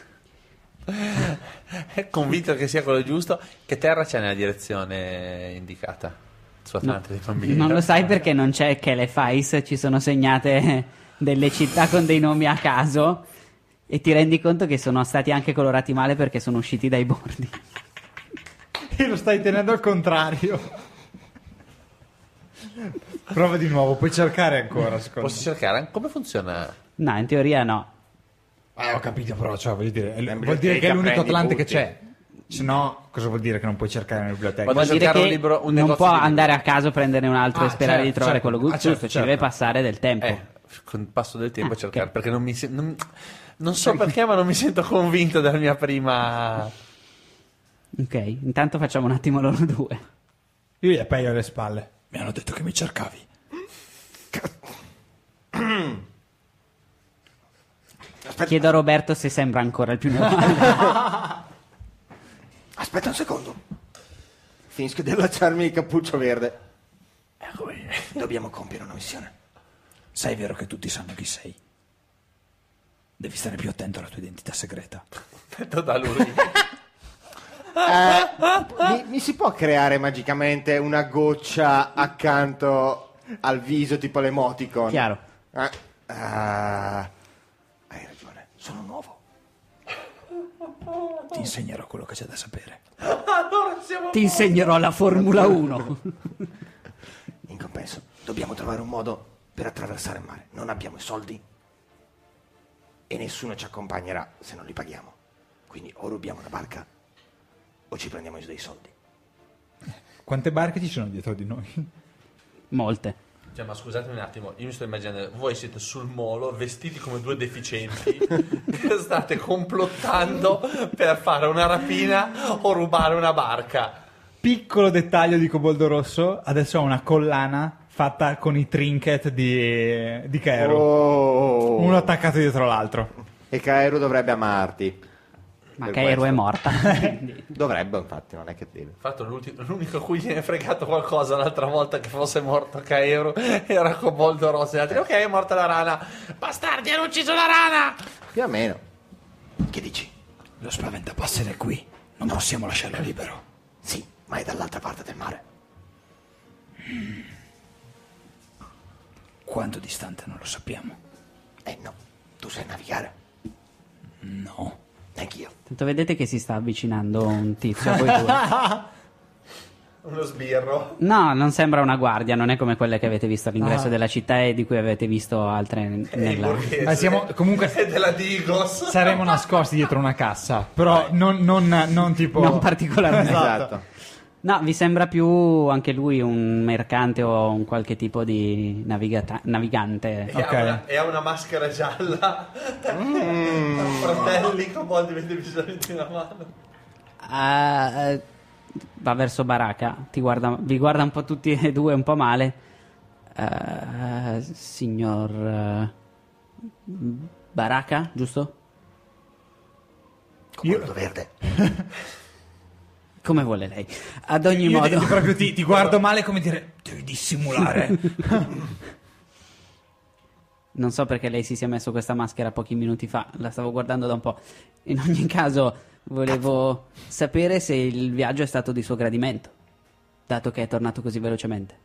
È convinto che sia quello giusto. Che terra c'è nella direzione indicata? Su Atlante dei bambini. Non lo sai perché non c'è che le Fais, ci sono segnate delle città con dei nomi a caso e ti rendi conto che sono stati anche colorati male perché sono usciti dai bordi. E lo stai tenendo al contrario. Prova di nuovo, puoi cercare ancora, secondo Posso cercare? Come funziona? No, in teoria no. me. Ho capito, però, cioè, voglio dire, vuol biblioteca dire che è l'unico prendi Atlante che tutti. c'è. Se no, cosa vuol dire che non puoi cercare nella biblioteca? Vado a Vuol dire cercare che un libro, un non negozio può di libri. andare a caso, prenderne un altro e sperare di trovare quello giusto. certo, Ci deve certo. passare del tempo. Con il passo del tempo Ah, cercare ok. perché non mi non so perché, ma non mi sento convinto della mia prima. Ok, intanto facciamo un attimo loro due. Io gli appaio alle spalle. Mi hanno detto che mi cercavi. Chiedo a Roberto se sembra ancora il più normale. Aspetta un secondo. Finisco di allacciarmi il cappuccio verde. Eccomi. Dobbiamo compiere una missione. Sai vero che tutti sanno chi sei? Devi stare più attento alla tua identità segreta. Detto da lui. Mi si può creare magicamente una goccia accanto al viso tipo l'emoticon? Chiaro. Hai ragione, sono nuovo. Ti insegnerò quello che c'è da sapere. Ti insegnerò la Formula 1. In compenso, dobbiamo trovare un modo per attraversare il mare. Non abbiamo i soldi e nessuno ci accompagnerà se non li paghiamo. Quindi o rubiamo una barca o ci prendiamo dei soldi. Quante barche ci sono dietro di noi? Molte. Cioè, ma scusatemi un attimo, io mi sto immaginando, voi siete sul molo, vestiti come due deficienti, che state complottando per fare una rapina o rubare una barca. Piccolo dettaglio di Coboldo Rosso, adesso ho una collana fatta con i trinket di Kaeru. Oh. Uno attaccato dietro l'altro. E Kaeru dovrebbe amarti. Ma Per Kaeru è questo. morta. Dovrebbe, infatti, non è che deve. Infatti l'unico a cui viene fregato qualcosa l'altra volta che fosse morto Kaeru era Coboldo Rosso. E gli altri, ok, è morta la rana. Bastardi, hanno ucciso la rana! Più o meno. Che dici? Lo spaventapassero è qui. Non possiamo lasciarlo libero. Sì, ma è dall'altra parte del mare. Quanto distante non lo sappiamo. No, tu sai navigare. No. Neanch'io. Tanto vedete che si sta avvicinando un tizio a voi due. Uno sbirro. No, non sembra una guardia, non è come quelle che avete visto all'ingresso della città e di cui avete visto altre nella... Ma siamo comunque È della Digos. saremo nascosti dietro una cassa, però non tipo Non particolarmente. Esatto. No, vi sembra più anche lui un mercante o un qualche tipo di navigante. Ok. E ha una maschera gialla. Fratelli, Coboldi, avete bisogno di una mano. Va verso Baraka, vi guarda un po' tutti e due un po' male. Signor Baraka, giusto? Coboldo verde. Come vuole lei. Ad ogni Io modo, proprio ti guardo male come dire devi dissimulare. non so perché lei si sia messo questa maschera pochi minuti fa, la stavo guardando da un po'. In ogni caso, volevo sapere se il viaggio è stato di suo gradimento, dato che è tornato così velocemente.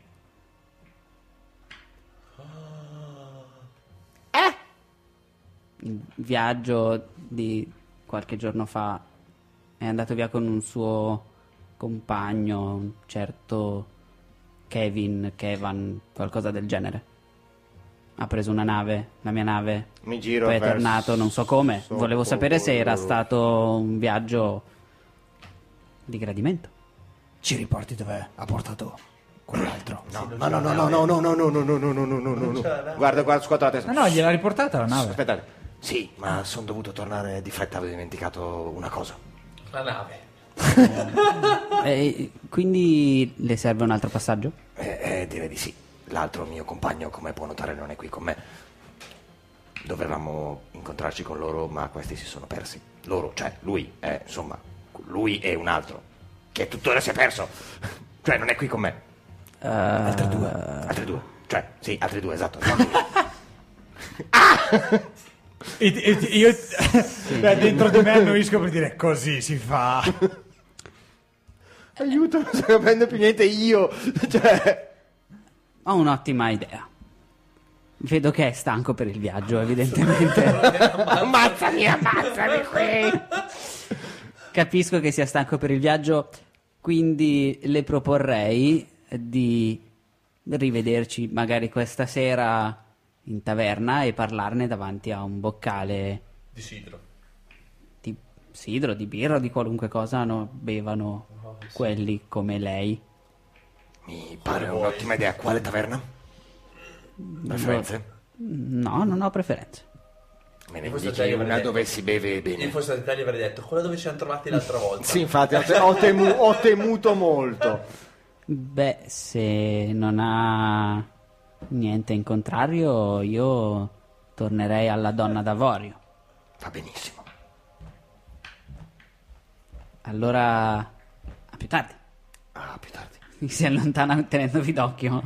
Il viaggio di qualche giorno fa è andato via con un suo compagno, un certo Kevan, qualcosa del genere. Ha preso una nave, la mia nave, Mi giro poi è verso tornato, non so come. Volevo sapere se era stato un viaggio di gradimento. ci riporti dove ha portato quell'altro. No. Guarda, scuoto la testa. No, gliel'ha riportata la nave. Aspettate. Sì, ma sono dovuto tornare di fretta, avevo dimenticato una cosa. La nave. Quindi le serve un altro passaggio? Direi di sì. L'altro mio compagno, come può notare, non è qui con me. Dovevamo incontrarci con loro, ma questi si sono persi. Loro, cioè lui, lui e un altro, che tuttora si è perso. Cioè non è qui con me. Altri due. Cioè, sì, altri due, esatto. Io dentro di me annuisco per dire così si fa. Aiuto, non sto capendo più niente io. Cioè... Ho un'ottima idea. Vedo che è stanco per il viaggio, evidentemente. ammazzami qui. Capisco che sia stanco per il viaggio, quindi le proporrei di rivederci magari questa sera in taverna e parlarne davanti a un boccale Di sidro. di sidro, di birra, di qualunque cosa bevano quelli come lei. Mi pare un'ottima idea. Quale taverna? Preferenze? No, non ho preferenze. Me ne In questo indichi taglio una avrei dove detto- si beve In bene. forza d'Italia avrei detto quella dove ci siamo trovati l'altra volta. Sì, infatti, ho temuto molto. Beh, se non ha niente in contrario, io tornerei alla donna d'Avorio. Va benissimo. Allora, a più tardi. Ah, più tardi. Si allontana tenendovi d'occhio.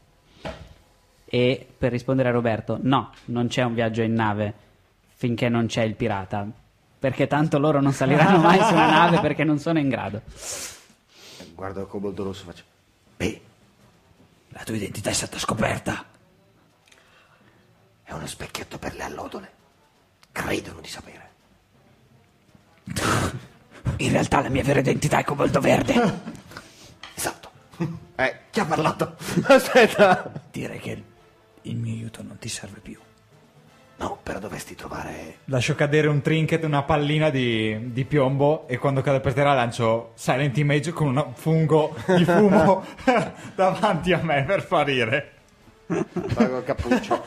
E per rispondere a Roberto, no, non c'è un viaggio in nave finché non c'è il pirata, perché tanto loro non saliranno mai su una nave perché non sono in grado. Guardo il coboldo rosso e faccio... Beh, La tua identità è stata scoperta. è uno specchietto per le allodole. Credono di sapere. In realtà la mia vera identità è Coboldo Verde. Esatto. Chi ha parlato? Aspetta. Direi che il mio aiuto non ti serve più. No, però dovresti trovare... Lascio cadere un trinket, una pallina di piombo e quando cade per terra lancio Silent Image con un fungo di fumo davanti a me per sparire. Pago il cappuccio.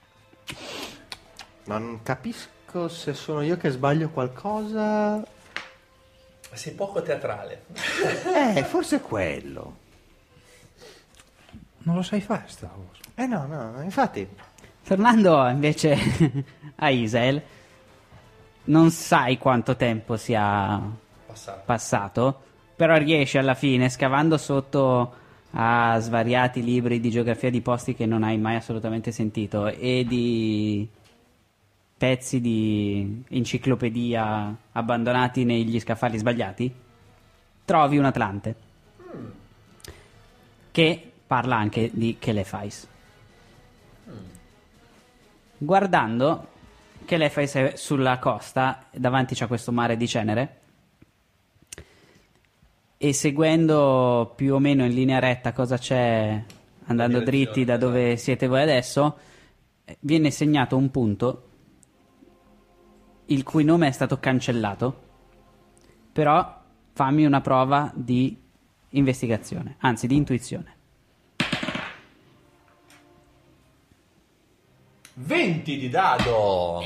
Non capisco se sono io che sbaglio qualcosa. Sei poco teatrale. Forse è quello. Non lo sai fare sta cosa. No, infatti. Tornando invece a Isael, non sai quanto tempo sia passato, però riesci alla fine, scavando sotto a svariati libri di geografia di posti che non hai mai assolutamente sentito e di pezzi di enciclopedia abbandonati negli scaffali sbagliati, trovi un Atlante che parla anche di Kelefais. Guardando Kelefais è sulla costa, davanti c'è questo mare di cenere, e seguendo più o meno in linea retta cosa c'è, andando dritti da dove siete voi adesso, viene segnato un punto il cui nome è stato cancellato, però fammi una prova di investigazione, anzi di intuizione. 20 di dado.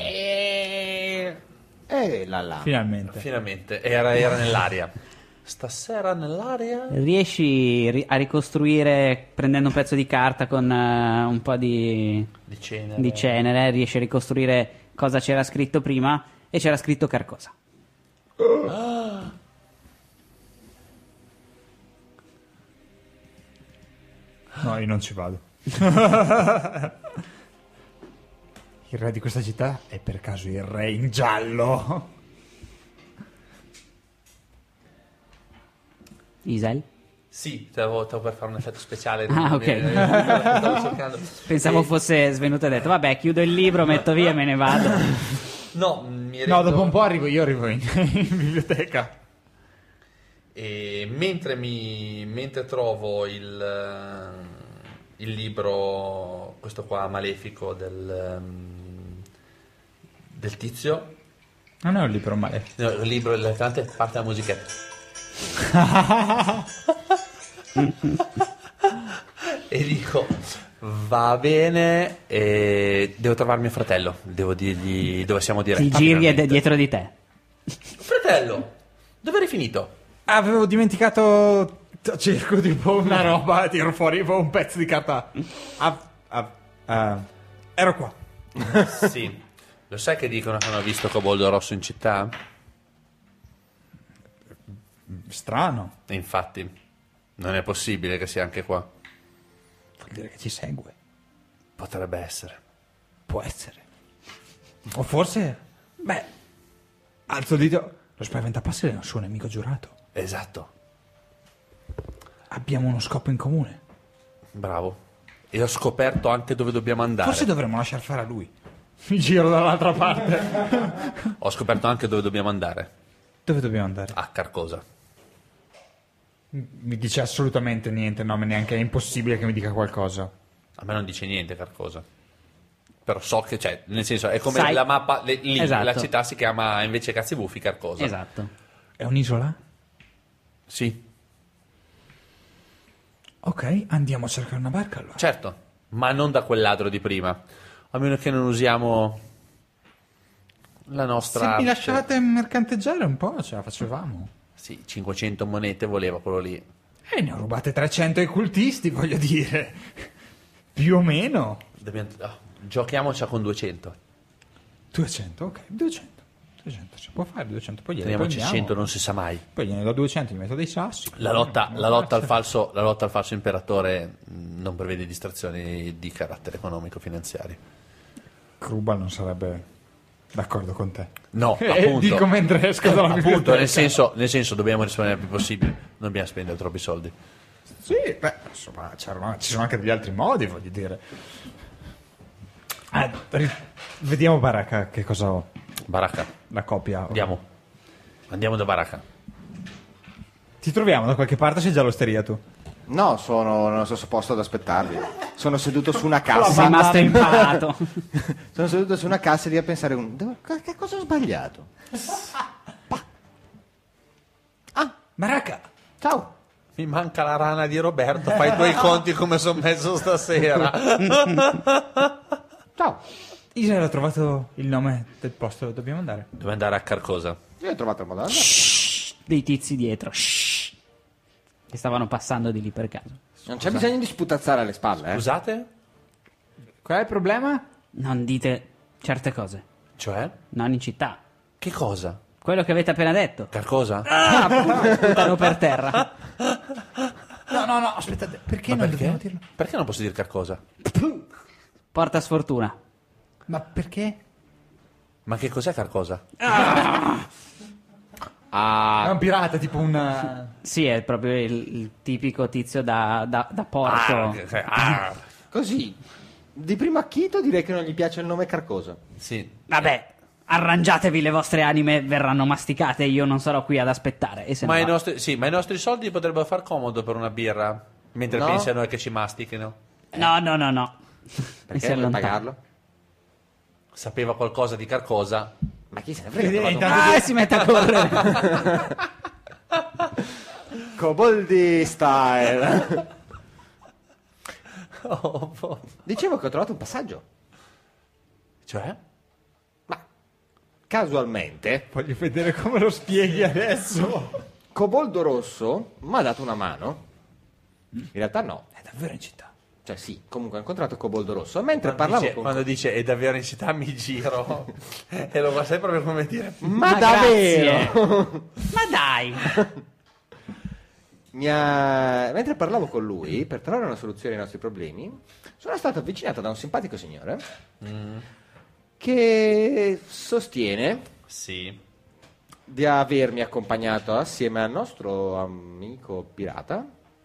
Là. Finalmente. Era nell'aria. Stasera nell'aria. Riesci a ricostruire, prendendo un pezzo di carta con un po' di cenere, riesci a ricostruire cosa c'era scritto prima, e c'era scritto Carcosa. No, io non ci vado. Il re di questa città è per caso il re in giallo? Isael? Sì, stavo per fare un effetto speciale. Ah, ok. Stavo cercando. Pensavo fosse svenuto e detto, vabbè, chiudo il libro, metto via e me ne vado. No, mi No, rendo- dopo un po' arrivo in biblioteca. E mentre trovo il libro, questo qua malefico del tizio, Non è un libro male. no, il libro, l'Atlante, parte la musichetta. E dico, va bene, devo trovare mio fratello, devo dirgli dove siamo diretti. Ti giri finalmente. dietro di te. Fratello, dove eri finito? Avevo dimenticato. Cerco tipo una roba, tiro fuori tipo un pezzo di carta. Ero qua. Sì, lo sai che dicono che hanno visto Coboldo Rosso in città? Strano. E infatti, non è possibile che sia anche qua. Vuol dire che ci segue. Potrebbe essere. Può essere. O forse. Beh, alzo il dito. Lo spaventapassi è il suo nemico giurato. Esatto, Abbiamo uno scopo in comune. bravo. E ho scoperto anche dove dobbiamo andare. Forse dovremmo lasciar fare a lui. Mi giro dall'altra parte. Ho scoperto anche dove dobbiamo andare. Dove dobbiamo andare? A Carcosa. Mi dice assolutamente niente, no, ma neanche è impossibile che mi dica qualcosa. A me non dice niente Carcosa. Però so che c'è, nel senso, è come Sai- la mappa, lì Esatto. la città si chiama invece Cazzi Buffi Carcosa. Esatto. È un'isola? Sì, Ok, andiamo a cercare una barca allora. certo, ma non da quel ladro di prima. A meno che non usiamo la nostra Se mi arte. lasciate mercanteggiare un po', ce la facevamo. Sì, 500 monete voleva quello lì. E ne ho rubate 300 ai cultisti, voglio dire. Più o meno. Giochiamoci con 200. 200, ok, 200. 200 si può fare, 200 poi gliene Teniamoci prendiamo. 100, non si sa mai. Poi gliene do 200, gli metto dei sassi. La lotta al falso imperatore non prevede distrazioni di carattere economico-finanziario. Krubal non sarebbe d'accordo con te. No, appunto. Dico mentre esco dalla appunto, biblioteca. nel senso dobbiamo risparmiare il più possibile, non dobbiamo spendere troppi soldi. Sì, beh, insomma, ci sono anche degli altri modi, voglio dire. Vediamo Baraka che cosa ho. Baracca, La copia. andiamo da Baracca. Ti troviamo da qualche parte, sei già all'osteria tu. No, sono nello stesso posto ad aspettarvi. Sono seduto su una Sei cassa. rimasto impalato. Sono seduto su una cassa e lì a pensare che cosa ho sbagliato? Maraca! Ciao. Mi manca la rana di Roberto, fai i tuoi conti come sono messo stasera. Ciao. Israele ha trovato il nome del posto dove dobbiamo andare. Dove andare a Carcosa? Io ho trovato il modo di andare. Dei tizi dietro. Shh. Che stavano passando di lì per caso. Non c'è bisogno di sputazzare alle spalle, eh? Scusate? Qual è il problema? Non dite certe cose. Cioè? Non in città. Che cosa? Quello che avete appena detto. Carcosa? Buttano per terra. No, aspettate. Perché non dobbiamo dirlo? Perché non posso dire Carcosa? Porta sfortuna. Ma perché? Ma che cos'è Carcosa? È un pirata, tipo un... Sì, è proprio il tipico tizio da porto. Così, di primo acchito direi che non gli piace il nome Carcosa. Sì. Vabbè, arrangiatevi, le vostre anime verranno masticate e io non sarò qui ad aspettare. E se Ma ne i, va. ma i nostri soldi potrebbero far comodo per una birra, mentre No. pensi a noi che ci mastichino. No. Mi si Perché vuoi allontana. pagarlo? Sapeva qualcosa di Carcosa. Ma chi se ne frega? ho trovato Ah, si mette a correre. un Coboldi style. Dicevo che ho trovato un passaggio. Cioè? Ma casualmente Voglio vedere come lo spieghi adesso. Coboldo Rosso mi ha dato una mano. In realtà no. È davvero in città. Cioè sì, comunque ho incontrato Coboldo Rosso. E mentre parlavo con... Quando dice è davvero in città mi giro e lo fa sempre proprio come dire. Ma grazie. davvero? Ma dai. Mentre parlavo con lui per trovare una soluzione ai nostri problemi, sono stato avvicinato da un simpatico signore che sostiene Sì. di avermi accompagnato assieme al nostro amico pirata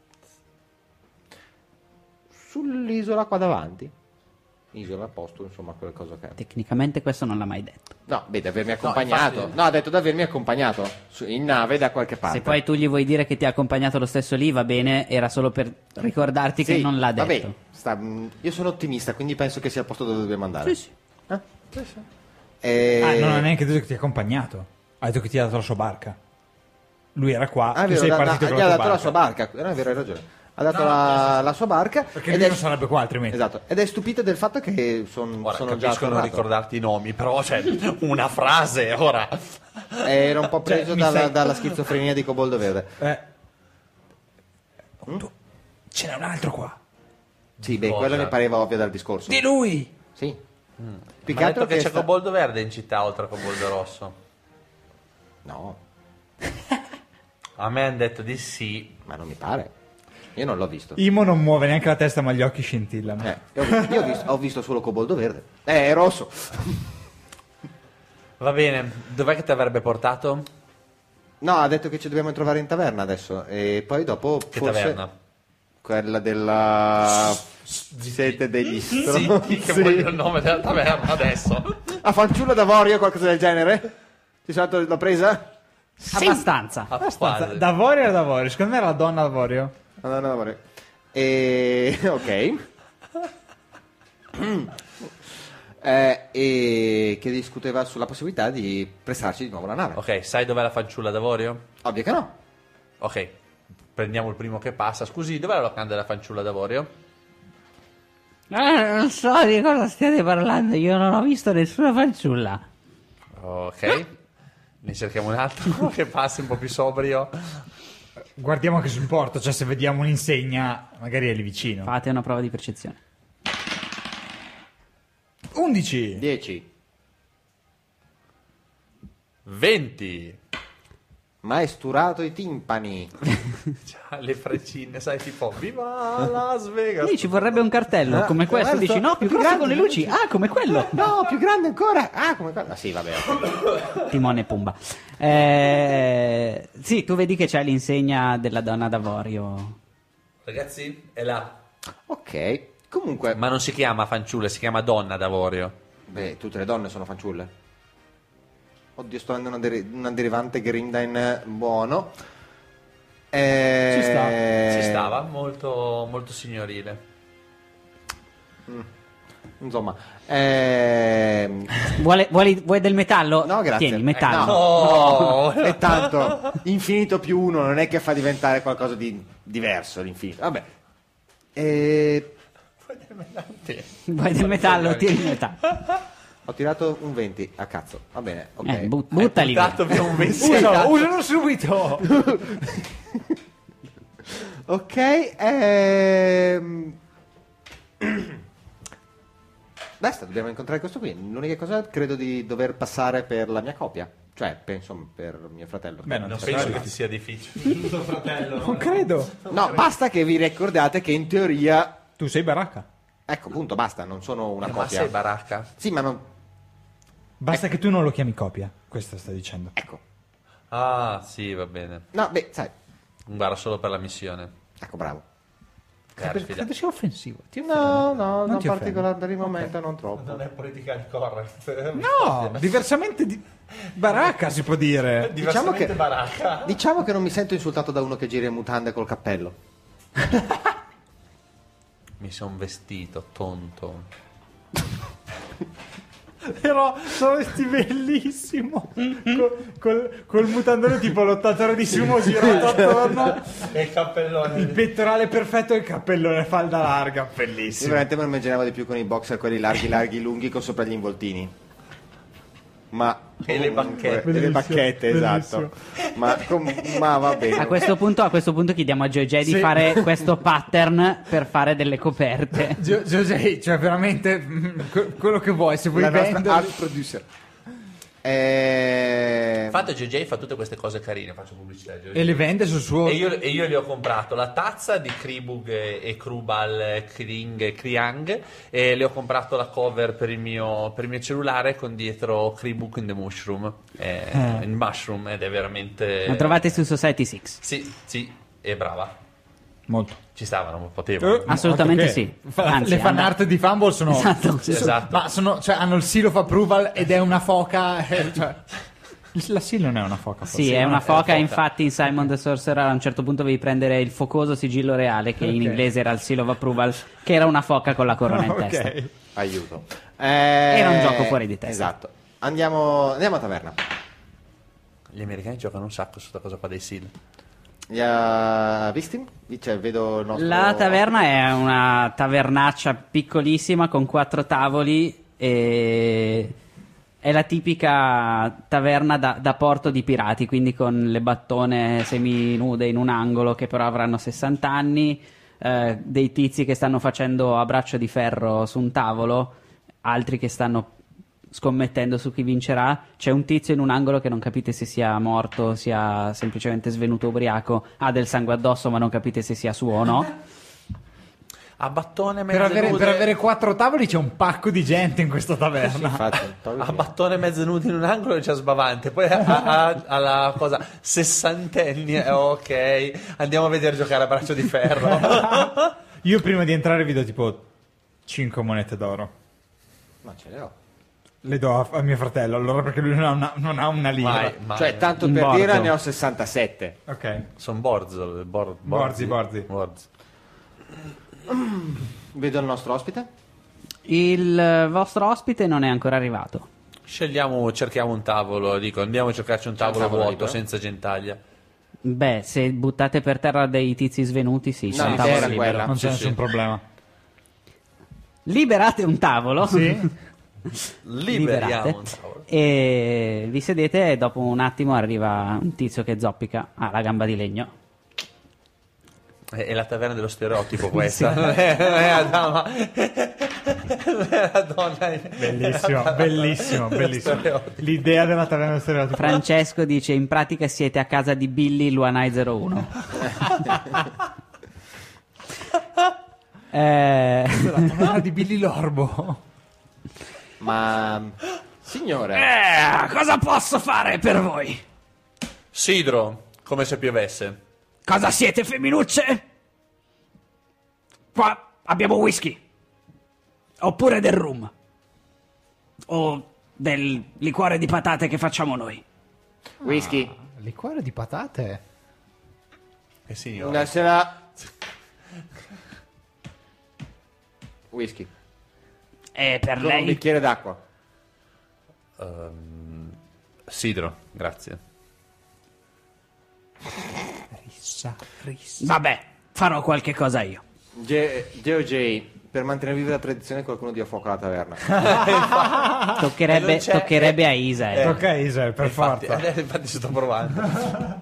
sull'isola qua davanti. Isola, posto, insomma, qualcosa che è. Tecnicamente questo non l'ha mai detto. No, di avermi accompagnato. infatti- No, ha detto di avermi accompagnato in nave da qualche parte. Se poi tu gli vuoi dire che ti ha accompagnato lo stesso lì, va bene, era solo per ricordarti che Sì, non l'ha vabbè, detto. io sono ottimista, quindi penso che sia il posto dove dobbiamo andare. Sì. Eh? Non ha neanche detto che ti ha accompagnato. Ha detto che ti ha dato la sua barca. lui era qua, Ah, è tu vero, sei partito con gli ha la tua dato la barca. sua barca. No, è vero, hai ragione. Ha dato la sua barca. Perché ed lui è- non sarebbe qua altrimenti. Esatto. Ed è stupito del fatto che Ora, sono già capisco non tornato. ricordarti i nomi, però c'è una frase, ora... Era un po' preso mi sai- dalla schizofrenia di Coboldo Verde. Ce n'è un altro qua. Sì, beh, Cosa? quello mi pareva ovvio dal discorso. Di lui! Sì. Più Ma che ha altro detto che c'è sta- Coboldo Verde in città oltre a Coboldo Rosso. No, A me hanno detto di sì. ma non mi pare. Io non l'ho visto. Imo non muove neanche la testa, ma gli occhi scintillano. Io ho visto solo Coboldo Verde. È rosso. Va bene, dov'è che ti avrebbe portato? No, ha detto che ci dobbiamo trovare in taverna adesso. E poi dopo Che forse taverna? quella della sete degli Sì, che voglio il nome della taverna adesso. A fanciulla d'avorio, qualcosa del genere? Ti sono dato l'ho presa? Abbastanza. Quasi. D'avorio era d'avorio, secondo me era la donna d'avorio. Madonna d'avorio. E ok. E che discuteva sulla possibilità di prestarci di nuovo la nave. Ok, sai dov'è la fanciulla d'avorio? Ovvio che no. Ok, prendiamo il primo che passa. Scusi, dov'è la locanda della fanciulla d'avorio? Non so di cosa stiate parlando, io non ho visto nessuna fanciulla. Ok, ne cerchiamo un altro che passi un po' più sobrio. Guardiamo anche sul porto, cioè se vediamo un'insegna, magari è lì vicino. Fate una prova di percezione. 11! 10. 20. Ma è sturato i timpani. C'ha le freccine, sai, tipo viva Las Vegas. Lì ci vorrebbe un cartello come questo. questo? Dici no, più Più grosso grande, con le luci. Ah, come quello. No, più grande ancora. Ah, come quello. Ah, sì, vabbè. Timone e Pumba. Sì, tu vedi che c'è l'insegna della donna d'avorio. Ragazzi, è là. Ok. Comunque, Ma non si chiama fanciulla, si chiama donna d'avorio. beh, tutte le donne sono fanciulle. Oddio, sto avendo una derivante Grindain buono. Ci sta. Si stava molto, molto signorile. Insomma, Vuoi del metallo? no, grazie. Tieni, metallo. Oh! È tanto infinito più uno, non è che fa diventare qualcosa di diverso l'infinito. Vabbè. Vuoi del metallo? Tieni il metallo. Ho tirato un 20 a cazzo. Va bene, ok. Buttali via. Buttato via un vestito. Usalo subito! Ok, basta, dobbiamo incontrare questo qui. L'unica cosa credo di dover passare per la mia copia. Cioè, penso per mio fratello. Beh, non Non ci penso sarà che ti sia difficile. Non credo. No, basta che vi ricordate che in teoria... Tu sei baracca. Ecco, punto, basta, non sono una Ma copia. sei baracca? Sì, ma non... Basta che tu non lo chiami copia. Questo sta dicendo. Ecco. Ah, sì, va bene. No, beh, sai. Guarda solo per la missione. Ecco, bravo. Perfida. Credo sia offensivo. Ti No, Non non ti offende. particolare per il momento, non troppo. Non è politically correct. No, diversamente di... baracca si può dire. Diciamo che, baracca. diciamo che non mi sento insultato da uno che gira in mutande col cappello. Mi son vestito, tonto. Però sono vestiti bellissimo. Col mutandone tipo lottatore di sumo girato attorno. E il cappellone. Il pettorale perfetto e il cappellone falda larga. Io Bellissimo. veramente me lo immaginavo di più con i boxer, quelli larghi, lunghi, con sopra gli involtini. Ma... E le comunque- bacchette. E le bacchette, esatto. Ma va bene. A questo punto chiediamo a JJ di Sì. fare questo pattern per fare delle coperte. José, cioè veramente quello che vuoi, se vuoi La nostra venderli. art producer. Infatti JJ fa tutte queste cose carine, faccio pubblicità a JJ. E le vende sul suo... E io le ho comprato la tazza di Kribug e Krubal Kring e Kriang e le ho comprato la cover per il mio cellulare con dietro Kribug in the Mushroom in Mushroom ed è veramente La trovate su Society 6. sì, è brava, Molto. ci stava, non potevo Assolutamente altro che- sì. Anzi, le fan anda- art di Fumble sono... Esatto. Sì, esatto. Ma sono, cioè, hanno il seal of approval ed è una foca. Cioè, la seal non è una foca. forse. Sì, è una foca, foca. infatti in Simon the Sorcerer a un certo punto devi prendere il focoso sigillo reale, che in Ok. inglese era il seal of approval, che era una foca con la corona in testa. Ok. Aiuto. Era un gioco fuori di testa. Esatto. Andiamo a taverna. gli americani giocano un sacco su questa cosa qua dei SEAL. Li ha visti? Cioè, vedo il nostro... La taverna è una tavernaccia piccolissima con 4 tavoli e è la tipica taverna da porto di pirati, quindi con le battone seminude in un angolo che però avranno 60 anni, dei tizi che stanno facendo a braccio di ferro su un tavolo, altri che stanno scommettendo su chi vincerà. C'è un tizio in un angolo che non capite se sia morto, sia semplicemente svenuto ubriaco, ha del sangue addosso ma non capite se sia suo o no. A battone Per mezze nude. avere 4 tavoli c'è un pacco di gente in questa taverna. Infatti, A battone mezze nude in un angolo è già sbavante. Poi alla cosa sessantenni, ok, andiamo a vedere giocare a braccio di ferro. Io prima di entrare vi do tipo 5 monete d'oro. Ma ce le ho. Le do a mio fratello, allora, perché lui non ha una lira. Mai. Cioè, tanto In per borzo. dire, ne ho 67. Ok. Sono Borzo. Borzi. Vedo il nostro ospite. Il vostro ospite non è ancora arrivato. Cerchiamo un tavolo, dico, andiamo a cercarci un tavolo tavolo vuoto, libero? senza gentaglia. Beh, se buttate per terra dei tizi svenuti, sì, c'è No, un l'idea tavolo era libero. quella. Non c'è Sì, nessun sì. problema. Liberate un tavolo. Sì? Liberiamo un tavolo. E vi sedete e dopo un attimo arriva un tizio che zoppica la gamba di legno. È la taverna dello stereotipo questa. Non è la dama. Non è la donna. Bellissimo. Stereotipo. L'idea della taverna del stereotipo. Francesco dice: in pratica siete a casa di Billy Luanai 01. La taverna di Billy Lorbo. Ma... Signore, Cosa posso fare per voi? Sidro, come se piovesse. Cosa siete, femminucce? Qua abbiamo whisky. Oppure del rum. O del liquore di patate che facciamo noi. whisky. Liquore di patate? Signore. Una sera... Whisky. E per Con un lei? bicchiere d'acqua. Sidro, grazie. Vabbè, farò qualche cosa io. GOJ, per mantenere viva la tradizione qualcuno dia fuoco alla taverna. Toccherebbe, c'è- toccherebbe a Isa. Ok, Isel, per Infatti, forza. infatti sto provando.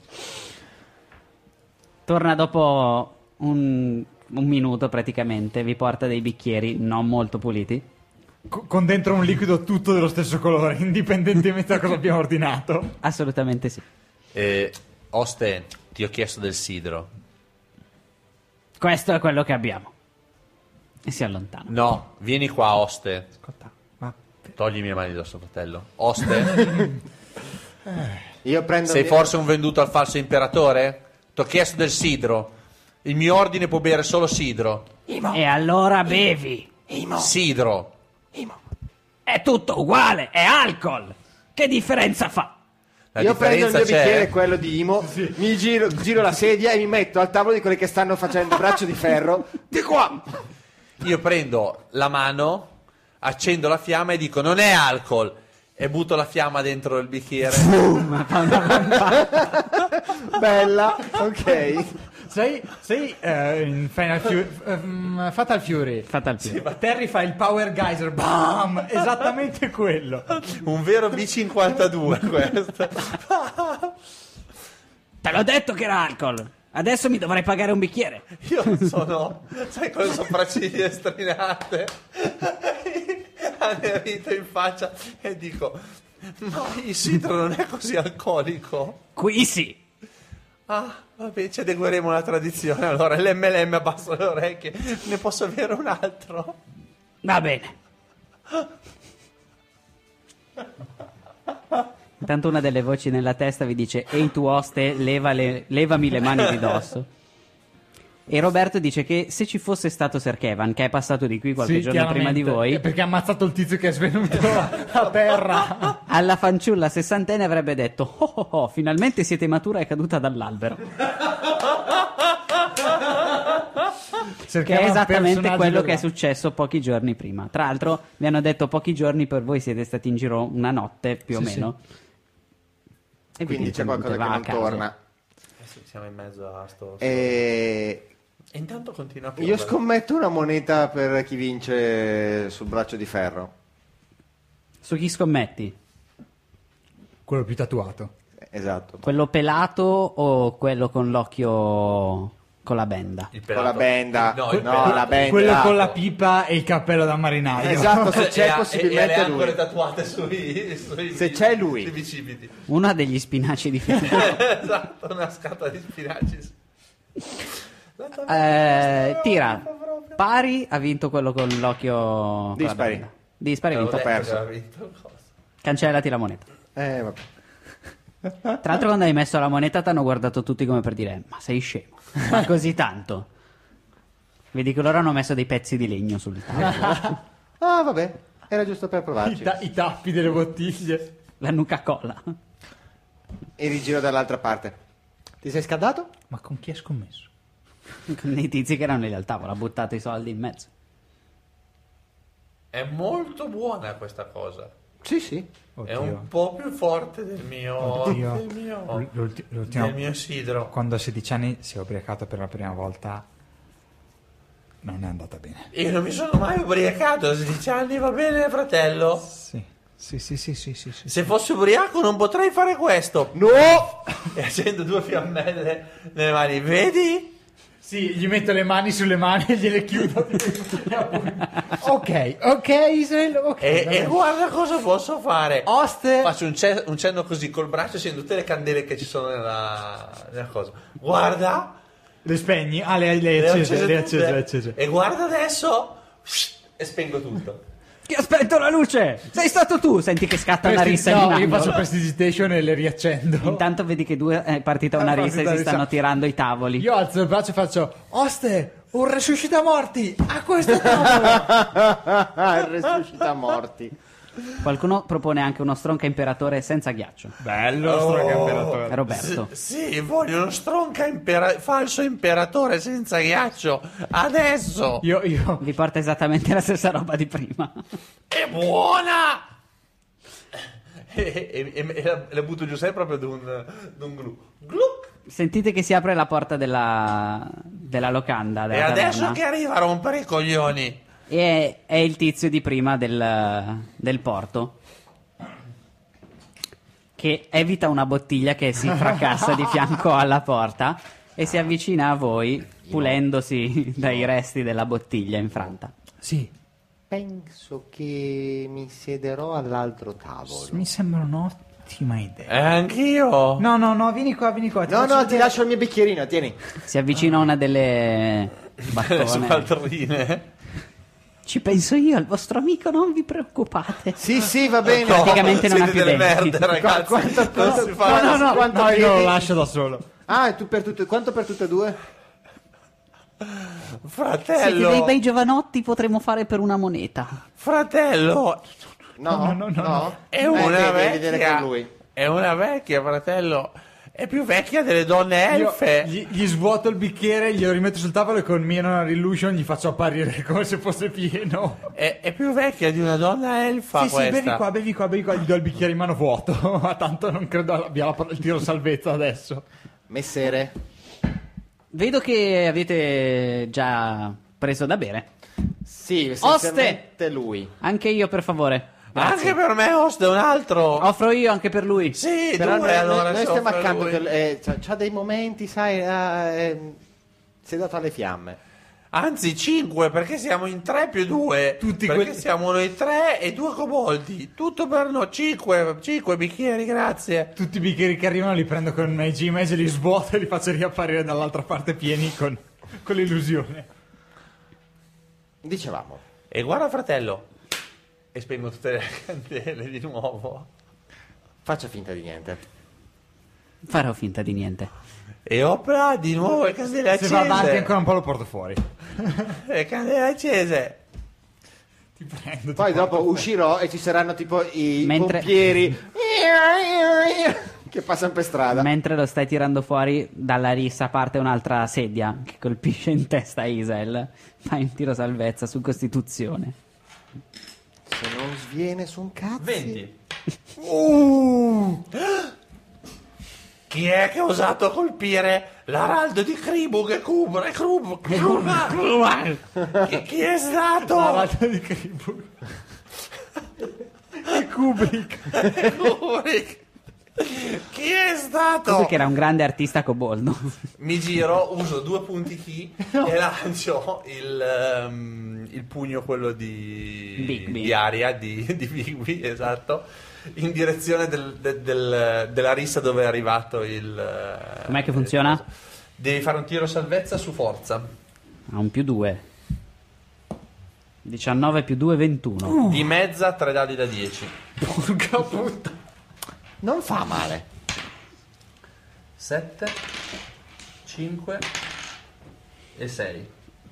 Torna dopo un minuto praticamente, vi porta dei bicchieri non molto puliti. Con dentro un liquido tutto dello stesso colore, indipendentemente da cosa abbiamo ordinato. Assolutamente sì. Oste, ti ho chiesto del sidro. Questo è quello che abbiamo. E si allontana. No, vieni qua, Oste. Ascolta, ma Toglimi le mani d'osso, fratello. Oste, Io prendo... sei forse un venduto al falso imperatore? Ti ho chiesto del sidro. Il mio ordine può bere solo sidro. E allora bevi. Sidro. È tutto uguale, è alcol. Che differenza fa? La Io prendo il differenza mio c'è. bicchiere, quello di Imo, mi giro la sedia e mi metto al tavolo di quelli che stanno facendo braccio di ferro. Di qua! Io prendo la mano, accendo la fiamma e dico non è alcol. E butto la fiamma dentro il bicchiere. Bella, ok. sei in Final Fury, Fatal Fury. Fatal Fury. Terry fa il power geyser, bam! Esattamente quello. Un vero B52 questo. Te l'ho detto che era alcol. Adesso mi dovrai pagare un bicchiere. Io sono, sai, con le sopracciglia strinate, annerito in faccia e dico, ma il sidro non è così alcolico. Qui sì. Ah, vabbè, ci adegueremo alla tradizione. Allora, l'MLM abbasso le orecchie. Ne posso avere un altro? Va bene. Intanto una delle voci nella testa vi dice: ehi tu oste, levami le mani di dosso. E Roberto dice che se ci fosse stato Sir Kevan, che è passato di qui qualche giorno prima di voi, Perché ha ammazzato il tizio che è svenuto a terra. alla fanciulla sessantenne avrebbe detto: oh, oh, oh, finalmente siete matura e caduta dall'albero. Che è esattamente quello che è successo pochi giorni prima. Tra l'altro vi hanno detto pochi giorni, per voi siete stati in giro una notte più o meno. quindi c'è qualcosa che va a non caso. torna. Sì, siamo in mezzo a sto... E E intanto continua a io piovere. scommetto una moneta per chi vince sul braccio di ferro. Su chi scommetti? Quello più tatuato. Esatto. Quello pelato o quello con l'occhio con la benda? Il Con la benda. No, No, il pelato. la benda. Quello con la pipa e il cappello da marinaio. Esatto, se E c'è ha- e possibilmente le ancore lui. tatuate sui Se c'è lui. sui bicipiti. Uno ha degli spinaci di fianco. Esatto, una scatola di spinaci. Tira. Pari ha vinto quello con l'occhio con la Dispari. benda. Dispari ha vinto. perso. Cancellati la moneta. Vabbè. Tra l'altro quando hai messo la moneta ti hanno guardato tutti come per dire ma sei scemo, ma così tanto. Vedi che loro hanno messo dei pezzi di legno sul tavolo. Ah, vabbè. Era giusto per provarci. I tappi delle bottiglie. La Nuca Cola. E rigiro dall'altra parte. Ti sei scaldato? Ma con chi hai scommesso? Con dei tizi che erano lì al tavolo, ha buttato i soldi in mezzo. È molto buona questa cosa. Sì, sì. È Oddio. un po' più forte del mio Oddio. del mio sidro. Quando a 16 anni si è ubriacato per la prima volta, non è andata bene. Io non mi sono mai ubriacato a 16 anni, va bene, fratello? Sì. Sì. Se fossi ubriaco non potrei fare questo. No! E accendo 2 fiammelle nelle mani, vedi? Sì, gli metto le mani sulle mani e gliele chiudo. ok, Israel, ok. E guarda cosa posso fare. Oste. Faccio un cenno così col braccio, accendo tutte le candele che ci sono nella cosa. Guarda, Le spegni? Ah, le hai le ho accese, le hai tutte. accese. E guarda adesso e spengo tutto. Chi ha spento la luce? Sei stato tu! Senti che scatta una rissa in No, io angolo. faccio prestidigitation e le riaccendo. Intanto vedi che due è partita una È rissa e partita si rissa. stanno tirando i tavoli. Io alzo il braccio e faccio: Oste, un resuscita morti a questo tavolo. Il resuscita morti. Qualcuno propone anche uno stronca imperatore senza ghiaccio. Bello, stronca imperatore. Roberto. Sì, voglio uno stronca falso imperatore senza ghiaccio. Adesso. Io. Vi porta esattamente la stessa roba di prima. È buona! E la butto giù sempre proprio d'un glu. Gluck! Sentite che si apre la porta della locanda. E Della adesso taverna. che arriva a rompere i coglioni. E è il tizio di prima del porto che evita una bottiglia che si fracassa di fianco alla porta e si avvicina a voi pulendosi dai resti della bottiglia infranta. Sì, Penso che mi siederò all'altro tavolo. mi sembra un'ottima idea. Anch'io. No, vieni qua. No, faccio no, ti vedere. lascio il mio bicchierino, tieni. Si avvicina a una delle Le battone. subalterne. Ci penso io, al vostro amico, non vi preoccupate. Sì, va bene. Praticamente non ha siete più delle denti. merde, ragazzi. Quanto- Non si fa. No, Quanto io lo chiedi? lascio da solo. Ah, tu per tutte, quanto per tutte e due? Siete Fratello. dei bei giovanotti, potremmo fare per una moneta. Fratello. No. È una devi vedere vecchia. con lui. È una vecchia, fratello. È più vecchia delle donne Io elfe. gli svuoto il bicchiere, glielo rimetto sul tavolo e con Minor Illusion gli faccio apparire come se fosse pieno. È più vecchia di una donna elfa Sì, questa. bevi qua, gli do il bicchiere in mano vuoto, ma tanto non credo abbia il tiro salvezza adesso. Messere. Vedo che avete già preso da bere. Sì, Oste! essenzialmente lui. Anche io, per favore. Anche per me, host, è un altro. Offro io anche per lui. Sì, Però due allora. noi se stiamo offre accanto, lui. che c'ha dei momenti, sai, si è dato alle fiamme. Anzi, 5, perché siamo in 3 più 2. Tutti perché quelli- siamo noi 3 e 2 coboldi. Tutto per noi. 5 bicchieri, grazie. Tutti i bicchieri che arrivano li prendo con i G-Mage, li svuoto e li faccio riapparire dall'altra parte pieni con l'illusione. Dicevamo. E guarda, fratello. E spengo tutte le candele di nuovo. Faccia finta di niente. Farò finta di niente. E opera di nuovo le candele Se va avanti accese. ancora un po' lo porto fuori. Le candele accese. Ti prendo. Poi dopo uscirò e ci saranno tipo i Mentre- pompieri che passano per strada. Mentre lo stai tirando fuori, dalla rissa parte un'altra sedia che colpisce in testa a Isel. Fai un tiro salvezza su Costituzione. Se non sviene su un cazzo. 20. Chi è che ha osato colpire l'araldo di Kribug e Kubra? Chi è stato? L'araldo di Kribug. E Kubrick. Chi è stato? Cos'è che era un grande artista coboldo. Mi giro, uso 2 punti chi e lancio il pugno, quello Bigby. di aria di Bigby, esatto, in direzione della rissa dove è arrivato il... Com'è che funziona? Devi fare un tiro salvezza su forza. Ha un +2. 19 più 2, 21. Di mezza, 3 dadi da 10. Porca puttana. Non fa male. 7, 5 e 6.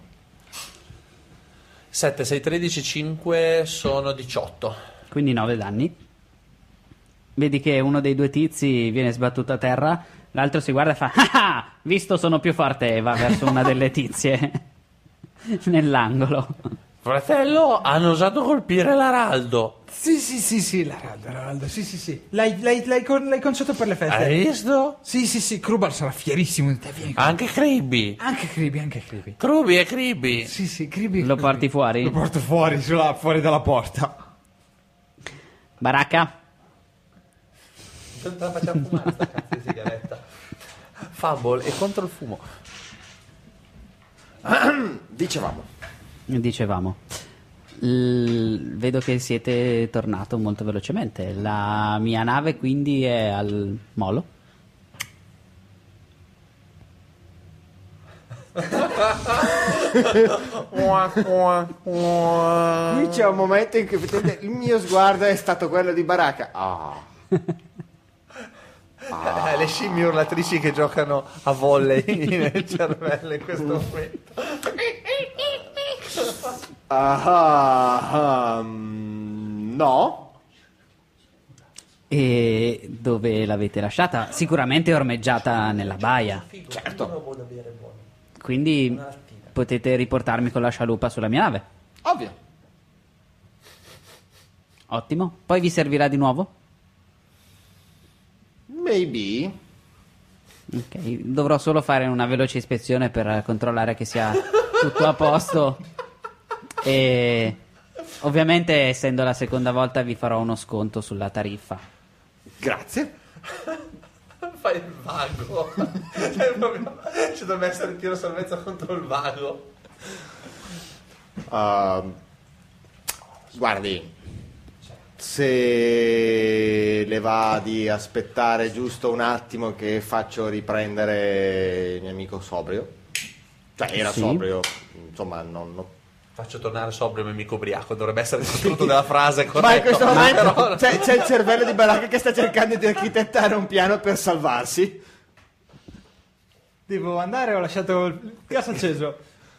7, 6, 13, 5 sono 18. Quindi 9 danni. Vedi che uno dei 2 tizi viene sbattuto a terra, l'altro si guarda e fa ah, visto sono più forte, e va verso una delle tizie nell'angolo. Fratello, hanno osato colpire l'araldo. Sì, l'araldo, sì. L'hai conciato per le feste. Hai visto? Sì, Krubar sarà fierissimo di te, vieni qua. Anche Kribby. Anche Kribi. Krubi e Kribby. Sì, Kribi. Lo porti fuori? Lo porto fuori, fuori dalla porta. Baracca? Non te la facciamo fumare sta cazzo di sigaretta. Fumble è contro il fumo. Dicevamo. Vedo che siete tornato molto velocemente. La mia nave quindi è al molo. Qui c'è un momento in cui effettivamente il mio sguardo è stato quello di Baraka. Le scimmie urlatrici che giocano a volley nel cervello in questo momento. No. E dove l'avete lasciata? Sicuramente ormeggiata nella baia. Certo. Quindi potete riportarmi con la scialuppa sulla mia nave. Ovvio. Ottimo. Poi vi servirà di nuovo? Maybe. Ok, dovrò solo fare una veloce ispezione per controllare che sia tutto a posto. E ovviamente, essendo la seconda volta, vi farò uno sconto sulla tariffa. Grazie. Fai il vago. Ci dovrebbe essere il tiro salvezza contro il vago. Guardi, se le va di aspettare giusto un attimo che faccio riprendere il mio amico sobrio. Cioè era Sì. sobrio, insomma non... Faccio tornare sobrio il mio amico ubriaco. Dovrebbe essere il costrutto della frase corretto. Ma in questo momento però- c'è il cervello di Baraka che sta cercando di architettare un piano per salvarsi. Devo andare, ho lasciato il gas acceso.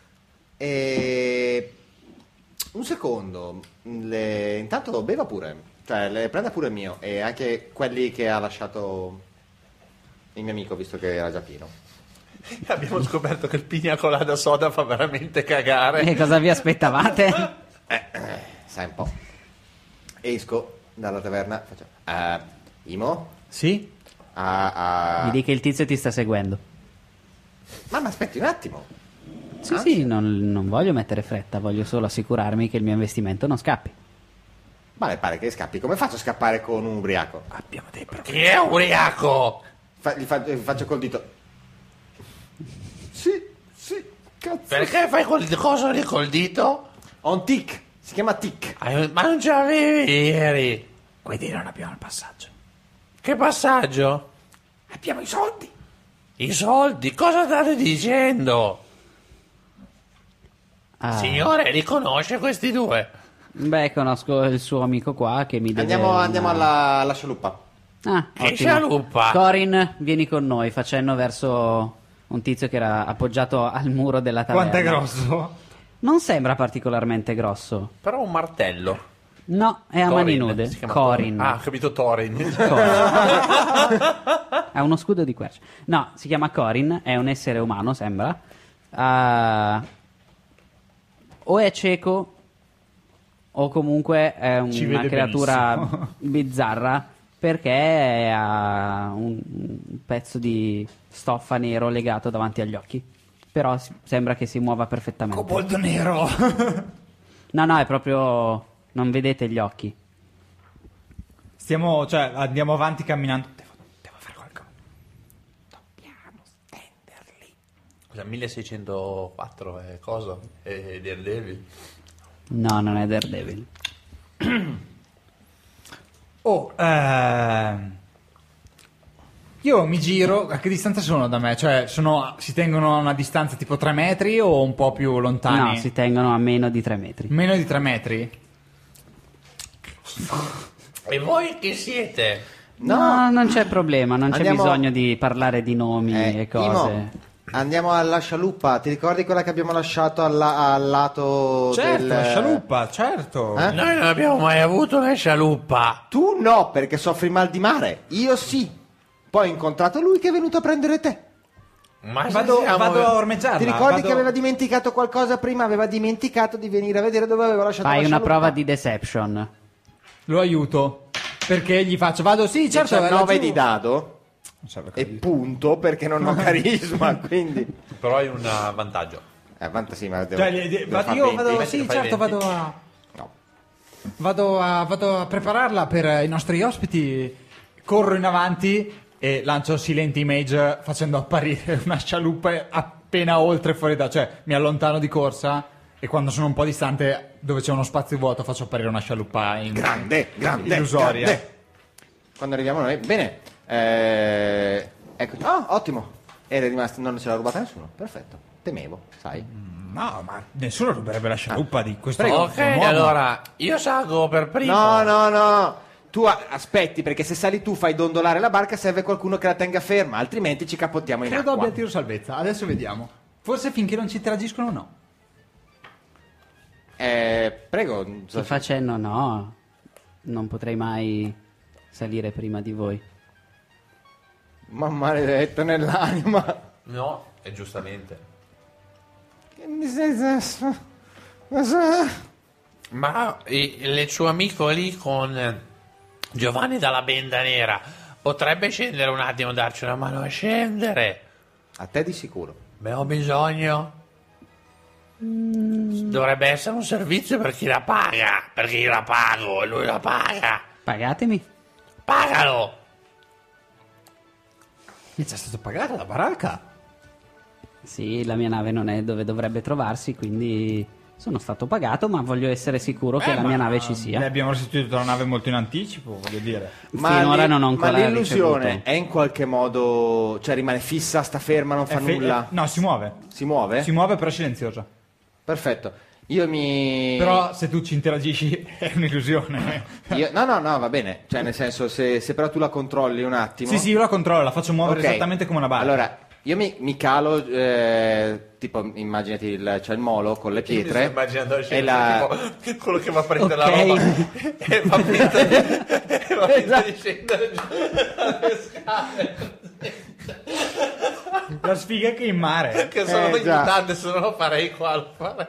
E... un secondo, intanto beva pure, cioè le prenda pure il mio e anche quelli che ha lasciato il mio amico, visto che era già pieno. Abbiamo scoperto che il pina colada soda fa veramente cagare. E cosa vi aspettavate? Sai un po'. Esco dalla taverna, faccio... Imo? Sì? Mi dica che il tizio ti sta seguendo. Ma aspetti un attimo. Sì, non voglio mettere fretta, voglio solo assicurarmi che il mio investimento non scappi. Ma le pare che scappi. Come faccio a scappare con un ubriaco? Abbiamo dei problemi. Chi è ubriaco? Gli faccio col dito. Sì, cazzo. Perché fai quel coso lì col dito? Ho un tic, si chiama tic. Ma non ce l'avevi ieri. Quindi non abbiamo il passaggio. Che passaggio? Abbiamo i soldi. I soldi? Cosa state dicendo? Ah, Signore, riconosce questi due? beh, conosco il suo amico qua che mi deve Andiamo una- alla scialuppa. Ah, Che ottimo. scialuppa? Corin, vieni con noi, facendo verso un tizio che era appoggiato al muro della taverna. Quanto è grosso? Non sembra particolarmente grosso. Però un martello. No, è a mani Thorin, nude. si chiama Corin. Ah, ho capito Thorin. Ha uno scudo di quercia. No, si chiama Corin, è un essere umano, sembra. O è cieco, o comunque è Ci una vede creatura benissimo. bizzarra perché ha un pezzo di stoffa nero legato davanti agli occhi. Però sembra che si muova perfettamente. Coboldo nero. No, è proprio... non vedete gli occhi. Andiamo avanti camminando. Devo fare qualcosa. Dobbiamo stenderli. Cosa, 1604 è cosa? È Daredevil? No, non è Daredevil. Io mi giro, a che distanza sono da me? Cioè, si tengono a una distanza tipo 3 metri o un po' più lontani? No, si tengono a meno di 3 metri. Meno di 3 metri? E voi chi siete? No, non c'è problema, non c'è Andiamo- bisogno di parlare di nomi e cose. Imo, andiamo alla scialuppa. Ti ricordi quella che abbiamo lasciato al lato Certo, del... la scialuppa, certo. Eh? Noi non abbiamo mai avuto una scialuppa. Tu no, perché soffri mal di mare. Io sì. Poi ho incontrato lui che è venuto a prendere te. Ma se Vado siamo- a ormeggiarla. Ti ricordi vado- che aveva dimenticato qualcosa prima? Aveva dimenticato di venire a vedere dove aveva lasciato Fai la una scialuppa. prova di deception. Lo aiuto. Perché gli faccio, vado, sì, certo. 19 laggiù. di dado Non serve e capire. punto perché non ho carisma, quindi... Però hai un vantaggio. Sì, ma devo, Cioè, devo vado- far io 20. vado, Invece sì, ne fai certo, 20. vado a prepararla per i nostri ospiti. Corro in avanti e lancio silent image facendo apparire una scialuppa appena oltre fuori da... Cioè, mi allontano di corsa e quando sono un po' distante, dove c'è uno spazio vuoto, faccio apparire una scialuppa Grande. illusoria. grande. Quando arriviamo noi... Bene. Ecco. Oh, ottimo. Era rimasto... Non ce l'ha rubata nessuno. Perfetto. Temevo, sai. No, ma nessuno ruberebbe la scialuppa di questo Ok, uomo. allora io salgo per primo. No. Tu aspetti, perché se sali tu fai dondolare la barca, serve qualcuno che la tenga ferma, altrimenti ci capottiamo in Credo acqua. abbia tiro salvezza. Adesso vediamo. Forse finché non ci interagiscono, no. Prego. Ti facendo no, non potrei mai salire prima di voi. Ma maledetto nell'anima. No, e giustamente. Ma il suo amico lì con Giovanni dalla benda nera potrebbe scendere un attimo, darci una mano a scendere? A te di sicuro. Beh, ho bisogno. Dovrebbe essere un servizio per chi la paga, perché io la pago e lui la paga. Pagatemi? Pagalo! È già stato pagato la baracca. Sì, la mia nave non è dove dovrebbe trovarsi, quindi sono stato pagato, ma voglio essere sicuro che la mia nave ci Le sia. abbiamo restituito la nave molto in anticipo, voglio dire. Finora non ho ancora ma l'illusione ricevuto. è in qualche modo, cioè rimane fissa, sta ferma, non fa nulla. No, si muove. Si muove? Si muove, però è silenziosa. Perfetto. Io mi... Però se tu ci interagisci è un'illusione. No, va bene. Cioè, nel senso, se però tu la controlli un attimo... Sì, io la controllo, la faccio muovere Ok. esattamente come una barca. Allora, io mi calo, tipo, immaginati c'è il molo con le pietre. Immaginando la e scena, la... tipo quello che va a prendere la Ok. roba e va finta di scendere giù dalle scale. La sfiga è che in mare. Che sono già. aiutante, se no lo farei qua, lo farei.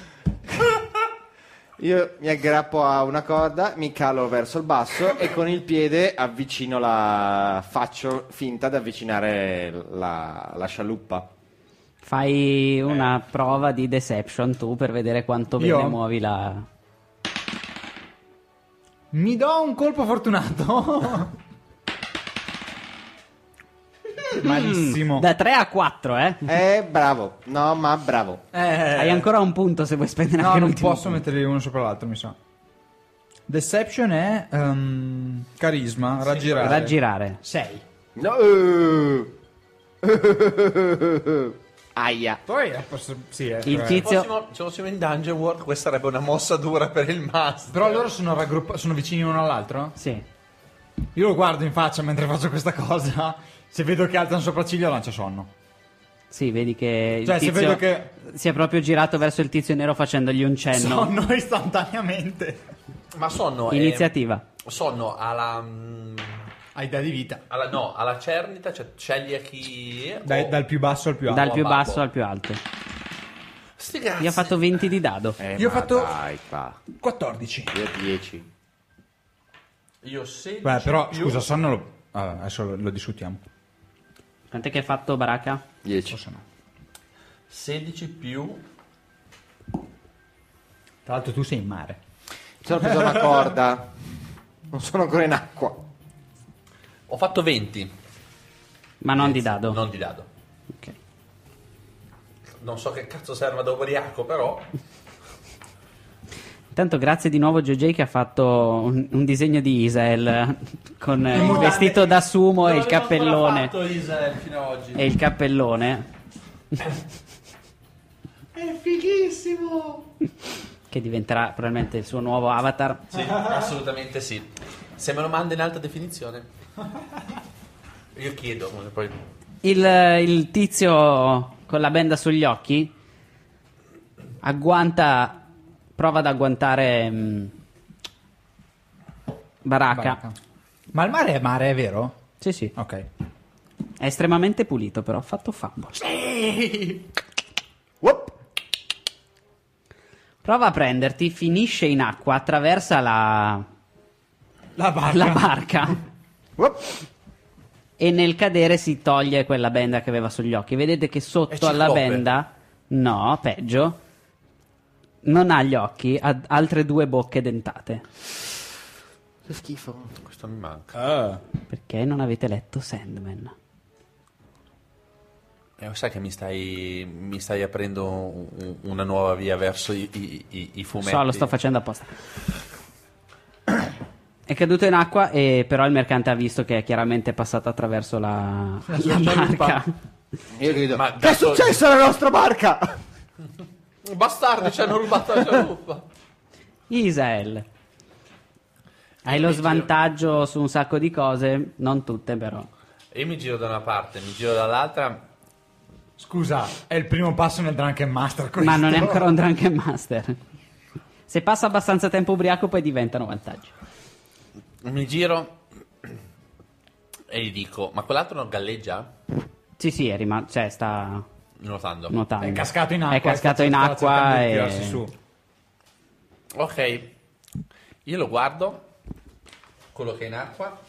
Io mi aggrappo a una corda, mi calo verso il basso e con il piede faccio finta di avvicinare la scialuppa. Fai una prova di deception tu per vedere quanto Io? bene muovi la... Mi do un colpo fortunato. Malissimo. Da 3 a 4, Bravo. No, ma bravo. Hai ancora un punto se vuoi spendere No, anche non l'ultimo posso punto. metterli uno sopra l'altro, mi sa. Deception è carisma, raggirare. Raggirare. 6. No. Aia. Poi sì, Il tizio... Se fossimo in Dungeon World, questa sarebbe una mossa dura per il master. Però loro sono sono vicini uno all'altro? Sì. Io lo guardo in faccia mentre faccio questa cosa. Se vedo che alza un sopracciglio lancia sonno. Sì, vedi che il Cioè, se tizio vedo che- si è proprio girato verso il tizio nero facendogli un cenno. Sonno istantaneamente. Ma sonno Iniziativa. sonno alla Hai da di vita. alla cernita, cioè scegli a chi Dal più basso al più alto. Dal più babbo. basso al più alto. Sti cazzi. Gli ha fatto 20 di dado. Io ho ma fatto- Dai, qua. 14. Io 10. Io 16 Beh, però, più... scusa, sonno adesso lo discutiamo. Quant'è che hai fatto, Baraka? 10. Forse no. 16 più... Tra l'altro tu sei in mare. Mi sono preso una corda. Non sono ancora in acqua. Ho fatto 20. Ma non di dado. Non di dado. Ok. Non so che cazzo serva da ubriaco, però... Intanto grazie di nuovo JJ che ha fatto un disegno di Isael con il vestito da sumo e il cappellone. fatto Israel fino ad oggi. E il cappellone. È fighissimo! Che diventerà probabilmente il suo nuovo avatar. Sì, assolutamente sì. Se me lo manda in alta definizione. Io chiedo, poi... Il tizio con la benda sugli occhi prova ad agguantare Baraka. Ma il mare è vero? Sì, sì. Ok. È estremamente pulito, però ha fatto fumble. Whoop. Prova a prenderti, finisce in acqua, attraversa la barca Whoop. e nel cadere si toglie quella benda che aveva sugli occhi. Vedete che È sotto alla ciclope. benda, no, peggio, non ha gli occhi, ha altre 2 bocche dentate. Che schifo. Questo mi manca. Perché non avete letto Sandman? Sai che mi stai aprendo una nuova via verso i fumetti. So, lo sto facendo apposta. È caduto in acqua e però il mercante ha visto che è chiaramente passato attraverso la barca. Io grido. Ma Che è cazzo- successo alla nostra barca? Bastardi, ci hanno rubato la cialuppa. Isael, hai lo svantaggio su un sacco di cose, non tutte però. Io mi giro da una parte, mi giro dall'altra. Scusa, è il primo passo nel Drunken Master questo. Ma non è ancora un Drunken Master. Se passa abbastanza tempo ubriaco poi diventano vantaggi. Mi giro e gli dico: ma quell'altro non galleggia? Sì, sì, cioè sta Nuotando. nuotando. È cascato in acqua. È cascato in stava acqua cercando di e... tirarsi su. Ok, io lo guardo, quello che è in acqua.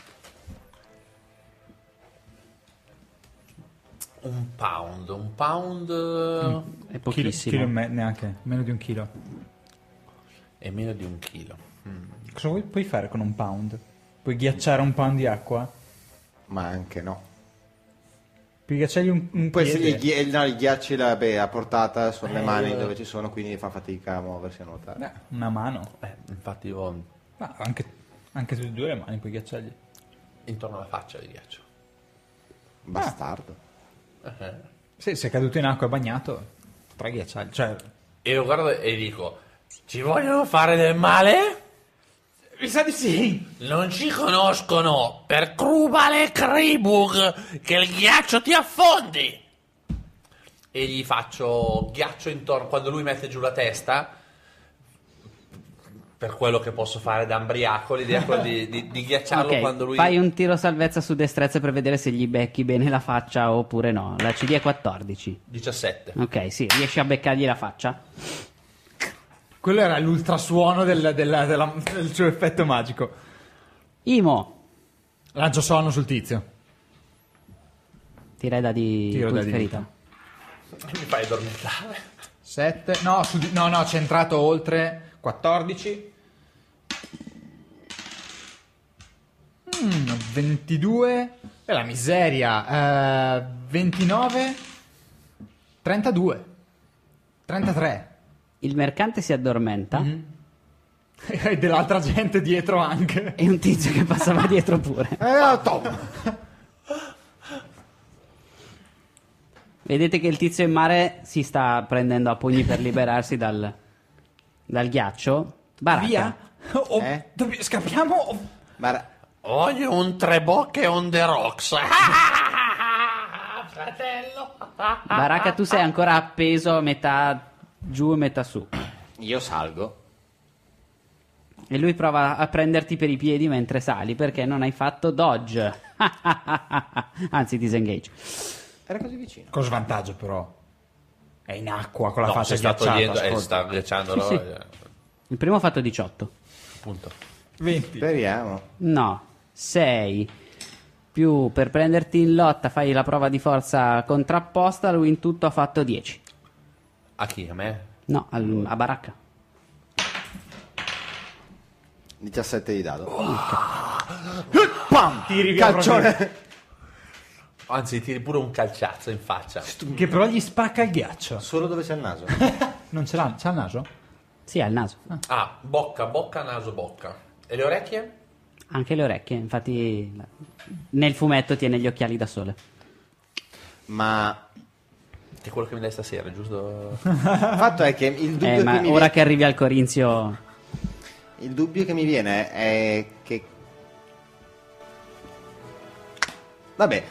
Un pound È pochissimo. Neanche, meno di 1 chilo. è meno di 1 chilo. Cosa puoi fare con 1 pound? Puoi ghiacciare 1 pound di acqua? Ma anche no. Puoi ghiacciargli un Poi piede? i ghiacci a portata sono le mani dove ci sono, quindi fa fatica a muoversi a nuotare. Una mano. Infatti io Ma anche tutte e 2 le mani puoi ghiacciargli. intorno alla faccia di ghiaccio. Bastardo. Sì, se è caduto in acqua e bagnato, 3 ghiacciargli. Cioè, E lo guardo e dico: ci vogliono fare del male? mi sa di sì. Non ci conoscono per Krubal Kribug che il ghiaccio ti affondi. E gli faccio ghiaccio intorno quando lui mette giù la testa. Per quello che posso fare da ambriaco, l'idea è quella di ghiacciarlo Ok, quando lui... fai un tiro salvezza su destrezza per vedere se gli becchi bene la faccia oppure no. La CD è 14. 17. Ok, sì, riesci a beccargli la faccia. Quello era l'ultrasuono del suo effetto magico. Imo, Lancio sonno sul tizio. tira da di Tiro da di ferita. Mi fai addormentare. 7. No, no, c'è entrato oltre. 14. 22. È la miseria. 29. 32. 33. Il mercante si addormenta E dell'altra gente dietro anche. e un tizio che passava dietro pure. Tom. Vedete che il tizio in mare si sta prendendo a pugni per liberarsi dal ghiaccio. Baraka. Via. Scappiamo. Voglio un 3 bocche on the rocks. Fratello. Baraka, tu sei ancora appeso a metà giù e metà su. Io salgo. E lui prova a prenderti per i piedi mentre sali perché non hai fatto dodge. Anzi, disengage. Era così vicino. Con svantaggio però. È in acqua con la No, faccia si sta ghiacciata. togliendo, ascolta. sta ghiacciandolo. Sì, sì. Il primo ha fatto 18. Appunto. 20. Speriamo. No, 6 più per prenderti in lotta fai la prova di forza contrapposta, lui in tutto ha fatto 10. A chi? A me? No, a Baracca. 17 di dado. Pam! Tiri via Calcione. Anzi, tiri pure un calciazzo in faccia. Che però gli spacca il ghiaccio. Solo dove c'è il naso. Non ce l'ha, c'ha il naso? Sì, ha il naso. Ah, bocca, naso, bocca. E le orecchie? Anche le orecchie, infatti nel fumetto tiene gli occhiali da sole. Ma Che è quello che mi dai stasera, giusto? il fatto è che il dubbio Ma che mi ora viene... che arrivi al Corinzio... Il dubbio che mi viene è che... Vabbè.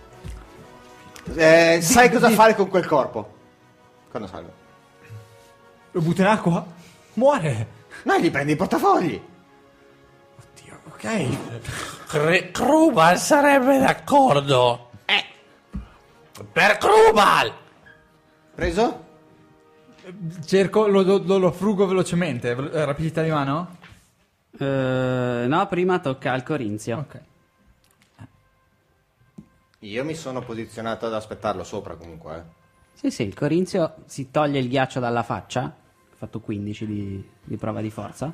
Sai cosa fare con quel corpo? Quando salgo? Lo butto in acqua? Muore! No, gli prendi i portafogli. Oddio, ok. Krubal sarebbe d'accordo. Per Krubal! Preso? Cerco, lo frugo velocemente. Rapidità di mano? no, prima tocca al Corinzio. Ok. Io mi sono posizionato ad aspettarlo sopra comunque. Sì, il Corinzio si toglie il ghiaccio dalla faccia, ha fatto 15 di prova di forza,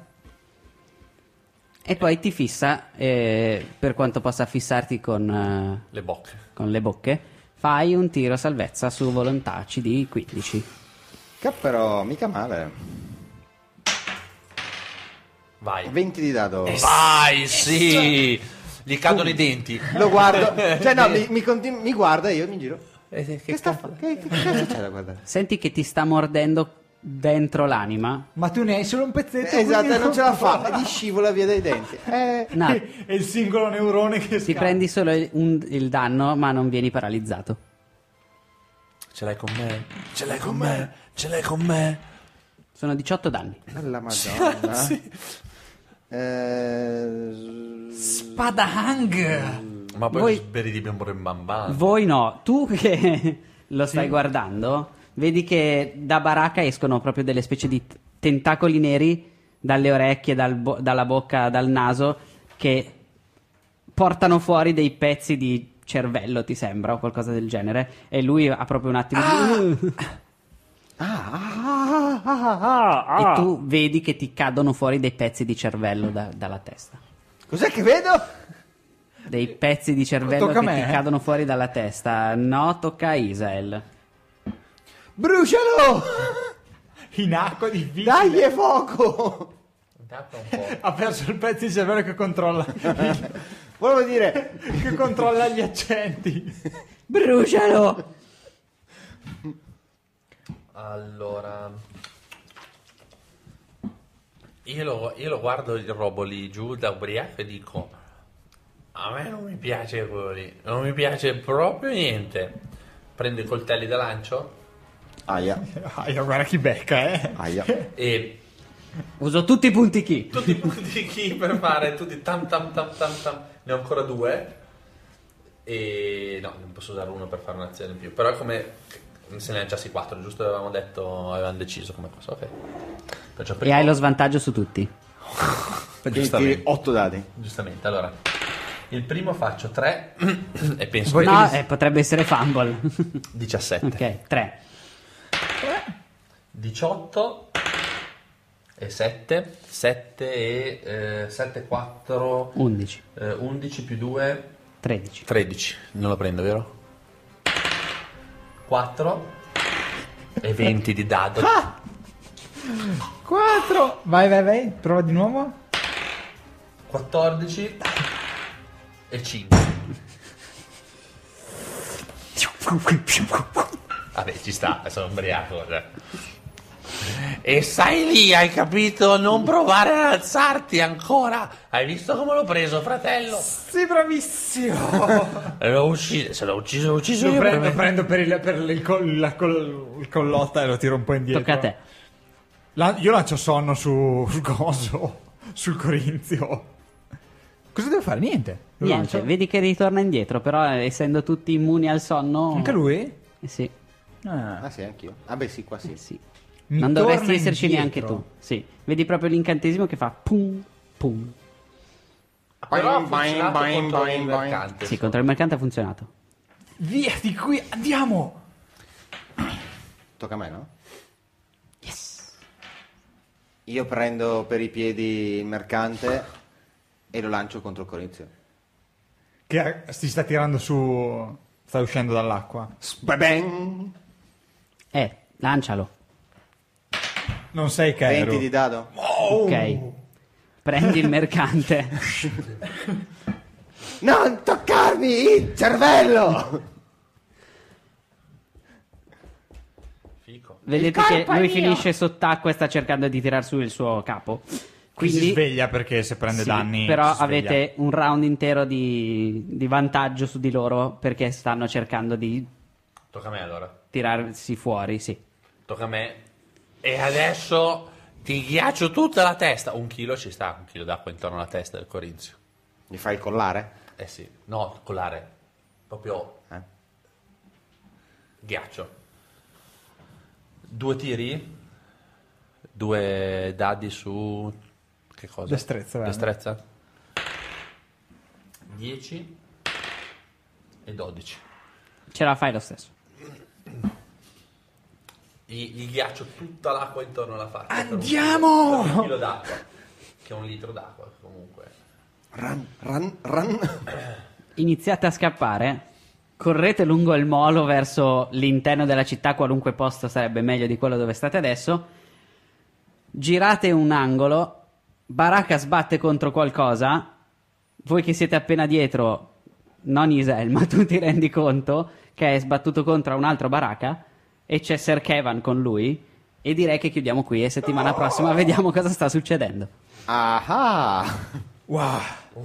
e poi ti fissa, per quanto possa fissarti con Le bocche. le bocche, fai un tiro salvezza su volontà CD 15. Che però mica male. Vai. 20 di dado. Vai, sì! Gli cadono i denti. Lo guardo. Cioè no, mi guarda e io mi giro. Che Che cazzo c'è da guardare? Senti che ti sta mordendo dentro l'anima. Ma tu ne hai solo un pezzetto. Esatto, quindi non ce la fa. E gli scivola via dai denti. No, È il singolo neurone che ti scappa. prendi solo il danno, ma non vieni paralizzato. Ce l'hai con me? Ce l'hai con me? Ce l'hai con me? Sono 18 danni. Alla Madonna. Spadahang! Ma poi Voi- speri di bambam. Voi no, tu che lo stai guardando, vedi che da Baracca escono proprio delle specie di tentacoli neri dalle orecchie, dalla bocca, dal naso, che portano fuori dei pezzi di cervello, ti sembra, o qualcosa del genere. E lui ha proprio un attimo di... E tu vedi che ti cadono fuori dei pezzi di cervello dalla testa. Cos'è che vedo? Dei pezzi di cervello Tocca che a me, ti cadono fuori dalla testa. No, tocca a Isael. Brucialo! In acqua difficile. Dagli fuoco! Tappa un po'. Ha perso il pezzo di cervello che controlla. Volevo dire, che controlla gli accenti. Brucialo! Allora, io lo guardo il robo lì giù da ubriaco e dico: a me non mi piace quello lì, non mi piace proprio niente. Prendo i coltelli da lancio aia, Guarda chi becca, aia. e Uso tutti i punti chi. tutti i punti chi per fare tutti tam tam tam tam tam. Ne ho ancora 2 e no, non posso usare uno per fare un'azione in più, però è come se ne lanciassi 4, giusto? Avevamo deciso come cosa, ok. Perciò E hai lo svantaggio su tutti. Quindi tiri 8 dadi. Giustamente, allora il primo faccio 3 e penso No, che potrebbe essere fumble. 17 Ok, 3. 18 e 7 e 7 4 11. 11 più 2 13. 13, non lo prendo, vero? 4 e 20 di dado. 4. Vai. Prova di nuovo. 14 e 5. Vabbè, ci sta, sono ubriaco. E stai lì, hai capito? Non provare ad alzarti ancora. Hai visto come l'ho preso, fratello? Sei bravissimo. L'ho ucciso, se l'ho ucciso Lo io. prendo per il collotta e lo tiro un po' indietro. Tocca a te. Io lancio sonno sul coso, sul Corinzio. Cosa devo fare? Niente. Lo Niente, lancio. vedi che ritorna indietro, però essendo tutti immuni al sonno... Anche lui? Sì, Ah sì, anch'io. Ah beh sì, qua sì. sì. Mi Non torna dovresti esserci indietro. neanche tu. Sì, vedi proprio l'incantesimo che fa pum, pum, Però ha Boing, boing, funzionato boing, contro boing, il boing. mercante. Sì, contro il mercante ha funzionato. Via di qui, andiamo! Tocca a me, no? Io prendo per i piedi il mercante e lo lancio contro il Corinzio. Che si sta tirando su... sta uscendo dall'acqua. Sbabang! Lancialo. Non sei Kairu. 20 di dado. Ok. Prendi il mercante. Non toccarmi il cervello! Fico. Vedete che lui finisce sott'acqua e sta cercando di tirar su il suo capo. Qui si Quindi, sveglia perché se prende sì, danni però si sveglia. avete un round intero di vantaggio su di loro perché stanno cercando di Tocca a me allora. tirarsi fuori, sì. Tocca a me. E adesso ti ghiaccio tutta la testa. 1 chilo ci sta, 1 chilo d'acqua intorno alla testa del Corinzio. Gli fai il collare? Eh sì, no, collare. Proprio ghiaccio. 2 tiri. 2 dadi su... Che cosa? Destrezza, vero? Destrezza. 10 e 12. Ce la fai lo stesso. Gli ghiaccio tutta l'acqua intorno alla faccia. Andiamo! Per 1 chilo d'acqua. Che è 1 litro d'acqua comunque. Run. Iniziate a scappare. Correte lungo il molo verso l'interno della città, qualunque posto sarebbe meglio di quello dove state adesso. Girate un angolo, Baraka sbatte contro qualcosa, voi che siete appena dietro, non Isel, ma tu ti rendi conto che è sbattuto contro un altro Baraka e c'è Sir Kevan con lui e direi che chiudiamo qui e settimana prossima vediamo cosa sta succedendo. Ah! Wow.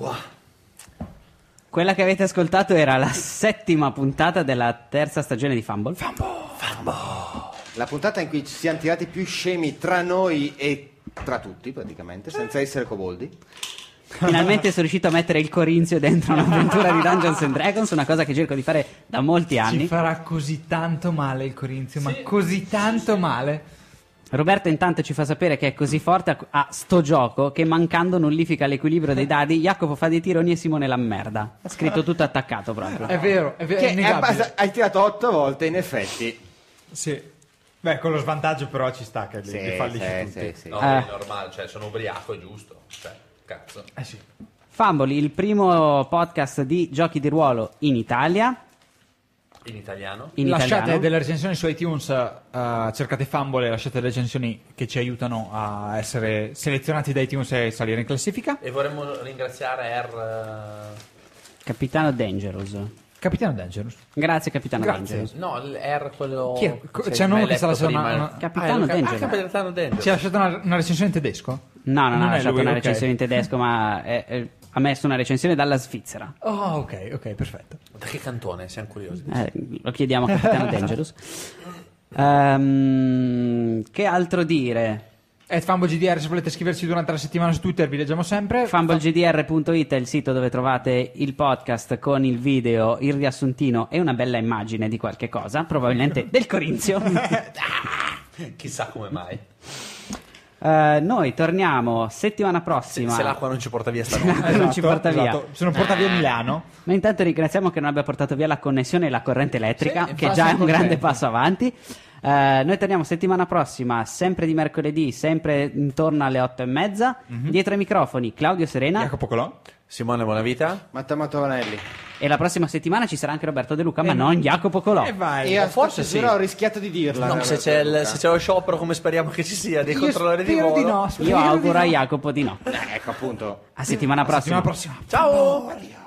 Quella che avete ascoltato era la 7ª puntata della 3ª stagione di Fumble. La puntata in cui ci siamo tirati più scemi tra noi e tra tutti, praticamente, senza essere coboldi. Finalmente sono riuscito a mettere il Corinzio dentro un'avventura di Dungeons and Dragons, una cosa che cerco di fare da molti Ci anni. farà così tanto male il Corinzio, ma così tanto male. Roberto intanto ci fa sapere che è così forte a sto gioco che mancando nullifica l'equilibrio dei dadi. Jacopo fa dei tironi e Simone la merda. Ha scritto tutto attaccato proprio. È vero, è Che è innegabile. hai tirato 8 volte, in effetti. Sì. Beh, con lo svantaggio però ci sta che li fallisci tutti. sì. No, è normale, cioè sono ubriaco, è giusto. Cioè, cazzo. Sì. Fumble, il primo podcast di giochi di ruolo in Italia. In italiano? In Lasciate italiano. delle recensioni su iTunes, cercate Fumble e lasciate delle recensioni che ci aiutano a essere selezionati da iTunes e salire in classifica. E vorremmo ringraziare R... Capitano Dangerous. Capitano Dangerous. Grazie Capitano Grazie. Dangerous. No, il R quello... Chi è? che C'è un uomo hai che sta letto lasciando prima. una- Capitano Dangerous. Capitano Dangerous. Ci ha lasciato una recensione in tedesco? No, non ha è lasciato lui, una ok. recensione in tedesco, ma ha messo una recensione dalla Svizzera. Oh, ok, perfetto. Da che cantone? Siamo curiosi. Lo chiediamo a Capitano Dangerous. Che altro dire? @FumbleGDR se volete scriverci durante la settimana su Twitter, vi leggiamo sempre. FumbleGDR.it è il sito dove trovate il podcast con il video, il riassuntino e una bella immagine di qualche cosa, probabilmente del Corinzio. Chissà come mai. Noi torniamo settimana prossima. Se l'acqua non ci porta via stanotte. Non ci porta via. Esatto. Se non porta via Milano. Ma intanto ringraziamo che non abbia portato via la connessione e la corrente elettrica, Sì, che infatti già è sono un grande contento. passo avanti. Noi torniamo settimana prossima, sempre di mercoledì, sempre intorno alle 8:30. Dietro ai microfoni Claudio Serena. Jacopo Colò. Simone Buonavita? Matteo Matovanelli. E la prossima settimana ci sarà anche Roberto De Luca, ma non Jacopo Colò. E vai. E forse forse sì. ho rischiato di dirla. No, se c'è lo sciopero come speriamo che ci sia dei controllori di volo. Spero di no. Io auguro a Jacopo di no. Ecco appunto. A settimana prossima. Settimana prossima. Ciao!